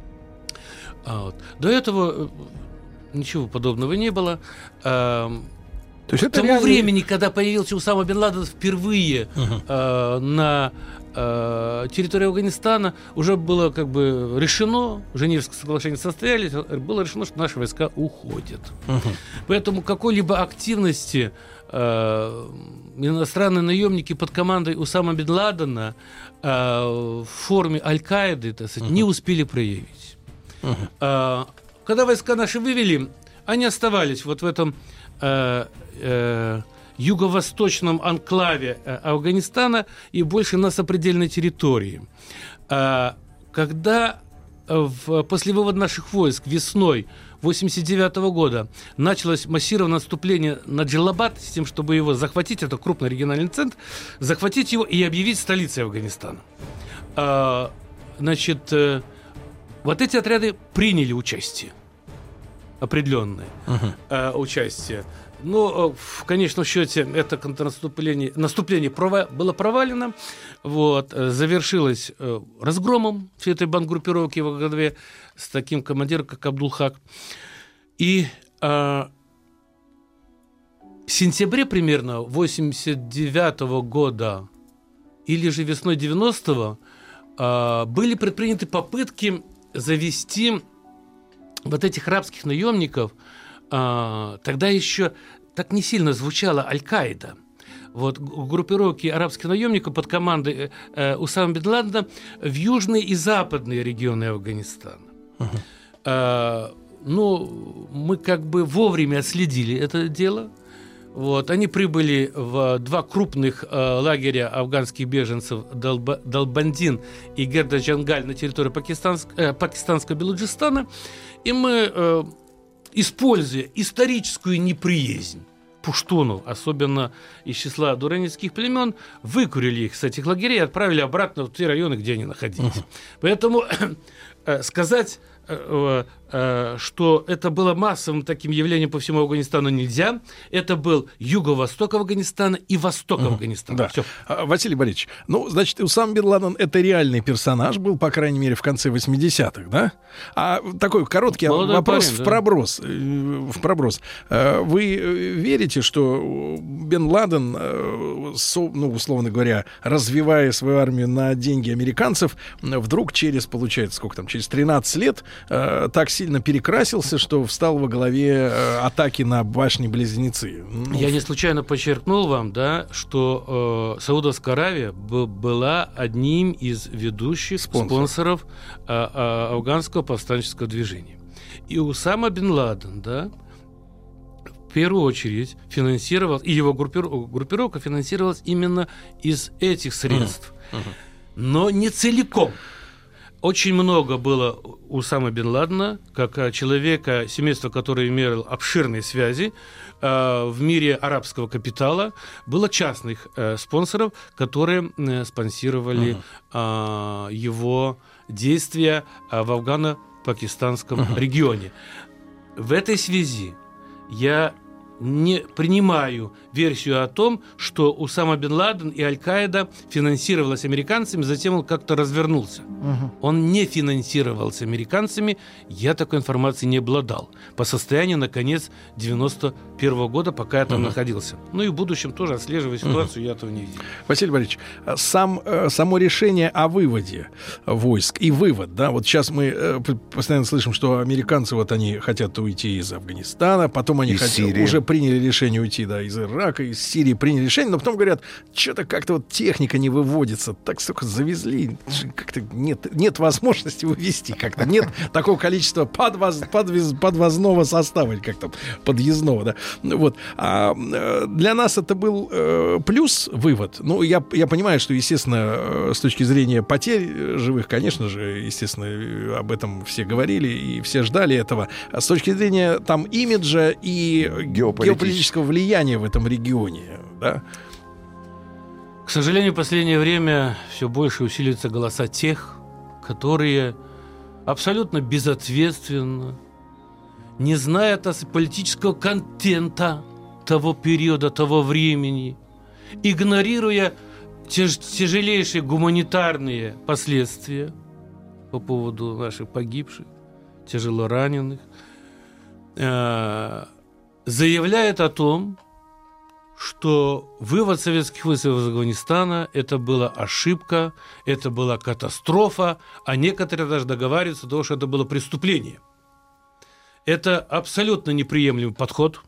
А вот. До этого ничего подобного не было. А, То есть к тому реально... времени, когда появился Усама бен Ладен впервые uh-huh. э, на территории Афганистана, уже было как бы решено, Женевское соглашение состоялись, было решено, что наши войска уходят. Uh-huh. Поэтому какой-либо активности э, иностранные наемники под командой Усама бен Ладена э, в форме Аль-Каиды, так сказать, uh-huh. не успели проявить. Uh-huh. Э, когда войска наши вывели, они оставались вот в этом э, э, юго-восточном анклаве э, Афганистана и больше на сопредельной территории. Э, когда э, в, после вывода наших войск весной восемьдесят девятого года началось массированное наступление на Джалабад с тем, чтобы его захватить, это крупный региональный центр, захватить его и объявить столицей Афганистана. Э, значит, э, вот эти отряды приняли участие, определенное uh-huh. э, участие. Но в конечном счете это контрнаступление, наступление прова, было провалено, вот, завершилось э, разгромом всей этой бандгруппировки во главе с таким командиром, как Абдул-Хак. И э, в сентябре примерно восемьдесят девятого года или же весной девяностого э, были предприняты попытки завести вот этих арабских наемников. А, тогда еще так не сильно звучала Аль-Каида. Вот, группировки арабских наемников под командой э, Усама бен Ладена в южные и западные регионы Афганистана. Uh-huh. А, ну, мы как бы вовремя отследили это дело. Вот, они прибыли в два крупных э, лагеря афганских беженцев Далба, Далбандин и Герда-Джангаль на территории Пакистанск, э, пакистанского Белуджистана. И мы... Э, используя историческую неприязнь пуштунов, особенно из числа дуранецких племен, выкурили их с этих лагерей и отправили обратно в те районы, где они находились. Uh-huh. Поэтому э, сказать э, э, что это было массовым таким явлением по всему Афганистану, нельзя. Это был юго-восток Афганистана и восток угу. Афганистана. Да. Всё. Василий Борисович, ну, значит, Усама бен Ладен — это реальный персонаж был, по крайней мере, в конце восьмидесятых, да? А такой короткий Молодой вопрос парень, в, да. проброс, в проброс. Вы верите, что бен Ладен, ну, условно говоря, развивая свою армию на деньги американцев, вдруг через, получается, сколько там, через тринадцать лет так сильно перекрасился, что встал во главе атаки на башни-близнецы? Ну, Я не случайно подчеркнул вам, да, что э, Саудовская Аравия б- была одним из ведущих Спонсор. спонсоров э, э, афганского повстанческого движения. И Усама бен Ладен, да, в первую очередь финансировал, и его группиров, группировка финансировалась именно из этих средств. Uh-huh. Uh-huh. Но не целиком. Очень много было у Усамы бен Ладена, как человека, семейства, которое имело обширные связи э, в мире арабского капитала, было частных э, спонсоров, которые э, спонсировали uh-huh. э, его действия э, в афгано-пакистанском uh-huh. регионе. В этой связи я не принимаю версию о том, что Усама бен Ладен и Аль-Каида финансировалась американцами, затем он как-то развернулся. Угу. Он не финансировался американцами, я такой информации не обладал. По состоянию на конец девяносто первого года, пока я там угу. находился. Ну и в будущем тоже, отслеживая ситуацию, угу. я этого не видел. Василий Борисович, сам, само решение о выводе войск и вывод, да, вот сейчас мы постоянно слышим, что американцы, вот они хотят уйти из Афганистана, потом они хотят, уже приняли решение уйти, да, из Ирака, из Сирии приняли решение, но потом говорят, что-то как-то вот техника не выводится, так столько завезли, как-то нет, нет возможности вывести, как-то нет такого количества подвоз, подвез, подвозного состава, или как там, подъездного, да, вот. А для нас это был э, плюс вывод. Ну, я, я понимаю, что, естественно, с точки зрения потерь живых, конечно же, естественно, об этом все говорили и все ждали этого. А с точки зрения там имиджа и геополитического влияния в этом регионе, да? К сожалению, в последнее время все больше усиливаются голоса тех, которые абсолютно безответственно, не зная политического контента того периода, того времени, игнорируя тяж- тяжелейшие гуманитарные последствия по поводу наших погибших, тяжело раненых, э- заявляет о том, что вывод советских войск из Афганистана – это была ошибка, это была катастрофа, а некоторые даже договариваются до того, что это было преступление. Это абсолютно неприемлемый подход.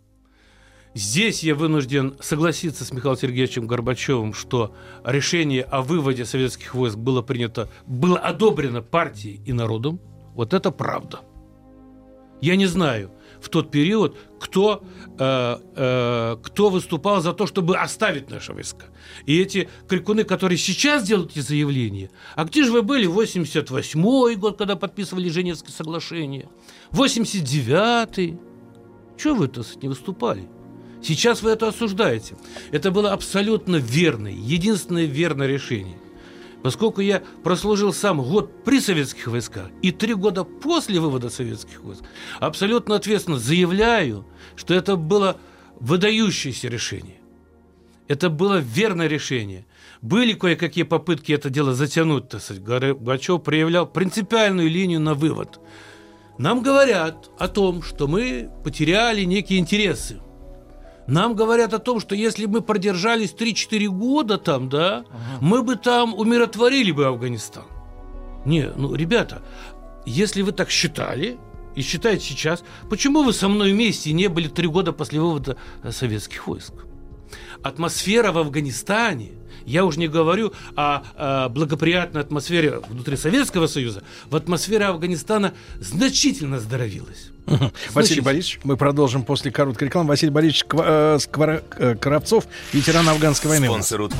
Здесь я вынужден согласиться с Михаилом Сергеевичем Горбачевым, что решение о выводе советских войск было принято, было одобрено партией и народом. Вот это правда. Я не знаю в тот период, кто, э, э, кто выступал за то, чтобы оставить наши войска. И эти крикуны, которые сейчас делают эти заявления, а где же вы были в восемьдесят восьмой год, когда подписывали Женевские соглашения, восемьдесят девятый? Чего вы-то не выступали? Сейчас вы это осуждаете. Это было абсолютно верное, единственное верное решение. Поскольку я прослужил сам год при советских войсках и три года после вывода советских войск, абсолютно ответственно заявляю, что это было выдающееся решение. Это было верное решение. Были кое-какие попытки это дело затянуть, так сказать. Горбачев проявлял принципиальную линию на вывод. Нам говорят о том, что мы потеряли некие интересы. Нам говорят о том, что если мы продержались три-четыре года там, да, ага. мы бы там умиротворили бы Афганистан. Не, ну, ребята, если вы так считали и считаете сейчас, почему вы со мной вместе не были три года после вывода советских войск? Атмосфера в Афганистане, я уже не говорю о, о благоприятной атмосфере внутри Советского Союза, в атмосфере Афганистана значительно здоровилась. Угу. Василий Борисович, мы продолжим после короткой рекламы. Василий Борисович Ква- э, Сквара- э, Кравцов, ветеран афганской войны. Спонсор.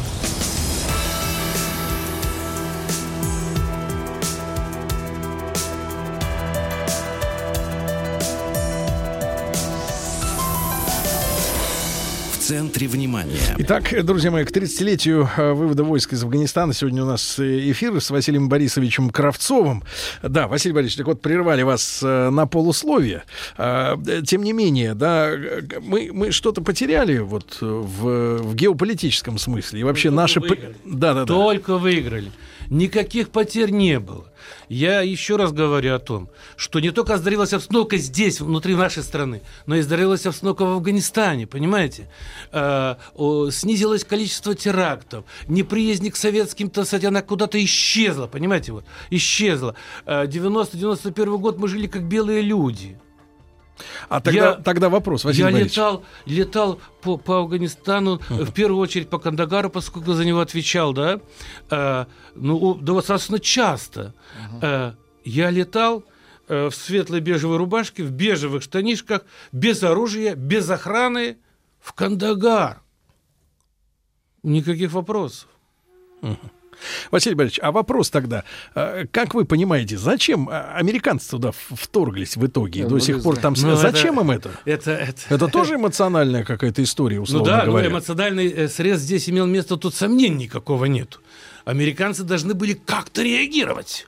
В центре внимания. Итак, друзья мои, к тридцатилетию вывода войск из Афганистана сегодня у нас эфир с Василием Борисовичем Кравцовым. Да, Василий Борисович, так вот, прервали вас на полусловие. Тем не менее, да, мы, мы что-то потеряли вот в, в геополитическом смысле. И вообще Только наши... выиграли. Да, да, да. Только выиграли. Никаких потерь не было. Я еще раз говорю о том, что не только оздоровилась обстановка здесь, внутри нашей страны, но и оздоровилась обстановка в Афганистане, понимаете? Э, о, снизилось количество терактов, неприязнь к советским, так сказать, она куда-то исчезла, понимаете? Вот, исчезла. Э, девяносто-девяносто первый год мы жили как белые люди. А тогда, я, тогда вопрос, Василий Я Борисович. летал, летал по, по Афганистану, uh-huh. в первую очередь по Кандагару, поскольку за него отвечал, да, э, ну, достаточно часто. Uh-huh. Э, я летал э, в светлой бежевой рубашке, в бежевых штанишках, без оружия, без охраны, в Кандагар. Никаких вопросов. Uh-huh. Василий Борисович, а вопрос тогда, как вы понимаете, зачем американцы туда вторглись в итоге? Ну, до сих пор там... Ну, зачем это, им это? Это, это... это тоже эмоциональная какая-то история, условно ну, да, говоря. Ну, эмоциональный срез здесь имел место, тут сомнений никакого нет. Американцы должны были как-то реагировать,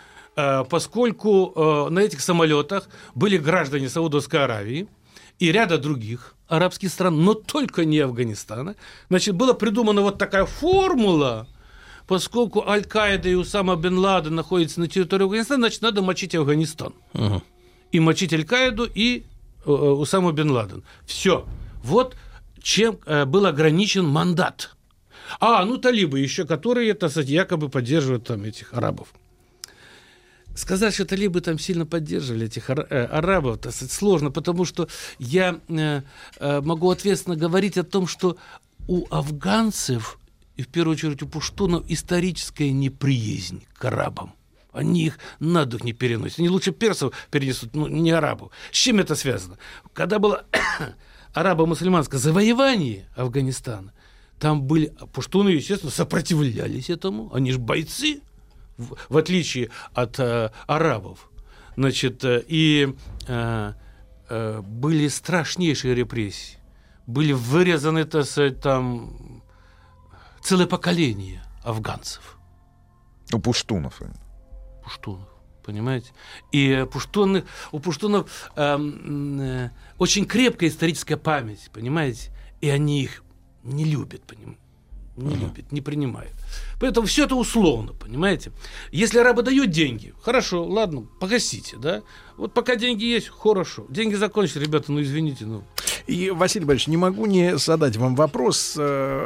поскольку на этих самолетах были граждане Саудовской Аравии и ряда других арабских стран, но только не Афганистана. Значит, была придумана вот такая формула. Поскольку Аль-Каида и Усама бен Ладен находятся на территории Афганистана, значит, надо мочить Афганистан. Uh-huh. И мочить Аль-Каиду и э, Усаму бен Ладен. Все. Вот чем э, был ограничен мандат. А, ну, талибы еще, которые, так сказать, якобы поддерживают там этих арабов. Сказать, что талибы там сильно поддерживали этих ар- э, арабов, так сказать, сложно, потому что я э, э, могу ответственно говорить о том, что у афганцев... и в первую очередь у пуштунов историческая неприязнь к арабам. Они их на дух не переносят. Они лучше персов перенесут, ну, не арабов. С чем это связано? Когда было арабо-мусульманское завоевание Афганистана, там были пуштуны, естественно, сопротивлялись этому. Они же бойцы, в, в отличие от э, арабов. Значит, э, и э, э, были страшнейшие репрессии. Были вырезаны, так сказать, там... целое поколение афганцев. У пуштунов. Пуштунов, понимаете? И пуштуны, у пуштунов э, э, очень крепкая историческая память, понимаете? И они их не любят, понимаете? Не uh-huh. любят, не принимают. Поэтому все это условно, понимаете? Если арабы дают деньги, хорошо, ладно, погасите, да? Вот пока деньги есть, хорошо. Деньги закончились, ребята, ну извините, ну... И, Василий Борисович, не могу не задать вам вопрос.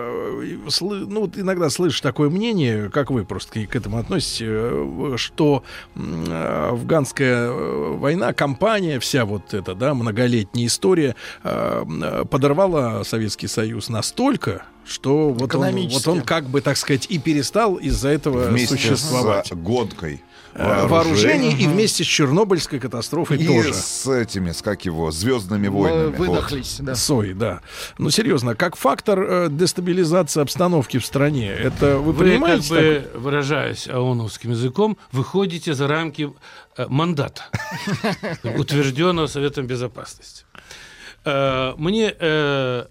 Ну, вот иногда слышишь такое мнение, как вы просто к этому относитесь, что афганская война, кампания вся вот эта, да, многолетняя история подорвала Советский Союз настолько, что вот он, вот он как бы, так сказать, и перестал из-за этого вместе существовать. С гонкой вооружений и вместе с Чернобыльской катастрофой и тоже. И с этими, с как его, «Звездными войнами». Выдохлись, вот. Да. Сой, да. Ну, серьезно, как фактор э, дестабилизации обстановки в стране, это вы, вы понимаете? Вы, как бы, выражаясь ооновским языком, выходите за рамки э, мандата, утвержденного Советом Безопасности. Э, мне э,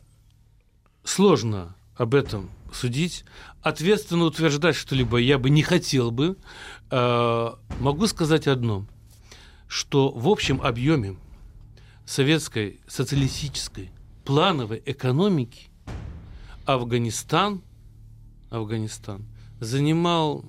сложно об этом судить. Ответственно утверждать что-либо я бы не хотел бы. Э, могу сказать одно, что в общем объеме советской социалистической плановой экономики Афганистан, Афганистан занимал,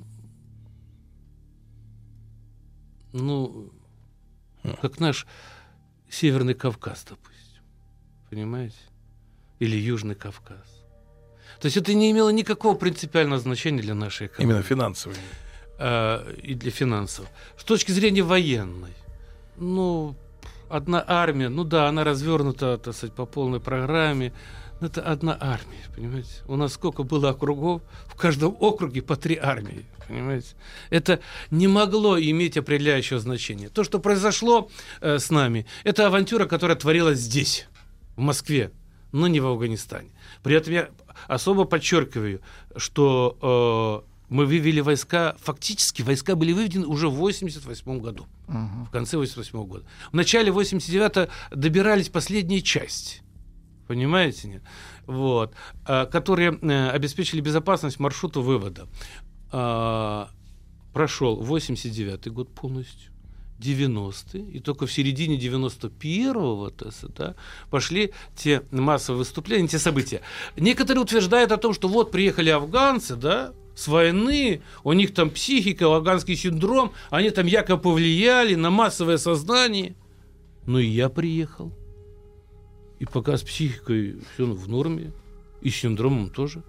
ну, как наш Северный Кавказ, допустим, понимаете? Или Южный Кавказ. То есть это не имело никакого принципиального значения для нашей экономики. Именно финансовой. Э, и для финансов. С точки зрения военной, ну, одна армия, ну да, она развернута, так сказать, по полной программе, но это одна армия, понимаете? У нас сколько было округов, в каждом округе по три армии, понимаете? Это не могло иметь определяющего значения. То, что произошло э, с нами, это авантюра, которая творилась здесь, в Москве, но не в Афганистане. При этом я особо подчеркиваю, что э, мы вывели войска, фактически войска были выведены уже в восемьдесят восьмом году, uh-huh. в конце восемьдесят восьмого года. В начале восемьдесят девятого добирались последние части. Понимаете? Нет? Вот. А, которые а, обеспечили безопасность маршрута вывода. А, прошел восемьдесят девятый год полностью, девяностые, и только в середине девяносто первого да, пошли те массовые выступления, те события. Некоторые утверждают о том, что вот приехали афганцы, да, с войны, у них там психика, афганский синдром, они там якобы повлияли на массовое сознание. Ну и я приехал. И пока с психикой все в норме, и с синдромом тоже.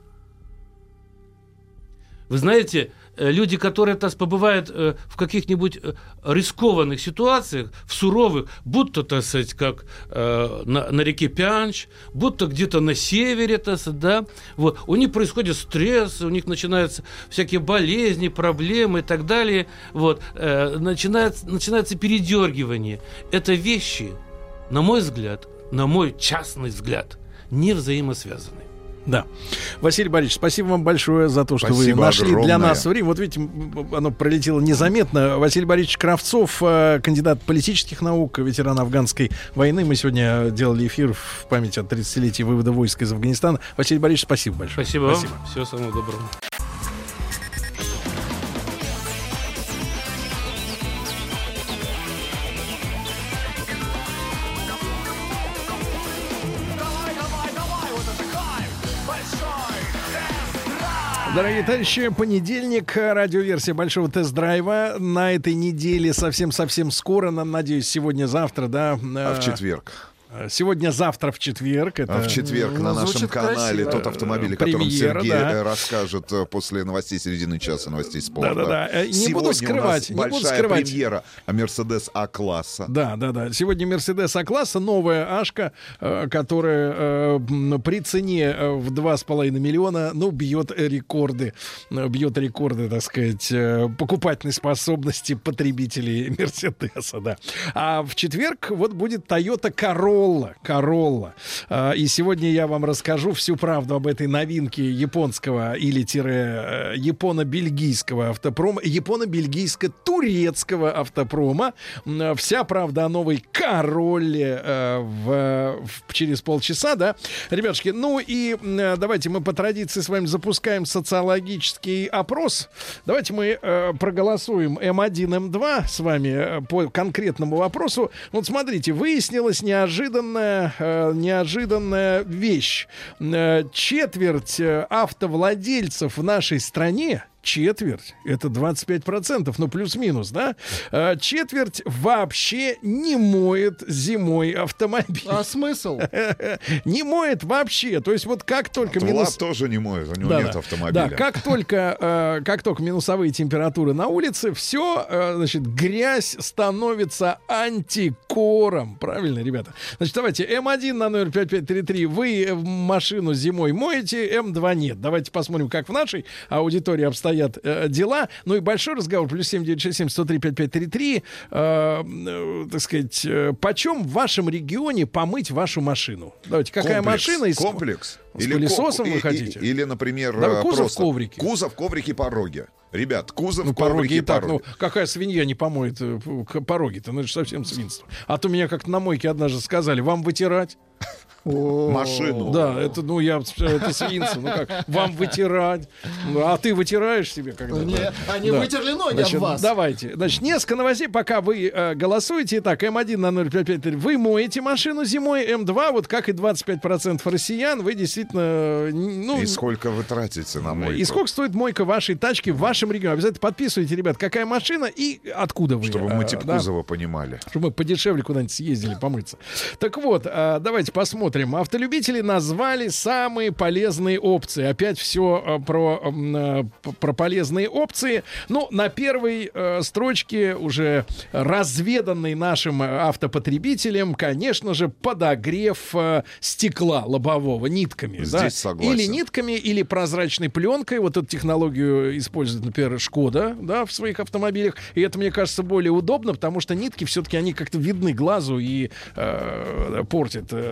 Вы знаете, люди, которые так, побывают в каких-нибудь рискованных ситуациях, в суровых, будто, так сказать, как э, на, на реке Пянч, будто где-то на севере, так сказать, да, вот, у них происходит стресс, у них начинаются всякие болезни, проблемы и так далее, вот, э, начинается, начинается передергивание. Это вещи, на мой взгляд, на мой частный взгляд, не взаимосвязаны. Да. Василий Борисович, спасибо вам большое за то, что спасибо вы нашли огромное. для нас время. Вот видите, оно пролетело незаметно. Василий Борисович Кравцов, кандидат политических наук, ветеран афганской войны. Мы сегодня делали эфир в память о тридцатилетии вывода войск из Афганистана. Василий Борисович, спасибо большое. Спасибо, спасибо. Вам. Всего самого доброго. Дорогие товарищи, понедельник, радиоверсия большого тест-драйва. На этой неделе совсем-совсем скоро, надеюсь, сегодня-завтра, да. А в четверг? Сегодня-завтра в четверг. Это... А в четверг на нашем канале красиво. Тот автомобиль, о котором Премьера, Сергей да. расскажет после новостей середины часа, новостей спорта. Да-да-да. Не Сегодня буду скрывать. У нас не большая буду скрывать. премьера о Мерседес А-класса. Да-да-да. Сегодня Мерседес А-класса, новая Ашка, которая при цене в два с половиной миллиона, ну, бьет рекорды. Бьет рекорды, так сказать, покупательной способности потребителей Мерседеса, да. А в четверг вот будет Toyota Corolla. Corolla. И сегодня я вам расскажу всю правду об этой новинке японского или тире японо-бельгийского автопрома, японо-бельгийско-турецкого автопрома. Вся правда о новой Королле в, в, через полчаса, да, ребятушки. Ну и давайте мы по традиции с вами запускаем социологический опрос. Давайте мы э, проголосуем эм один, эм два с вами по конкретному вопросу. Вот смотрите, выяснилось неожиданно Неожиданная, э, неожиданная вещь. Э, четверть автовладельцев в нашей стране, четверть, это двадцать пять процентов, ну плюс-минус, да? Э, четверть вообще не моет зимой автомобиль. А смысл? Не моет вообще. То есть вот как только... Влад минус... тоже не моет, у него да, нет автомобиля. Да, как только, э, как только минусовые температуры на улице, все, э, значит, грязь становится антикором. Правильно, ребята? Значит, давайте, эм один на номер пять пять три три вы машину зимой моете, эм два нет. Давайте посмотрим, как в нашей аудитории обстоят э, дела. Ну и большой разговор. Плюс семь девять шесть семь сто три пять пять три три. Э, э, так сказать, э, почем в вашем регионе помыть вашу машину? Давайте, какая комплекс, машина из... Комплекс. С или пылесосом ко- вы хотите? Или, или например, да, кузов, просто коврики. Кузов, коврики, пороги. Ребят, кузов, ну, коврики, пороги и так, пороги. Ну, какая свинья не помоет э, пороги-то? Ну, это же совсем свинство. А то меня как-то на мойке однажды сказали, вам вытирать? Машину. Да, это, ну, я, это свинство. Ну, как, вам вытирать. А ты вытираешь себе когда? Не, да? Они да. вытерли ноги Значит, от вас. Давайте. Значит, несколько новостей, пока вы э, голосуете. Итак, эм один на ноль пять пять три. Вы моете машину зимой. эм два, вот как и двадцать пять процентов россиян, вы действительно... Ну, и сколько вы тратите на мойку? И сколько стоит мойка вашей тачки в вашем регионе? Обязательно подписывайте, ребят, какая машина и откуда вы. Чтобы мы тип да? кузова понимали. Чтобы мы подешевле куда-нибудь съездили помыться. Так вот, давайте посмотрим. Автолюбители назвали самые полезные опции. Опять все про, про полезные опции. Ну, на первой строчке, уже разведанный нашим автопотребителям, конечно же, подогрев стекла лобового нитками. Здесь да? согласен. Или нитками, или прозрачной пленкой. Вот эту технологию использует, например, Шкода, да, в своих автомобилях. И это, мне кажется, более удобно, потому что нитки все-таки они как-то видны глазу и э, портят, э, так сказать,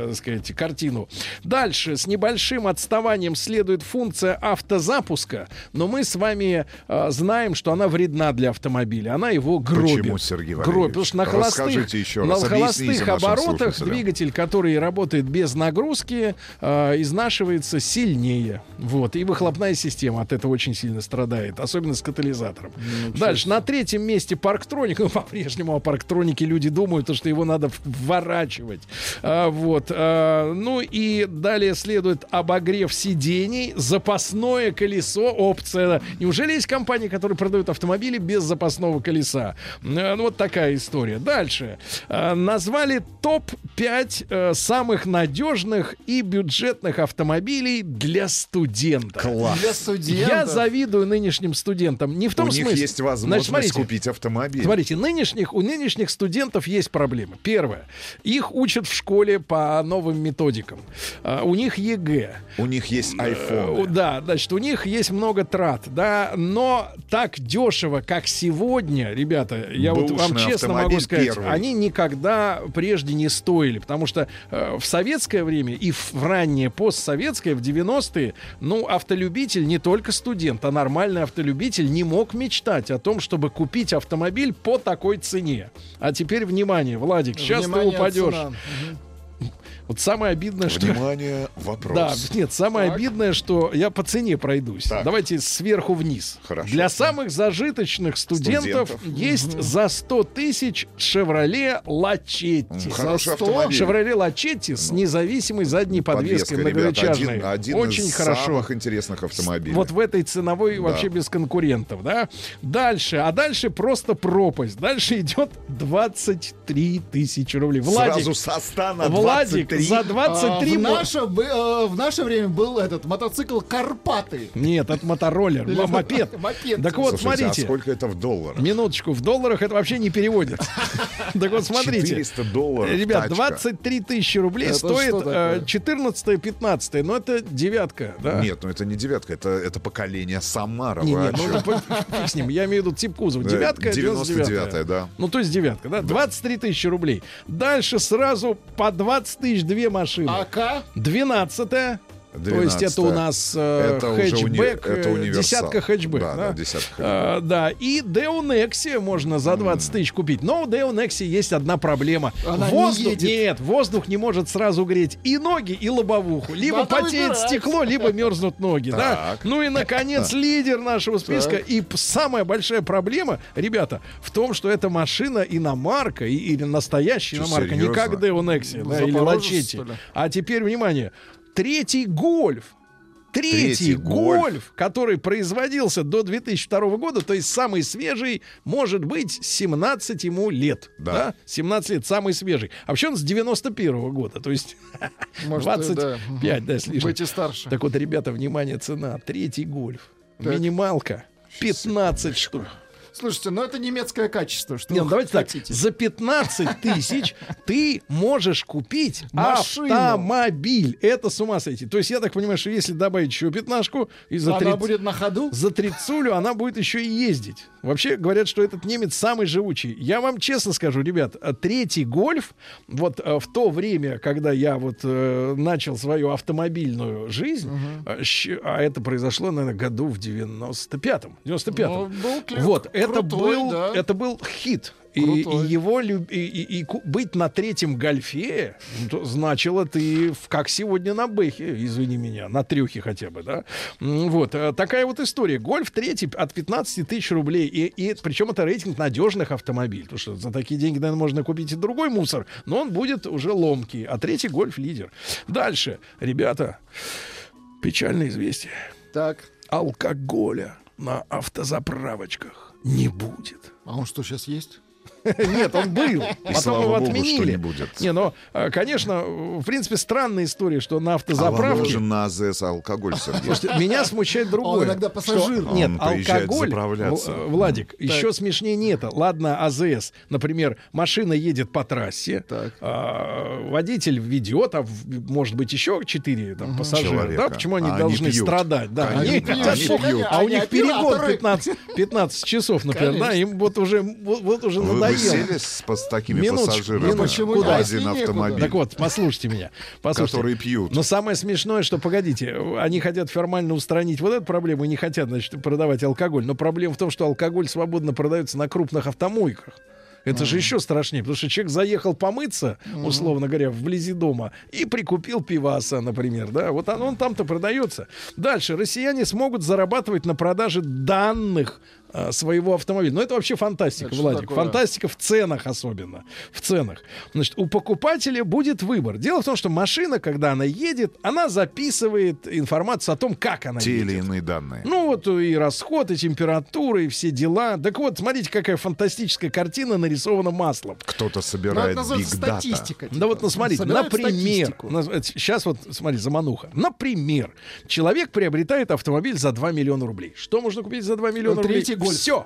представьте картину. Дальше, с небольшим отставанием следует функция автозапуска, но мы с вами э, знаем, что она вредна для автомобиля. Она его гробит. Почему, Сергей Гробит, Валерьевич? потому что на холостых, еще на раз, холостых оборотах слушателям. двигатель, который работает без нагрузки, э, изнашивается сильнее. Вот. И выхлопная система от этого очень сильно страдает, особенно с катализатором. Ну, Дальше, на третьем месте парктроник. Ну, по-прежнему о парктронике люди думают, что его надо вворачивать. А, вот. А, ну и далее следует обогрев сидений, запасное колесо, опция. Неужели есть компании, которые продают автомобили без запасного колеса? А, ну, вот такая история. Дальше. А, назвали топ пять а, самых надежных и бюджетных автомобилей для студентов. Класс. Для студентов. Я завидую нынешним студентам. Не в том У смысле. них есть возможность Значит, смотрите, купить автомобиль. Смотрите, нынешних, у нынешних студентов есть проблемы. Первое. Их учат в школе по новым методикам. Uh, у них ЕГЭ. У них есть iPhone. Uh, да, значит, у них есть много трат, да, но так дешево, как сегодня, ребята, я вот вам честно могу сказать, первый. Они никогда прежде не стоили, потому что uh, в советское время и в, в раннее постсоветское, в девяностые, ну, автолюбитель, не только студент, а нормальный автолюбитель не мог мечтать о том, чтобы купить автомобиль по такой цене. А теперь, внимание, Владик, сейчас Внимание, ты упадешь. цена. Вот самое обидное, что... Внимание, вопрос. Да, нет, самое Так. обидное, что я по цене пройдусь. Так. Давайте сверху вниз. Хорошо. Для самых зажиточных студентов, Студентов. есть Мгм. за сто тысяч Chevrolet Lachetti. Хороший За сто автомобиль. Chevrolet Lachetti с независимой задней подвеской Подвеска, ребята, многорычажной. один, один Очень из хорошо. самых интересных автомобилей. Вот в этой ценовой Да. вообще без конкурентов, да? Дальше, а дальше просто пропасть. Дальше идет двадцать три тысячи рублей. Владик, Сразу со ста на Владик, двадцать три. за двадцать три... А, в, мо- наше, бы- э, в наше время был этот мотоцикл Карпаты. Нет, это мотороллер, Или м- мопед. мопед. Так вот, Слушайте, смотрите. а сколько это в долларах? Минуточку, в долларах это вообще не переводится. Так вот, смотрите. четыреста долларов Ребят, тачка. двадцать три тысячи рублей Это стоит что такое? четырнадцатое-пятнадцатое. Но это девятка, да? Нет, ну это не девятка, это, это поколение Самара. Не, вы не, о ну чем? это по- фиг с ним, я имею в виду тип кузова. Да, Девятка, девяносто девяносто девятая, девятая. да. Ну, то есть девятка, да? двадцать три тысячи рублей. Дальше сразу по двадцать тысяч две машины. АК? двенадцатая. То есть это у нас э, Это уже уни- хэтчбэк, это э, универсал. десятка хэтчбэк. Да, Да, да, десятка А, да, и Deo Nexia можно за двадцать тысяч купить. Но у Deo Nexia есть одна проблема. Она не воздух, едет. нет, воздух не может сразу греть и ноги, и лобовуху. Либо Надо потеет выбирать. стекло, либо мерзнут ноги. Да? Так. Ну и, наконец, лидер нашего списка. Так. И п- самая большая проблема, ребята, в том, что эта машина иномарка, и, или настоящая Что, иномарка, не серьезно? как Deo Nexia, да, или Запорожец, Lachetti. что ли? А теперь, внимание, третий гольф. Третий, Третий гольф, «Гольф», который производился до две тысячи второго года, то есть самый свежий, может быть, семнадцать ему лет. Да. Да. семнадцать лет, самый свежий. А вообще он с девяносто первого года, то есть Может, двадцать пять, да. да, с лишним. Быть и старше. Так вот, ребята, внимание, цена. Третий гольф. Так. Минималка. пятнадцать штук. Слушайте, ну это немецкое качество. Что Не, ну вы давайте так. хотите? За пятнадцать тысяч ты можешь купить Машину. автомобиль. Это с ума сойти. То есть я так понимаю, что если добавить еще пятнашку, и за Она тридцать будет на ходу? за тридцулю она будет еще и ездить. Вообще говорят, что этот немец самый живучий. Я вам честно скажу, ребят, а третий гольф, вот э, в то время, когда я вот э, начал свою автомобильную жизнь, э, щ- а это произошло, наверное, году в девяносто пятом. девяносто пятом. Ну, был клик Вот, это крутой, был, да. это был хит. И, и Крутой. его люб- и, и- и ку- быть на третьем гольфе ну, то значило ты в- как сегодня на бэхе, извини меня, на трюхе хотя бы, да. М, Вот э, такая вот история. Гольф третий от пятнадцати тысяч рублей, и, и причем это рейтинг надежных автомобилей, потому что за такие деньги, наверное, можно купить и другой мусор, но он будет уже ломкий. А третий гольф лидер. Дальше, ребята, печальное известие. Так. Алкоголя на автозаправочках не будет. А он что, сейчас есть? Нет, он был. Потом слава его богу, что отменили. не будет. Не, но, э, конечно, в принципе, странная история, что на А вам автозаправке... нужен на АЗС алкоголь, Сергей. Слушайте, меня смущает другое. Он иногда пассажир. что- Нет, Он приезжает алкоголь, заправляться. В- Владик, еще смешнее не это. Ладно, АЗС, например, машина едет по трассе, Так. а, водитель ведет, а в- может быть еще четыре там, пассажира. Человека. Да, почему они А они должны пьют. страдать? Да, Они они, пьют. хотят, Они пьют. а у Они них перегон операторы. пятнадцать, пятнадцать часов, например, да, Конечно. им вот уже, вот, вот уже Вы, вы надоело. Вы сели с, с такими Минуточку, пассажирами минуточку. в один автомобиль? Так вот, послушайте меня. Послушайте. Которые пьют. Но самое смешное, что, погодите, они хотят формально устранить вот эту проблему и не хотят, значит, продавать алкоголь. Но проблема в том, что алкоголь свободно продается на крупных автомойках. Это mm. же еще страшнее, потому что человек заехал помыться, условно mm. говоря, вблизи дома и прикупил пиваса, например, да, вот он, он там-то продается. Дальше россияне смогут зарабатывать на продаже данных а, своего автомобиля. Но это вообще фантастика, это Владик. Фантастика в ценах особенно. В ценах. Значит, у покупателя будет выбор. Дело в том, что машина, когда она едет, она записывает информацию о том, как она Те едет. или иные данные. Ну вот и расход, и температура, и все дела. Так вот, смотрите, какая фантастическая картина нарисована маслом. Кто-то собирает биг-дата. Да вот, ну смотрите, Собирают например, статистику. сейчас вот, смотри, замануха. Например, человек приобретает автомобиль за два миллиона рублей. Что можно купить за два миллиона рублей? Третий гольф. Все.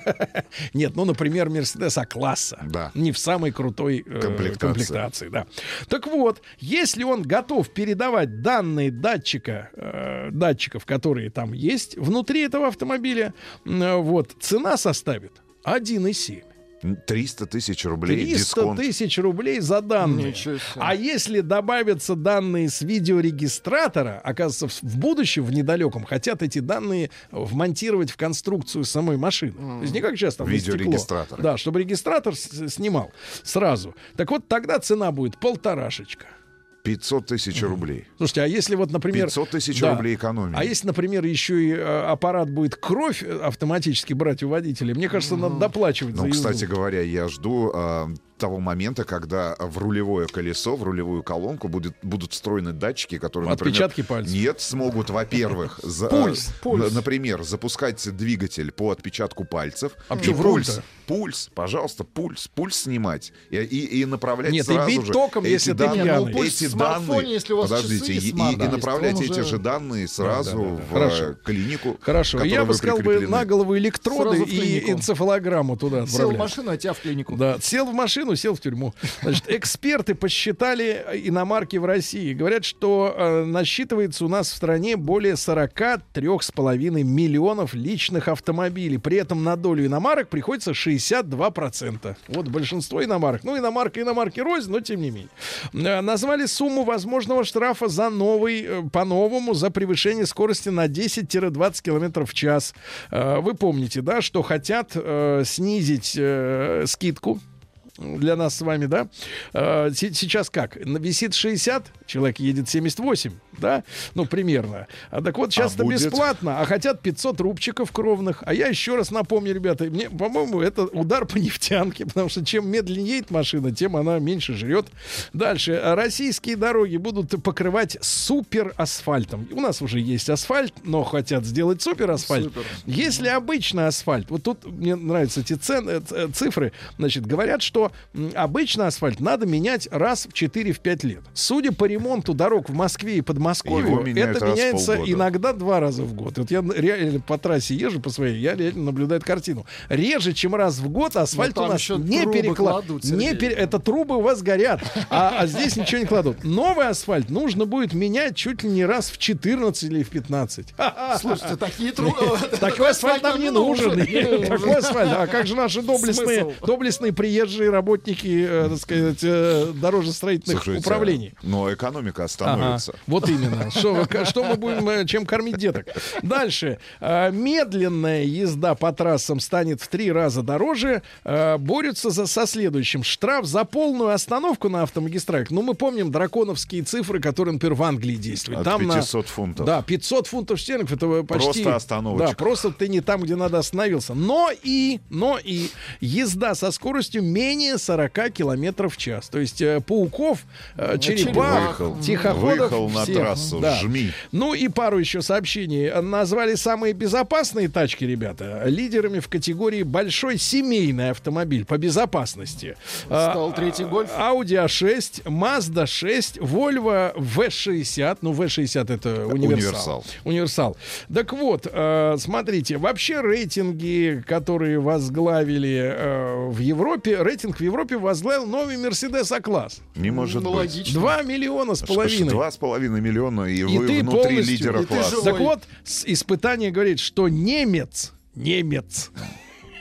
Нет, ну, например, Мерседес А-класса. Да. Не в самой крутой э, комплектации. комплектации, да. Так вот, если он готов передавать данные датчика, э, датчиков, которые там есть внутри этого автомобиля, э, вот, цена составит один и семь. триста тысяч рублей триста дисконт. тысяч рублей за данные. А если добавятся данные с видеорегистратора, оказывается, в будущем, в недалеком, хотят эти данные вмонтировать в конструкцию самой машины. Mm. То есть не как сейчас там видеорегистратор. Да, чтобы регистратор с- снимал сразу. Так вот, тогда цена будет полторашечка. пятьсот тысяч рублей. Слушайте, а если вот, например... пятьсот тысяч да, рублей экономии. А если, например, еще и э, аппарат будет кровь автоматически брать у водителя, мне кажется, надо доплачивать за Ну, езду. кстати говоря, я жду а, того момента, когда в рулевое колесо, в рулевую колонку будет, будут встроены датчики, которые, Отпечатки например, пальцев. нет, смогут, во-первых, за- Пульс, а, пульс. н- например, запускать двигатель по отпечатку пальцев. А и почему в пульс, руль-то? пульс, пожалуйста, пульс, пульс снимать и, и, и направлять Нет, и сразу бить же током, эти если ты данные, пьяный. Ну, пульс эти в смартфоне, данные, если у вас подождите, часы и, смарт и есть, направлять он эти уже- же данные сразу Да, да, да. в Хорошо. э, клинику. Хорошо, которой я бы вы сказал бы прикреплены. на голову электроды Сразу в и клинику. энцефалограмму туда Сел в отправлять. машину, а тебя в клинику. Да, сел в машину, сел в тюрьму. Значит, эксперты посчитали иномарки в России. Говорят, что э, насчитывается у нас в стране более сорок три с половиной миллионов личных автомобилей. При этом на долю иномарок приходится шестьдесят два процента. Вот большинство иномарок. Ну, иномарка иномарки рознь, но тем не менее. Э, назвали сумму возможного штрафа за новый, э, по-новому, за превышение скорости на десять-двадцать километров в час. Э, вы помните, да, что хотят э, снизить э, скидку для нас с вами, да? Э, се- сейчас как? Висит шестьдесят, человек едет семьдесят восемь, да? Ну, примерно. А так вот, сейчас А это будет? бесплатно, а хотят пятьсот рубчиков кровных. А я еще раз напомню, ребята, мне, по-моему, это удар по нефтянке, потому что чем медленнее едет машина, тем она меньше жрет. Дальше. Российские дороги будут покрывать суперасфальтом. У нас уже есть асфальт, но хотят сделать суперасфальт. Супер. Если обычный асфальт, вот тут мне нравятся эти цен, э, ц- цифры, значит, говорят, что м, обычный асфальт надо менять раз в четыре-пять лет. Судя по ремонту дорог в Москве и Подмосковью, Его меняют это раз в меняется полгода. иногда два раза в год. Вот я реально по трассе езжу по своей, я реально наблюдаю картину. Реже, чем раз в год асфальт Но у там нас еще не трубы перекладывают. кладут, Не Сергей. пере... Это трубы у вас горят, а, а здесь ничего не кладут. Новый асфальт нужно будет менять чуть ли не раз в четырнадцать или в пятнадцать. Слушайте, такие трубы... Такой асфальт нам не нужен. Такой асфальт. А как же наши доблестные, Смысл? доблестные приезжие работники, э, так сказать, э, дорожно-строительных Слушайте, управлений? но экономика Ага, остановится. вот именно. Что, вы- что мы будем, э, чем кормить деток? Дальше. Э, Медленная езда по трассам станет в три раза дороже. Э, Борются за, со следующим. Штраф за полную остановку на автомагистралях. Ну, мы помним драконовские цифры, которые, например, в Англии действуют. От Там на- пятисот фунтов. Да, пятьсот фунтов стерлингов. Это почти... Просто остановочка. Да, просто ты не там, где надо, остановился. Но и, но и езда со скоростью менее сорок километров в час. То есть э, пауков, э, черепах, Выехал. тихоходов. Выехал на всех. трассу, Да. жми. Ну и пару еще сообщений. Назвали самые безопасные тачки, ребята, лидерами в категории большой семейный автомобиль по безопасности. Стал третий гольф. Audi а шесть, Mazda шесть, Volvo ви шестьдесят. Ну, ви шестьдесят это универсал. Универсал. Универсал. Так вот, э, смотрите, вообще рейтинги, которые возглавили э, в Европе, рейтинг в Европе возглавил новый Mercedes А-класс. Не может Ну, быть. логично. Два миллиона с половиной. Два с половиной миллиона, и, И вы ты внутри полностью, лидера и ты класса. живой. Так вот, с- испытание говорит, что немец, немец,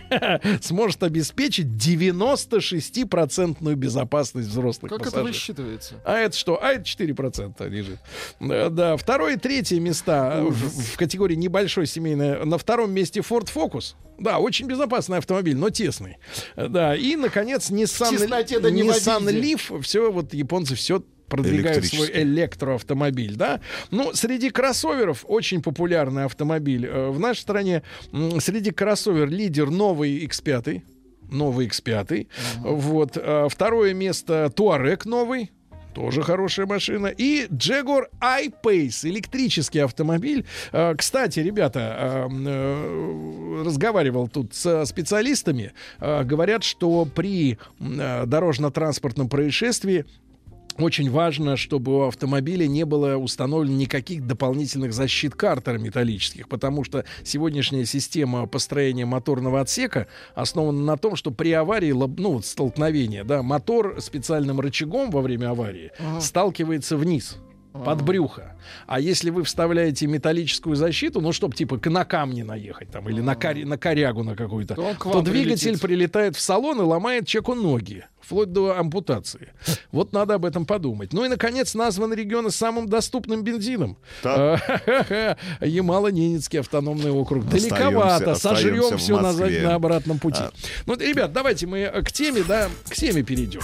сможет обеспечить девяносто шесть процентов безопасность взрослых Как пассажиров. это высчитывается? А это что? А это четыре процента лежит. Да, второе и третье места в, в категории небольшой семейной. На втором месте Ford Focus. Да, очень безопасный автомобиль, но тесный. Да, и, наконец, Nissan, тесноте, да не в Nissan обиде. Leaf. Все, вот японцы все продвигают свой электроавтомобиль, да. Ну, среди кроссоверов очень популярный автомобиль. Э, В нашей стране м, среди кроссовер лидер новый икс пять. Новый икс пять. Uh-huh. Вот. А второе место Touareg новый. Тоже хорошая машина. И Jaguar I-Pace, электрический автомобиль. А, кстати, ребята, а, а, разговаривал тут со специалистами. А, говорят, что при а, дорожно-транспортном происшествии очень важно, чтобы у автомобиля не было установлено никаких дополнительных защит картер металлических, потому что сегодняшняя система построения моторного отсека основана на том, что при аварии, ну, столкновения, да, мотор специальным рычагом во время аварии ага. сталкивается вниз. Под брюхо. А если вы вставляете металлическую защиту, ну, чтобы типа на камни наехать там, или на, кор- на корягу на какую-то, то, то двигатель прилетит. прилетает в салон и ломает человеку ноги, вплоть до ампутации. Вот надо об этом подумать. Ну и, наконец, названы регионы с самым доступным бензином. Ямало-Ненецкий автономный округ. Остаемся, Далековато. Сожрем все на, на обратном пути. А. Ну, ребят, давайте мы к теме, да, к теме перейдем.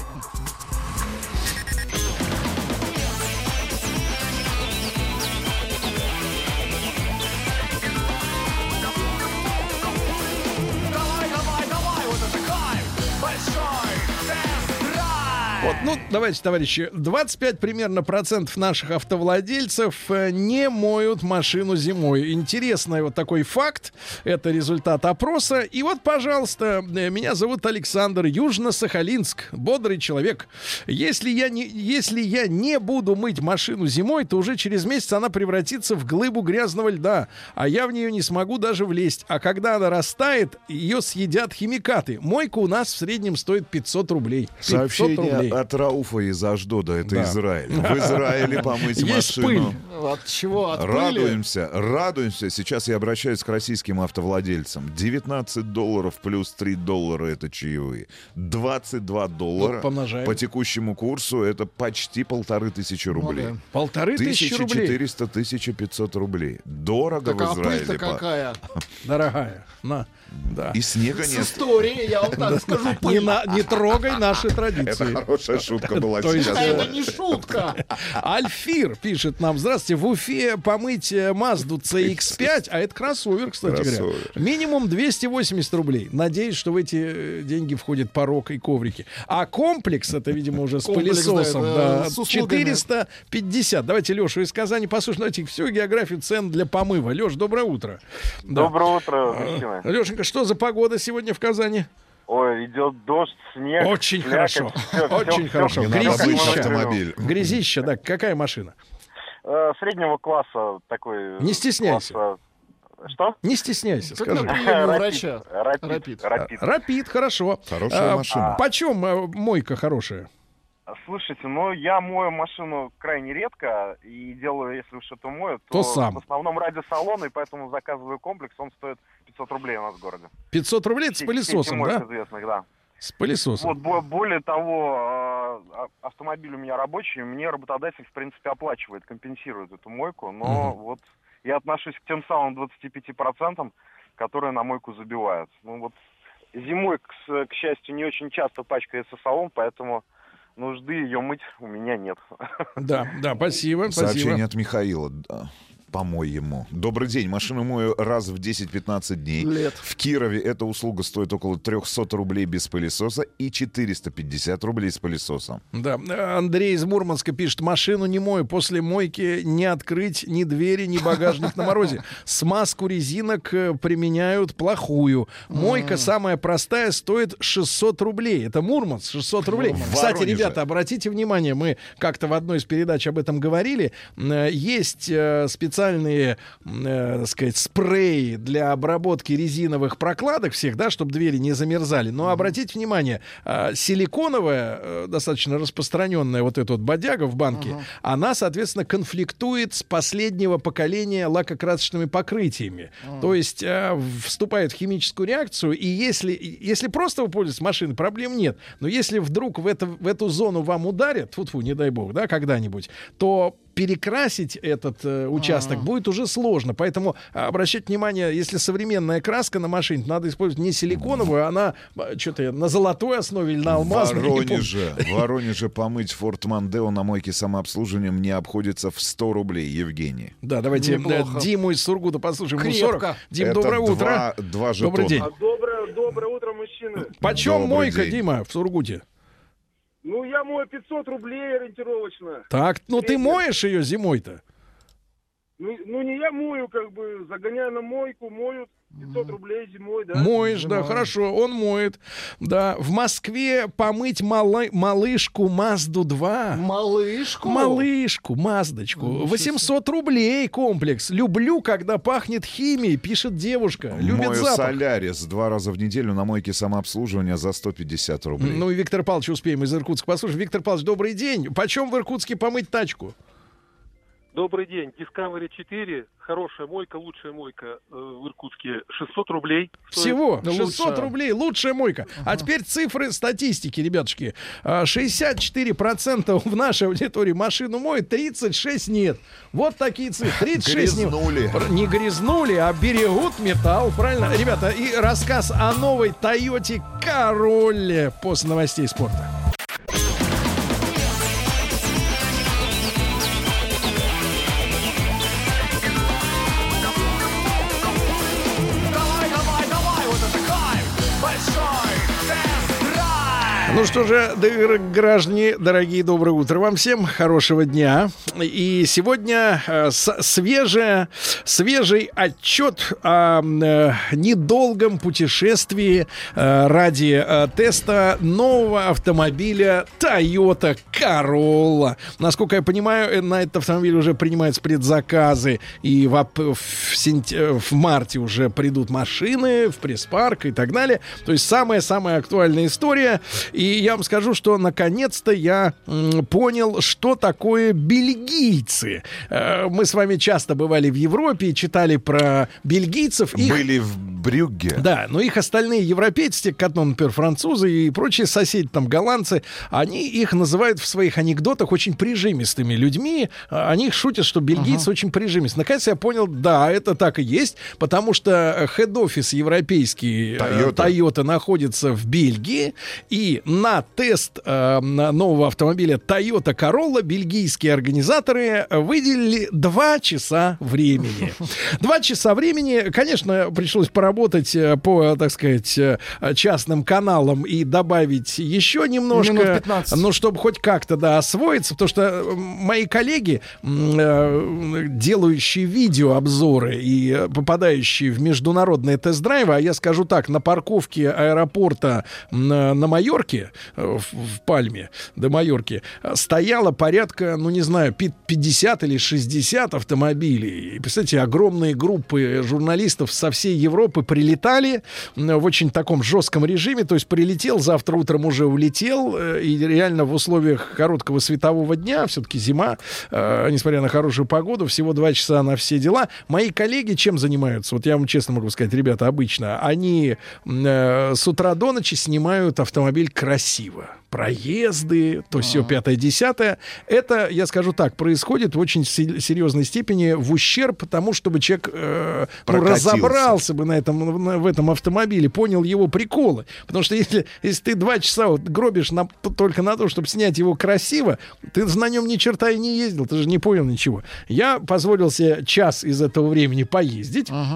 Вот, ну, давайте, товарищи, двадцать пять примерно процентов наших автовладельцев не моют машину зимой. Интересный вот такой факт. Это результат опроса. И вот, пожалуйста, меня зовут Александр, Южно-Сахалинск, бодрый человек. Если я, не, если я не буду мыть машину зимой, то уже через месяц она превратится в глыбу грязного льда, а я в нее не смогу даже влезть. А когда она растает, ее съедят химикаты. Мойка у нас в среднем стоит пятьсот рублей. пятьсот Сообщение рублей. от Рауфа из Аждода, это Да. Израиль. В Израиле помыть Есть машину. пыль. От чего? От пыли? Радуемся, радуемся. Сейчас я обращаюсь к российским автовладельцам. девятнадцать долларов плюс три доллара — это чаевые. двадцать два доллара Вот помножаем. по текущему курсу — это почти полторы тысячи рублей. Ну да. Полторы тысячи рублей. тысяча четыреста — тысяча пятьсот рублей. Дорого Так в а Израиле. пыль-то па. какая? Дорогая. На. Да. И снега С нет. историей, я вам так скажу, Не, пыль. на- не трогай наши Это традиции. хорошая шутка была То есть, сейчас. А это не шутка. Альфир пишет нам: здравствуйте, в Уфе помыть э, Мазду си икс пять, а это кроссовер, кстати говоря, Кроссовер. минимум двести восемьдесят рублей. Надеюсь, что в эти э, деньги входит порог и коврики. А комплекс, это, видимо, уже с Комплекс, пылесосом, да, да, это с услугами. четыреста пятьдесят. Давайте Лешу из Казани послушаем. Давайте всю географию цен для помыва. Леш, доброе утро. Да. Доброе утро, мужчина. Лешенька, что за погода сегодня в Казани? Ой, идет дождь, снег. Очень слякоть, хорошо. всё, Очень всё, хорошо. всё. Не надо помыть Грязища. автомобиль. Грязища, да. Какая машина? Э, Среднего класса такой. Не стесняйся. класса- Что? Не стесняйся, Как скажи. на приеме у Рапид, врача. Рапид. Рапид. Рапид. Рапид, хорошо. Хорошая А, машина. Почем э, мойка хорошая? Слушайте, ну я мою машину крайне редко и делаю, если уж это мою, то, То сам. в основном ради салона, и поэтому заказываю комплекс, он стоит пятьсот рублей у нас в городе. пятьсот рублей это с Сеть- пылесосом, сети моек да? известных, да. С пылесосом. Вот, бо- более того, э, а- автомобиль у меня рабочий, мне работодатель, в принципе, оплачивает, компенсирует эту мойку, но Мгм. вот я отношусь к тем самым двадцати пяти процентам, которые на мойку забивают. Ну вот зимой, к, с- к счастью, не очень часто пачкается салон, поэтому нужды ее мыть у меня нет. Да, да, спасибо, спасибо. Сообщение от Михаила. Да. Помой ему. Добрый день. Машину мою раз в десять-пятнадцать дней. Лет. В Кирове эта услуга стоит около триста рублей без пылесоса и четыреста пятьдесят рублей с пылесосом. Да, Андрей из Мурманска пишет: машину не мою, после мойки не открыть ни двери, ни багажник на морозе. Смазку резинок э, применяют плохую. Мойка самая простая стоит шестьсот рублей. Это Мурманск, шестьсот рублей. В Кстати, Воронеже. ребята, обратите внимание, мы как-то в одной из передач об этом говорили. Э, Есть э, специальные специальные, э, так сказать, спреи для обработки резиновых прокладок всех, да, чтобы двери не замерзали. Но обратите внимание, э, силиконовая, э, достаточно распространенная вот эта вот бодяга в банке, uh-huh. она, соответственно, конфликтует с последнего поколения лакокрасочными покрытиями. Uh-huh. То есть э, вступает в химическую реакцию, и если, если просто вы пользуетесь машиной, проблем нет. Но если вдруг в, это, в эту зону вам ударят, тьфу-тьфу, не дай бог, да, когда-нибудь, то перекрасить этот э, участок А-а-а. будет уже сложно. Поэтому обращайте внимание, если современная краска на машине, надо использовать не силиконовую, а на, что-то, на золотой основе или на алмазной. В Воронеже, в Воронеже помыть Форд Мондео на мойке самообслуживания мне обходится в сто рублей, Евгений. Да, давайте Неплохо. Диму из Сургута послушаем. Крепко. Дим, это доброе утро. Два, два жетона. Добрый день. А доброе, доброе утро, мужчины. Почем Добрый мойка, день. Дима, в Сургуте? Ну, я мою пятьсот рублей ориентировочно. Так, ну ты моешь ее зимой-то? Ну, ну, не я мою, как бы, загоняю на мойку, моют пятьсот рублей зимой, да? Моешь, Зимой. да, хорошо, он моет. Да, в Москве помыть малы, малышку Мазду два. Малышку? Малышку, Маздочку. восемьсот рублей комплекс. Люблю, когда пахнет химией, пишет девушка. Любит Мою запах. Солярис два раза в неделю на мойке самообслуживания за сто пятьдесят рублей. Ну и Виктор Павлович успеем из Иркутска послушать. Виктор Павлович, добрый день. Почем в Иркутске помыть тачку? Добрый день. Discovery четыре. Хорошая мойка, лучшая мойка э, в Иркутске. шестьсот рублей. Всего стоит. шестьсот Лучше. рублей. Лучшая мойка. Uh-huh. А теперь цифры статистики, ребятушки. шестьдесят четыре процента в нашей аудитории машину моет, тридцать шесть нет. Вот такие цифры. тридцать шесть Грязнули. Не, не грязнули, а берегут металл. Правильно? Ребята, и рассказ о новой Тойоте Королле после новостей спорта. Ну что же, граждане, дорогие, доброе утро вам всем, хорошего дня. И сегодня э, с, свежее, свежий отчет о э, недолгом путешествии э, ради э, теста нового автомобиля Toyota Corolla. Насколько я понимаю, на этот автомобиль уже принимаются предзаказы, и в, в, сентя... в марте уже придут машины в пресс-парк и так далее. То есть самая-самая актуальная история. И я вам скажу, что наконец-то я м, понял, что такое бельгийцы. Э, мы с вами часто бывали в Европе, читали про бельгийцев. Их... Были в Брюгге. Да, но их остальные европейцы, те, которые, например, французы и прочие соседи, там, голландцы, они их называют в своих анекдотах очень прижимистыми людьми. Они шутят, что бельгийцы uh-huh. очень прижимистые. Наконец я понял, да, это так и есть, потому что хед-офис европейский Toyota. Toyota находится в Бельгии, и на тест э, нового автомобиля Toyota Corolla бельгийские организаторы выделили два часа времени. Два часа времени, конечно, пришлось поработать по, так сказать, частным каналам и добавить еще немножко, ну, чтобы хоть как-то, да, освоиться, потому что мои коллеги, э, делающие видеообзоры и попадающие в международные тест-драйвы, а я скажу так, на парковке аэропорта на, на Майорке, в, в Пальме до Майорки, стояло порядка, ну, не знаю, пятьдесят или шестьдесят автомобилей. И, представляете, огромные группы журналистов со всей Европы прилетали в очень таком жестком режиме, то есть прилетел, завтра утром уже улетел, и реально в условиях короткого светового дня, все-таки зима, э, несмотря на хорошую погоду, всего два часа на все дела. Мои коллеги чем занимаются? Вот я вам честно могу сказать, ребята, обычно они э, с утра до ночи снимают автомобиль красиво. Проезды, то все пятое-десятое. Это, я скажу так, происходит в очень серьезной степени в ущерб тому, чтобы человек э, ну, разобрался бы на этом, на, в этом автомобиле, понял его приколы. Потому что если, если ты два часа вот гробишь на, только на то, чтобы снять его красиво, ты на нем ни черта и не ездил, ты же не понял ничего. Я позволил себе час из этого времени поездить. Uh-huh.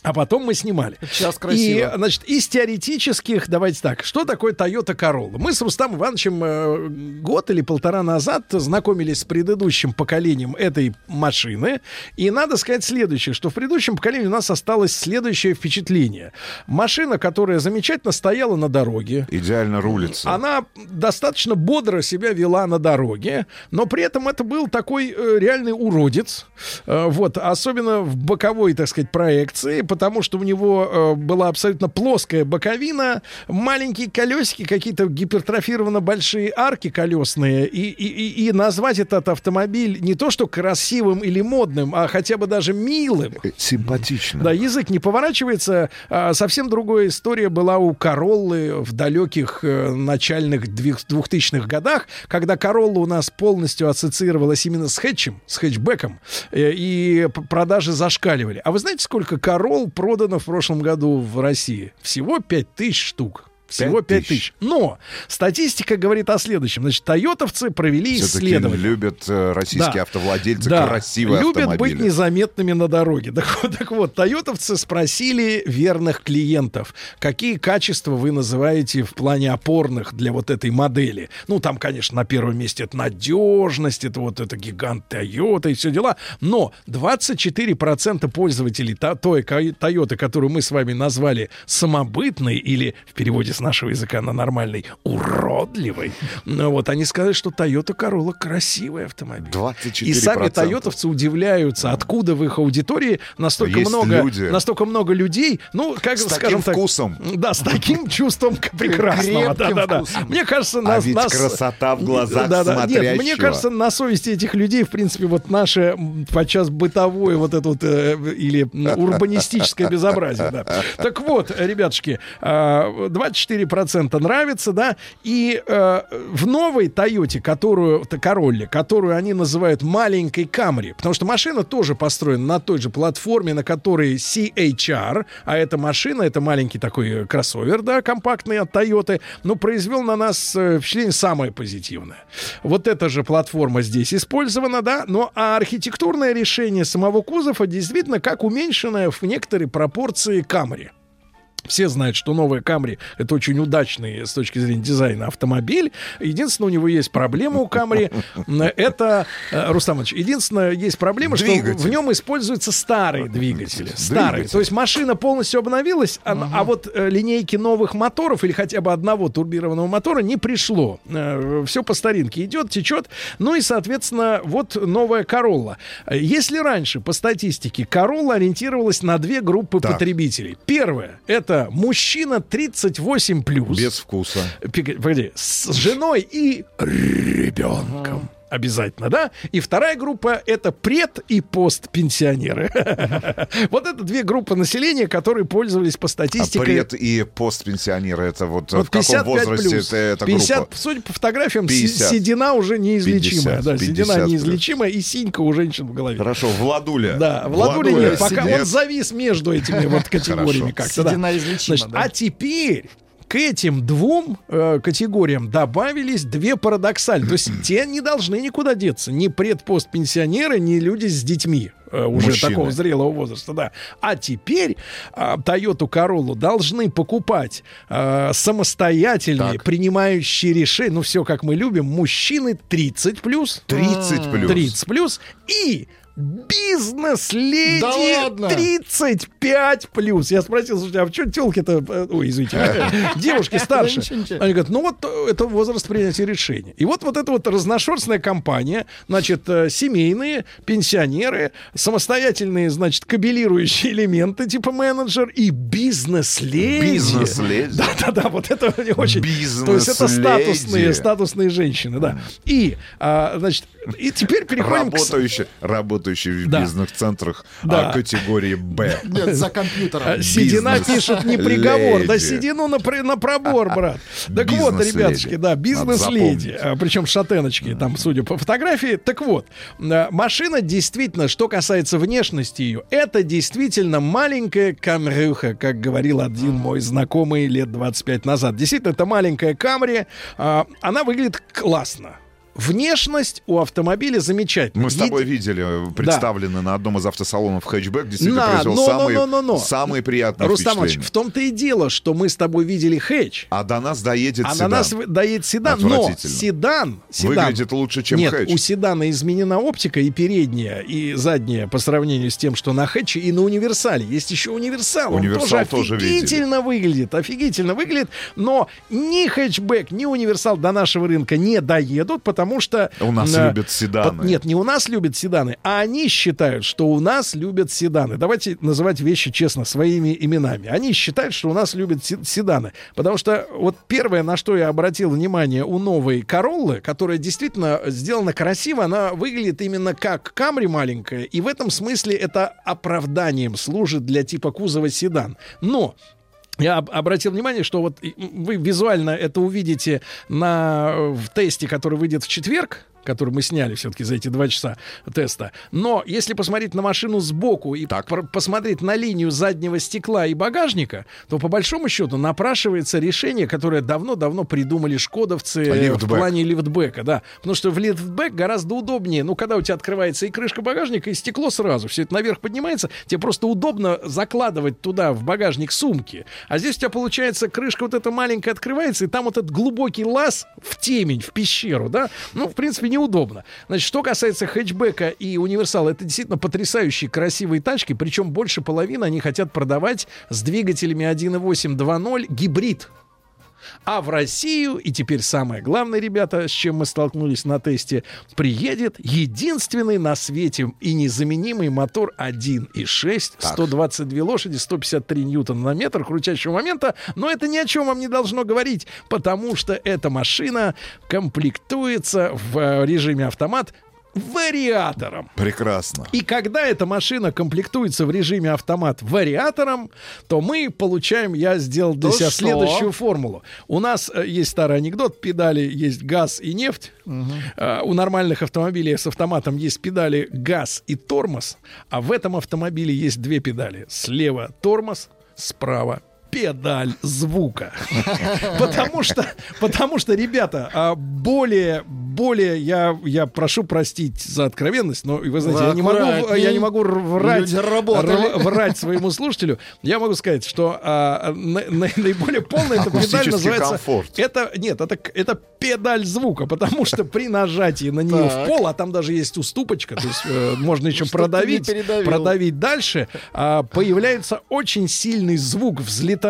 А потом мы снимали. Сейчас красиво. И, значит, из теоретических, давайте так, что такое Toyota Corolla? Мы с Рустамом Ивановичем э, год или полтора назад знакомились с предыдущим поколением этой машины. И надо сказать следующее, что в предыдущем поколении у нас осталось следующее впечатление. Машина, которая замечательно стояла на дороге. Идеально рулится. Она достаточно бодро себя вела на дороге, но при этом это был такой э, реальный уродец. Э, вот, особенно в боковой, так сказать, проекции, потому что у него э, была абсолютно плоская боковина, маленькие колесики, какие-то гипертрофированно большие арки колесные, и, и, и, и назвать этот автомобиль не то что красивым или модным, а хотя бы даже милым. Симпатично. Да, язык не поворачивается. А, совсем другая история была у Короллы в далеких э, начальных двухтысячных годах, когда Королла у нас полностью ассоциировалась именно с хэтчем, с хэтчбеком, э, и продажи зашкаливали. А вы знаете, сколько Королл продано в прошлом году в России? Всего пять тысяч штук. Всего пять тысяч. Но статистика говорит о следующем. Значит, тойотовцы провели Все-таки исследование. любят э, российские Да. автовладельцы Да. красивые Любят автомобили. быть незаметными на дороге. Так вот, так вот, тойотовцы спросили верных клиентов, какие качества вы называете в плане опорных для вот этой модели. Ну, там, конечно, на первом месте это надежность, это вот это гигант Toyota и все дела. Но двадцать четыре процента пользователей та- той Toyota, которую мы с вами назвали самобытной, или в переводе с нашего языка на нормальный уродливый, ну, вот они сказали, что Toyota Corolla красивый автомобиль. двадцать четыре И сами процента. тойотовцы удивляются, откуда в их аудитории настолько Есть много, люди. настолько много людей, ну, как С скажем таким так, вкусом. да, с таким чувством прекрасного. Да, Крепким да, да. вкусом. Мне кажется, А нас, ведь нас- красота в глазах да, да. смотрящего. Нет, мне кажется, на совести этих людей, в принципе, вот наше м, подчас бытовое вот это вот э, или м, урбанистическое безобразие. Да. Так вот, ребятушки, э, двадцать четыре процента нравится, да, и э, в новой Тойоте, которую, Королле, которую они называют маленькой Камри, потому что машина тоже построена на той же платформе, на которой си эйч ар, а эта машина, это маленький такой кроссовер, да, компактный от Тойоты, но произвел на нас э, впечатление самое позитивное. Вот эта же платформа здесь использована, да, но а архитектурное решение самого кузова действительно как уменьшенное в некоторой пропорции Камри. Все знают, что новая Камри — это очень удачный с точки зрения дизайна автомобиль. Единственное, у него есть проблема у Камри. Это, э, Рустам Ильич, единственное, есть проблема, Двигатель. что в нем используются старые двигатели. Старые. Двигатель. То есть машина полностью обновилась, а, а вот э, линейки новых моторов или хотя бы одного турбированного мотора не пришло. Э, все по старинке идет, течет. Ну и, соответственно, вот новая Королла. Если раньше, по статистике, Королла ориентировалась на две группы Так. потребителей. Первое — это мужчина тридцать восемь плюс. Без вкуса. Пиг- Погоди, с женой и ребенком. Обязательно, да? И вторая группа — это пред- и постпенсионеры. Вот это две группы населения, которые пользовались по А статистике. пред- и постпенсионеры, это вот, Вот в каком пятьдесят пять возрасте плюс. это, эта пятьдесят, группа? судя по фотографиям, си- пятьдесят. седина уже неизлечимая. пятьдесят, Да, седина пятьдесят плюс. неизлечимая, и синька у женщин в голове. Хорошо, Владуля. Да, Владуля Владуля нет, пока сидит. он завис между этими вот категориями Хорошо. как-то. да. Седина излечима, Значит, да. а теперь к этим двум э, категориям добавились две парадоксальные. То есть те не должны никуда деться. Ни предпостпенсионеры, ни люди с детьми. э, Уже Мужчины. такого зрелого возраста, да. А теперь э, Toyota Corolla должны покупать э, самостоятельные, Так. принимающие решения, ну все как мы любим, мужчины тридцать плюс. тридцать плюс. тридцать плюс. И бизнес-леди Да ладно? тридцать пять плюс. Я спросил, слушайте, а что телки-то, э, ой, извините, девушки старше? Ничего, ничего. Они говорят, ну вот э, это возраст принятия решений. И вот вот эта вот разношерстная компания, значит, э, семейные, пенсионеры, самостоятельные, значит, кабелирующие элементы, типа менеджер и бизнес-леди. Бизнес-леди. Да-да-да, вот это очень... То есть это статусные, Бизнес-леди. статусные женщины, да. И, а, значит, и теперь переходим к... с- Работающие, работающие в Да. бизнес-центрах Да. а, категории Б. Нет, за компьютером. А, Седина Бизнес пишет не приговор, да леди. седину на, при- на пробор, брат. Так вот, Бизнес-леди. ребятушки, да, бизнес-леди. Надо А, Причем шатеночки, там, судя по фотографии. Так вот, а, машина действительно, что касается внешности ее, это действительно маленькая камрюха, как говорил один мой знакомый лет двадцать пять назад. Действительно, это маленькая Камри. а, Она выглядит классно. внешность у автомобиля замечательная. Мы с тобой Еди... видели, представлены да. на одном из автосалонов хэтчбэк, действительно да, произвел но, самые, но, но, но. самые приятные Рустам впечатления. Ильич, в том-то и дело, что мы с тобой видели хэтч. А до нас доедет а седан. А до нас доедет седан, но седан, седан... Выглядит лучше, чем Нет, хэтч. у седана изменена оптика и передняя, и задняя по сравнению с тем, что на хэтче и на универсале. Есть еще универсал. Универсал Он тоже офигительно тоже выглядит, офигительно выглядит, но ни хэтчбэк, ни универсал до нашего рынка не доедут, потому что... У нас а, любят седаны. По, нет, не у нас любят седаны, а они считают, что у нас любят седаны. Давайте называть вещи честно, своими именами. Они считают, что у нас любят седаны. Потому что вот первое, на что я обратил внимание у новой Короллы, которая действительно сделана красиво, она выглядит именно как Камри маленькая, и в этом смысле это оправданием служит для типа кузова седан. Но я обратил внимание, что вот вы визуально это увидите на, в тесте, который выйдет в четверг, который мы сняли все-таки за эти два часа теста. Но если посмотреть на машину сбоку и пр- посмотреть на линию заднего стекла и багажника, то по большому счету напрашивается решение, которое давно-давно придумали шкодовцы лифтбэк. В плане лифтбека. Да. Потому что в лифтбэк гораздо удобнее. Ну, когда у тебя открывается и крышка багажника, и стекло сразу, все это наверх поднимается, тебе просто удобно закладывать туда в багажник сумки. А здесь у тебя получается крышка вот эта маленькая открывается, и там вот этот глубокий лаз в темень, в пещеру, да. Ну, в принципе, неудобно. Значит, что касается хэтчбека и универсала, это действительно потрясающие красивые тачки, причем больше половины они хотят продавать с двигателями один и восемь, два ноль гибрид. А в Россию, и теперь самое главное, ребята, с чем мы столкнулись на тесте, приедет единственный на свете и незаменимый мотор один и шесть, сто двадцать две лошади, сто пятьдесят три ньютона на метр крутящего момента. Но это ни о чем вам не должно говорить, потому что эта машина комплектуется в режиме автомат вариатором. Прекрасно. И когда эта машина комплектуется в режиме автомат вариатором, то мы получаем, я сделал для то себя что? следующую формулу. У нас э, есть старый анекдот, педали есть газ и нефть. Угу. Э, у нормальных автомобилей с автоматом есть педали газ и тормоз, а в этом автомобиле есть две педали. Слева тормоз, справа педаль звука. Потому что, потому что, ребята, более, более, я, я прошу простить за откровенность, но вы знаете, я не могу, я не могу врать, врать своему слушателю. Я могу сказать, что а, на, на, наиболее полная эта педаль называется... Комфорт. Это, нет, это, это педаль звука, потому что при нажатии на нее так. в пол, а там даже есть уступочка, то есть э, можно еще продавить, продавить дальше, а, появляется очень сильный звук взлетающего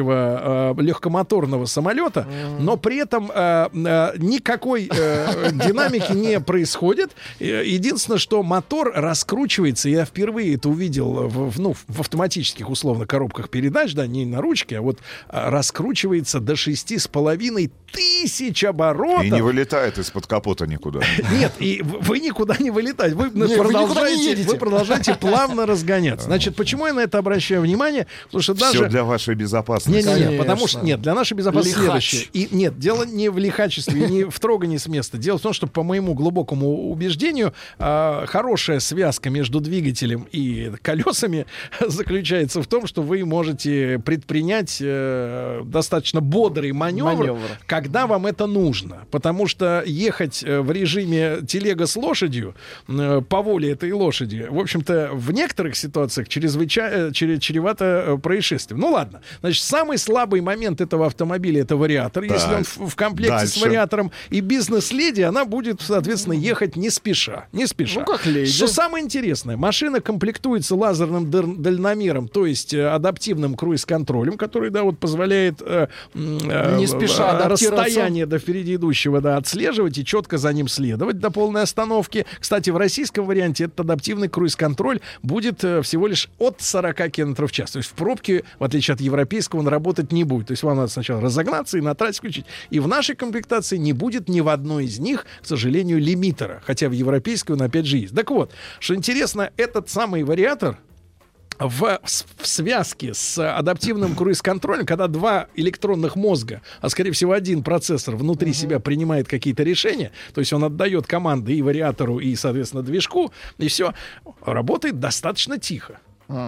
э, легкомоторного самолета, mm. но при этом э, э, никакой э, динамики не происходит. Единственное, что мотор раскручивается. Я впервые это увидел в, ну, в автоматических условно коробках передач, да, не на ручке, а вот э, раскручивается до шести с половиной тысяч оборотов. И не вылетает из-под капота никуда. Нет, и вы никуда не вылетаете. Вы, Нет, продолжаете, вы, вы продолжаете плавно разгоняться. Значит, почему я на это обращаю внимание? Потому что даже... Все для вашей безопасности. Нет, нет, потому что... Нет, для нашей безопасности следующее. И нет, дело не в лихачестве, не в трогании с места. Дело в том, что, по моему глубокому убеждению, э, хорошая связка между двигателем и колесами заключается в том, что вы можете предпринять э, достаточно бодрый маневр, маневр, когда вам это нужно. Потому что ехать в режиме телега с лошадью, э, по воле этой лошади, в общем-то, в некоторых ситуациях чрезвычайно чревато происшествием. Ну ладно. Значит, самый слабый момент этого автомобиля — это вариатор. Так. Если он в, в комплекте Дальше. с вариатором. И бизнес-леди, она будет, соответственно, ехать не спеша. Не спеша. Ну, как леди. Что самое интересное, машина комплектуется лазерным дальномером, то есть э, адаптивным круиз-контролем, который, да, вот позволяет э, э, не спеша э, расстояние до впереди идущего, да, отслеживать и четко за ним следовать до полной остановки. Кстати, в российском варианте этот адаптивный круиз-контроль будет э, всего лишь от сорока километров в час. То есть в пробке, в отличие от европейского, он работать не будет. То есть вам надо сначала разогнаться и на трассе включить. И в нашей комплектации не будет ни в одной из них, к сожалению, лимитера. Хотя в европейской он опять же есть. Так вот, что интересно, этот самый вариатор в, в связке с адаптивным круиз-контролем, когда два электронных мозга, а скорее всего один процессор внутри uh-huh. себя принимает какие-то решения, то есть он отдает команды и вариатору, и, соответственно, движку, и все, работает достаточно тихо. Uh-huh.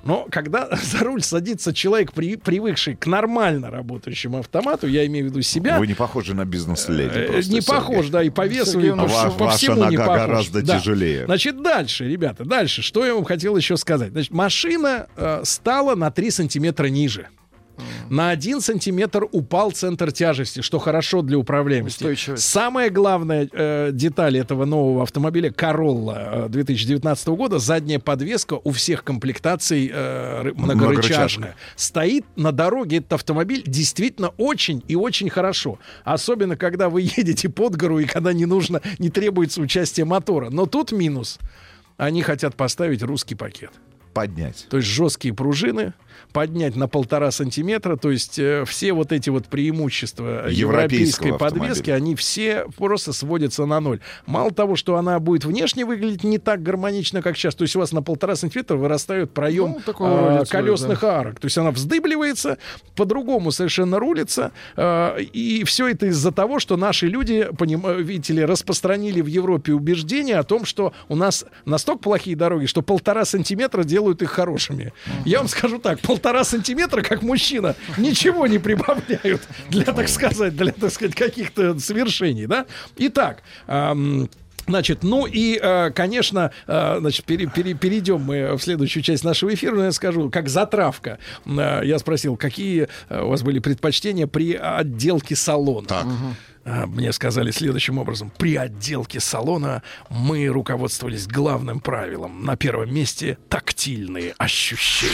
Но когда за руль садится человек, при, привыкший к нормально работающему автомату, я имею в виду себя... Вы не похожи на бизнес-леди. Э, просто, не Сергей. похож, да, и по весу, и по, Ва- по ваша всему нога не похож. гораздо Да. тяжелее. Значит, дальше, ребята, дальше. Что я вам хотел еще сказать? Значит, машина э, стала на три сантиметра ниже. На один сантиметр упал центр тяжести, что хорошо для управляемости. Самая главная э, деталь этого нового автомобиля Corolla э, две тысячи девятнадцатого года — задняя подвеска у всех комплектаций э, ры- многорычажная. Стоит на дороге этот автомобиль действительно очень и очень хорошо. Особенно, когда вы едете под гору и когда не нужно, не требуется участие мотора. Но тут минус. Они хотят поставить русский пакет. Поднять. То есть жесткие пружины, поднять на полтора сантиметра. То есть э, все вот эти вот преимущества европейской подвески, они все просто сводятся на ноль. Мало того, что она будет внешне выглядеть не так гармонично, как сейчас. То есть у вас на полтора сантиметра вырастает проем Ну, э, колесных да. арок. То есть она вздыбливается, по-другому совершенно рулится. Э, и все это из-за того, что наши люди, поним, видите ли, распространили в Европе убеждение о том, что у нас настолько плохие дороги, что полтора сантиметра делают их хорошими. Uh-huh. Я вам скажу так, полтора сантиметра, как мужчина, ничего не прибавляют для, так сказать, для, так сказать, каких-то свершений, да? Итак, эм, значит, ну и, э, конечно, э, значит, пере, пере, перейдем мы в следующую часть нашего эфира, но я скажу, как затравка. Э, я спросил, какие э, у вас были предпочтения при отделке салона. Так. Мне сказали следующим образом: при отделке салона мы руководствовались главным правилом. На первом месте тактильные ощущения.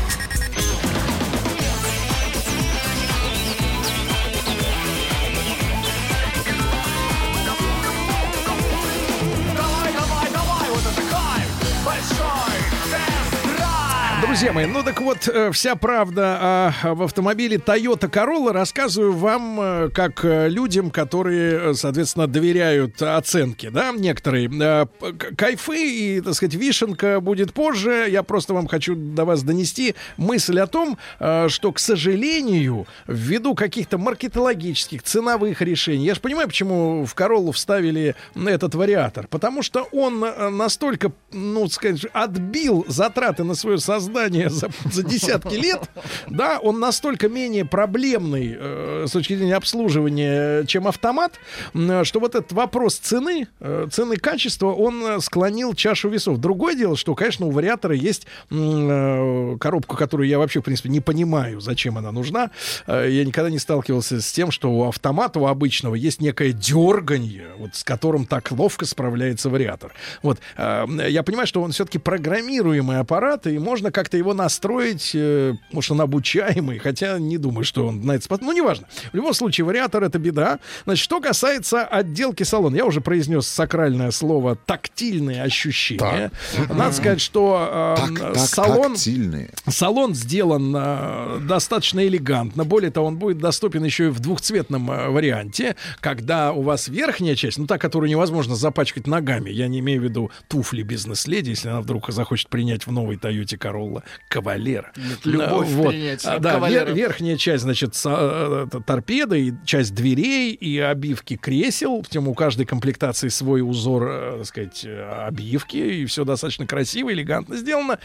Друзья мои, ну так вот, э, вся правда э, в автомобиле Toyota Corolla рассказываю вам, э, как э, людям, которые, соответственно, доверяют оценке, да, некоторые. Э, кайфы и, так сказать, вишенка будет позже. Я просто вам хочу до вас донести мысль о том, э, что, к сожалению, ввиду каких-то маркетологических, ценовых решений, я же понимаю, почему в Corolla вставили этот вариатор, потому что он настолько, ну, сказать, отбил затраты на свое создание За, за десятки лет, да, он настолько менее проблемный э, с точки зрения обслуживания, чем автомат, э, что вот этот вопрос цены, э, цены качества, он склонил чашу весов. Другое дело, что, конечно, у вариатора есть э, коробка, которую я вообще, в принципе, не понимаю, зачем она нужна. Э, я никогда не сталкивался с тем, что у автомата, у обычного, есть некое дерганье, вот, с которым так ловко справляется вариатор. Вот, э, я понимаю, что он все-таки программируемый аппарат, и можно как-то его настроить, э, может, он обучаемый, хотя не думаю, что он на это способен. Ну, неважно. В любом случае, вариатор — это беда. Значит, что касается отделки салона, я уже произнес сакральное слово «тактильные ощущения». Так. Надо сказать, что э, так, так, салон, салон сделан э, достаточно элегантно. Более того, он будет доступен еще и в двухцветном э, варианте, когда у вас верхняя часть, ну, та, которую невозможно запачкать ногами, я не имею в виду туфли бизнес-леди, если она вдруг захочет принять в новой Toyota Corolla Кавалера. Любовь вот. принять. Да, вер, верхняя часть, значит, с, торпеда и часть дверей и обивки кресел. Тем у каждой комплектации свой узор, так сказать, обивки. И все достаточно красиво, элегантно сделано.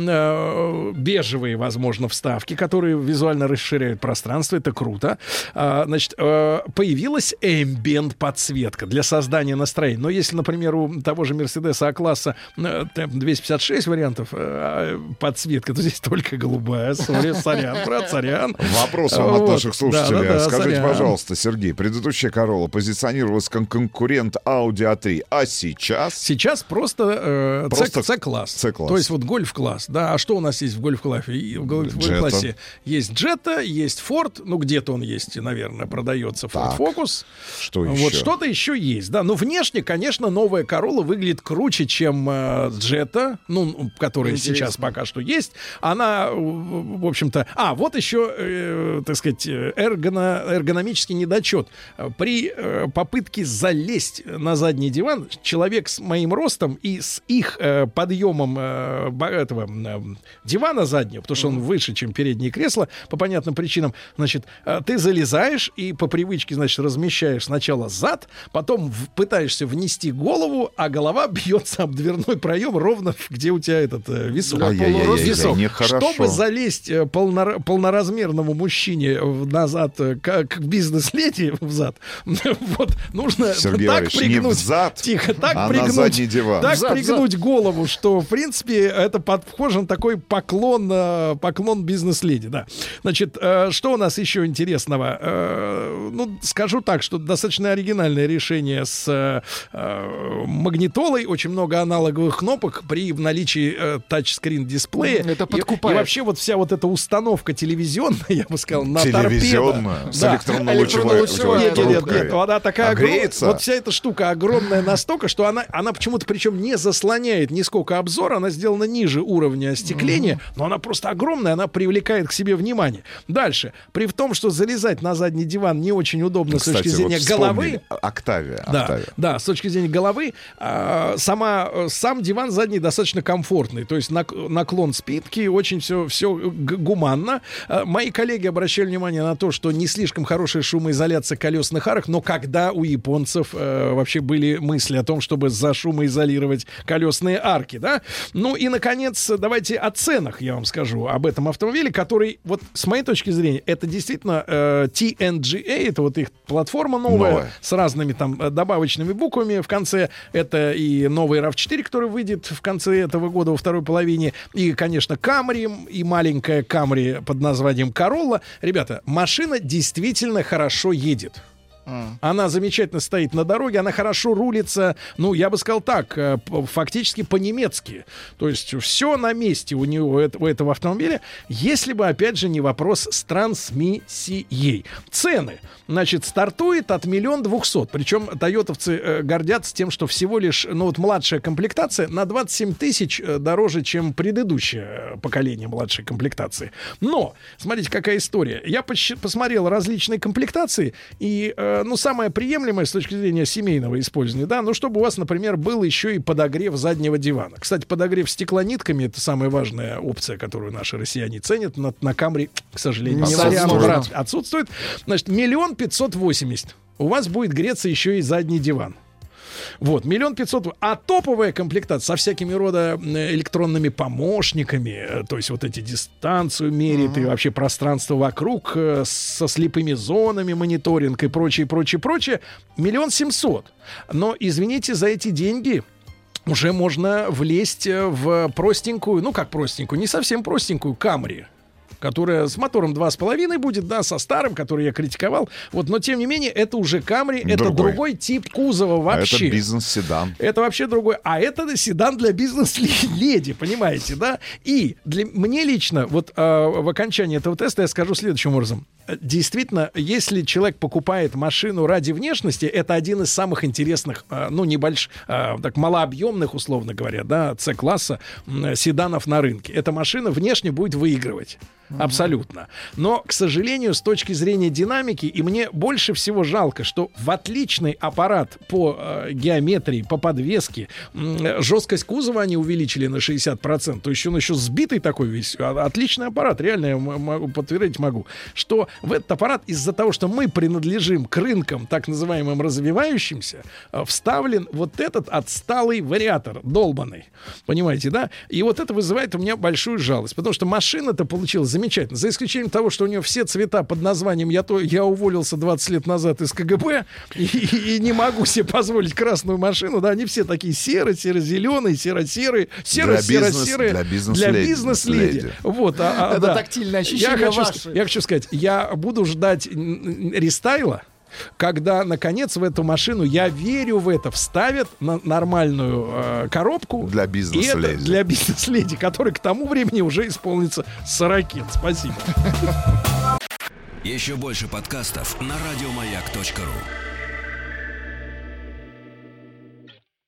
Бежевые, возможно, вставки, которые визуально расширяют пространство. Это круто. Значит, появилась ambient подсветка для создания настроения. Но если, например, у того же Мерседеса А-класса двести пятьдесят шесть вариантов подсветка, то здесь только голубая. Сори, сорян, брат, сорян. Вопрос вам вот от наших слушателей. Да, да, да, скажите, сорян. пожалуйста, Сергей, предыдущая Corolla позиционировалась как конкурент Audi а три, а сейчас? Сейчас просто, э, просто C-класс. C-класс. То есть вот гольф-класс. Да, а что у нас есть в гольф-классе? В гольф-классе есть Jetta, есть Ford, ну где-то он есть, наверное, продается Ford Focus. Что еще? Вот что-то еще есть, да. Но внешне, конечно, новая Corolla выглядит круче, чем э, Jetta, ну, которая Интересно. Сейчас пока что есть. Она, в общем-то... А, вот еще, э, так сказать, эргоно, эргономический недочет. При э, попытке залезть на задний диван, человек с моим ростом и с их э, подъемом э, этого э, дивана заднего, потому что он выше, чем переднее кресло, по понятным причинам, значит, э, ты залезаешь и по привычке, значит, размещаешь сначала зад, потом в, пытаешься внести голову, а голова бьется об дверной проем ровно где у тебя этот э, весок. Для полурослого висок. Нехорошо. Чтобы залезть э, полнор- полноразмерному мужчине в- назад, э, как бизнес-леди взад, вот, нужно Сергей так Иванович, не пригнуть, взад, тихо, так а на пригнуть, задний диван. так Взад, пригнуть голову, что, в принципе, это похоже на такой поклон, э, поклон бизнес-леди, да. Значит, э, что у нас еще интересного? Э, ну, скажу так, что достаточно оригинальное решение с э, магнитолой, очень много аналоговых кнопок при наличии э, тачскрин дисплея. Это и, подкупает. и вообще вот вся вот эта установка телевизионная, я бы сказал, на торпедо. Телевизионная, с Да. электронно-лучевой Электронно-лучевой Нет, нет, нет, трубкой. нет, она такая огромная. Греется? Вот вся эта штука огромная настолько, что она, она почему-то причем не заслоняет нисколько обзор, она сделана ниже уровня остекления, но она просто огромная, она привлекает к себе внимание. Дальше. При том, что залезать на задний диван не очень удобно с Кстати, точки зрения вот головы. вспомнили. Октавия. Да, Октавия. да, с точки зрения головы, а, сама, э, сам диван задний достаточно комфортный, то есть нак- наклон спинки, очень все, все г- гуманно. А, мои коллеги обращали внимание на то, что не слишком хорошая шумоизоляция колесных арок, но когда у японцев э, вообще были мысли о том, чтобы зашумоизолировать колесные арки, да? Ну и, наконец, давайте о ценах я вам скажу об этом автомобиле, который, вот с моей точки зрения, это действительно э, ти эн джи эй, это вот их платформа новая, Новая. с разными там э, добавочными буквами в конце. Это и новый рав четыре, который выйдет в конце этого года, во второй половине. И, конечно, Camry, и маленькая Camry под названием Corolla. Ребята, машина действительно хорошо едет. Она замечательно стоит на дороге, она хорошо рулится, ну, я бы сказал так, э, п- фактически по-немецки. То есть все на месте у него, это- у этого автомобиля, если бы, опять же, не вопрос с трансмиссией. Цены, значит, стартует от миллион двухсот. Причем тойотовцы э, гордятся тем, что всего лишь, ну, вот младшая комплектация на двадцать семь тысяч э, дороже, чем предыдущее э, поколение младшей комплектации. Но, смотрите, какая история. Я посч- посмотрел различные комплектации, и э, ну, самое приемлемое с точки зрения семейного использования, да, ну, чтобы у вас, например, был еще и подогрев заднего дивана. Кстати, подогрев стеклонитками — это самая важная опция, которую наши россияне ценят. На, на Камри, к сожалению, не Отсутствует. вариант, брат, отсутствует. Значит, миллион пятьсот восемьдесят. У вас будет греться еще и задний диван. Вот, миллион пятьсот. А топовая комплектация со всякими рода э, электронными помощниками, э, то есть вот эти дистанцию мерит uh-huh. и вообще пространство вокруг, э, со слепыми зонами, мониторинг и прочее, прочее, прочее, миллион семьсот. Но, извините, за эти деньги уже можно влезть в простенькую, ну как простенькую, не совсем простенькую Camry, которая с мотором два с половиной будет, да, со старым, который я критиковал. Вот, но тем не менее, это уже Camry, это Другой. другой тип кузова вообще. А это бизнес-седан. Это вообще другой. А это седан для бизнес-леди, понимаете, да? И для мне лично, вот э, в окончании этого теста я скажу следующим образом. Действительно, если человек покупает машину ради внешности, это один из самых интересных, э, ну, небольших, э, так, малообъемных, условно говоря, да, С-класса э, седанов на рынке. Эта машина внешне будет выигрывать. Абсолютно. Но, к сожалению, с точки зрения динамики, и мне больше всего жалко, что в отличный аппарат по э, геометрии, по подвеске, э, жесткость кузова они увеличили на шестьдесят процентов. То есть он еще сбитый такой весь. А, отличный аппарат, реально, я могу, подтвердить могу. Что в этот аппарат, из-за того, что мы принадлежим к рынкам, так называемым развивающимся, э, вставлен вот этот отсталый вариатор, долбанный. Понимаете, да? И вот это вызывает у меня большую жалость. Потому что машина-то получилась замечательно. За исключением того, что у нее все цвета под названием «Я, то, я уволился двадцать лет назад из ка гэ бэ и, и, и не могу себе позволить красную машину». Да, они все такие серые, серо-зеленые, серо-серые, серо-серо-серые. Для бизнес-леди. Для бизнес-леди. Вот, а, а, это да. тактильное ощущение я хочу, ваше. я хочу сказать, я буду ждать рестайла, когда, наконец, в эту машину, я верю в это, вставят на нормальную э, коробку. Для бизнес-леди. Для бизнес-леди, которой к тому времени уже исполнится сорок лет. Спасибо. Еще больше подкастов на радиомаяк точка ру.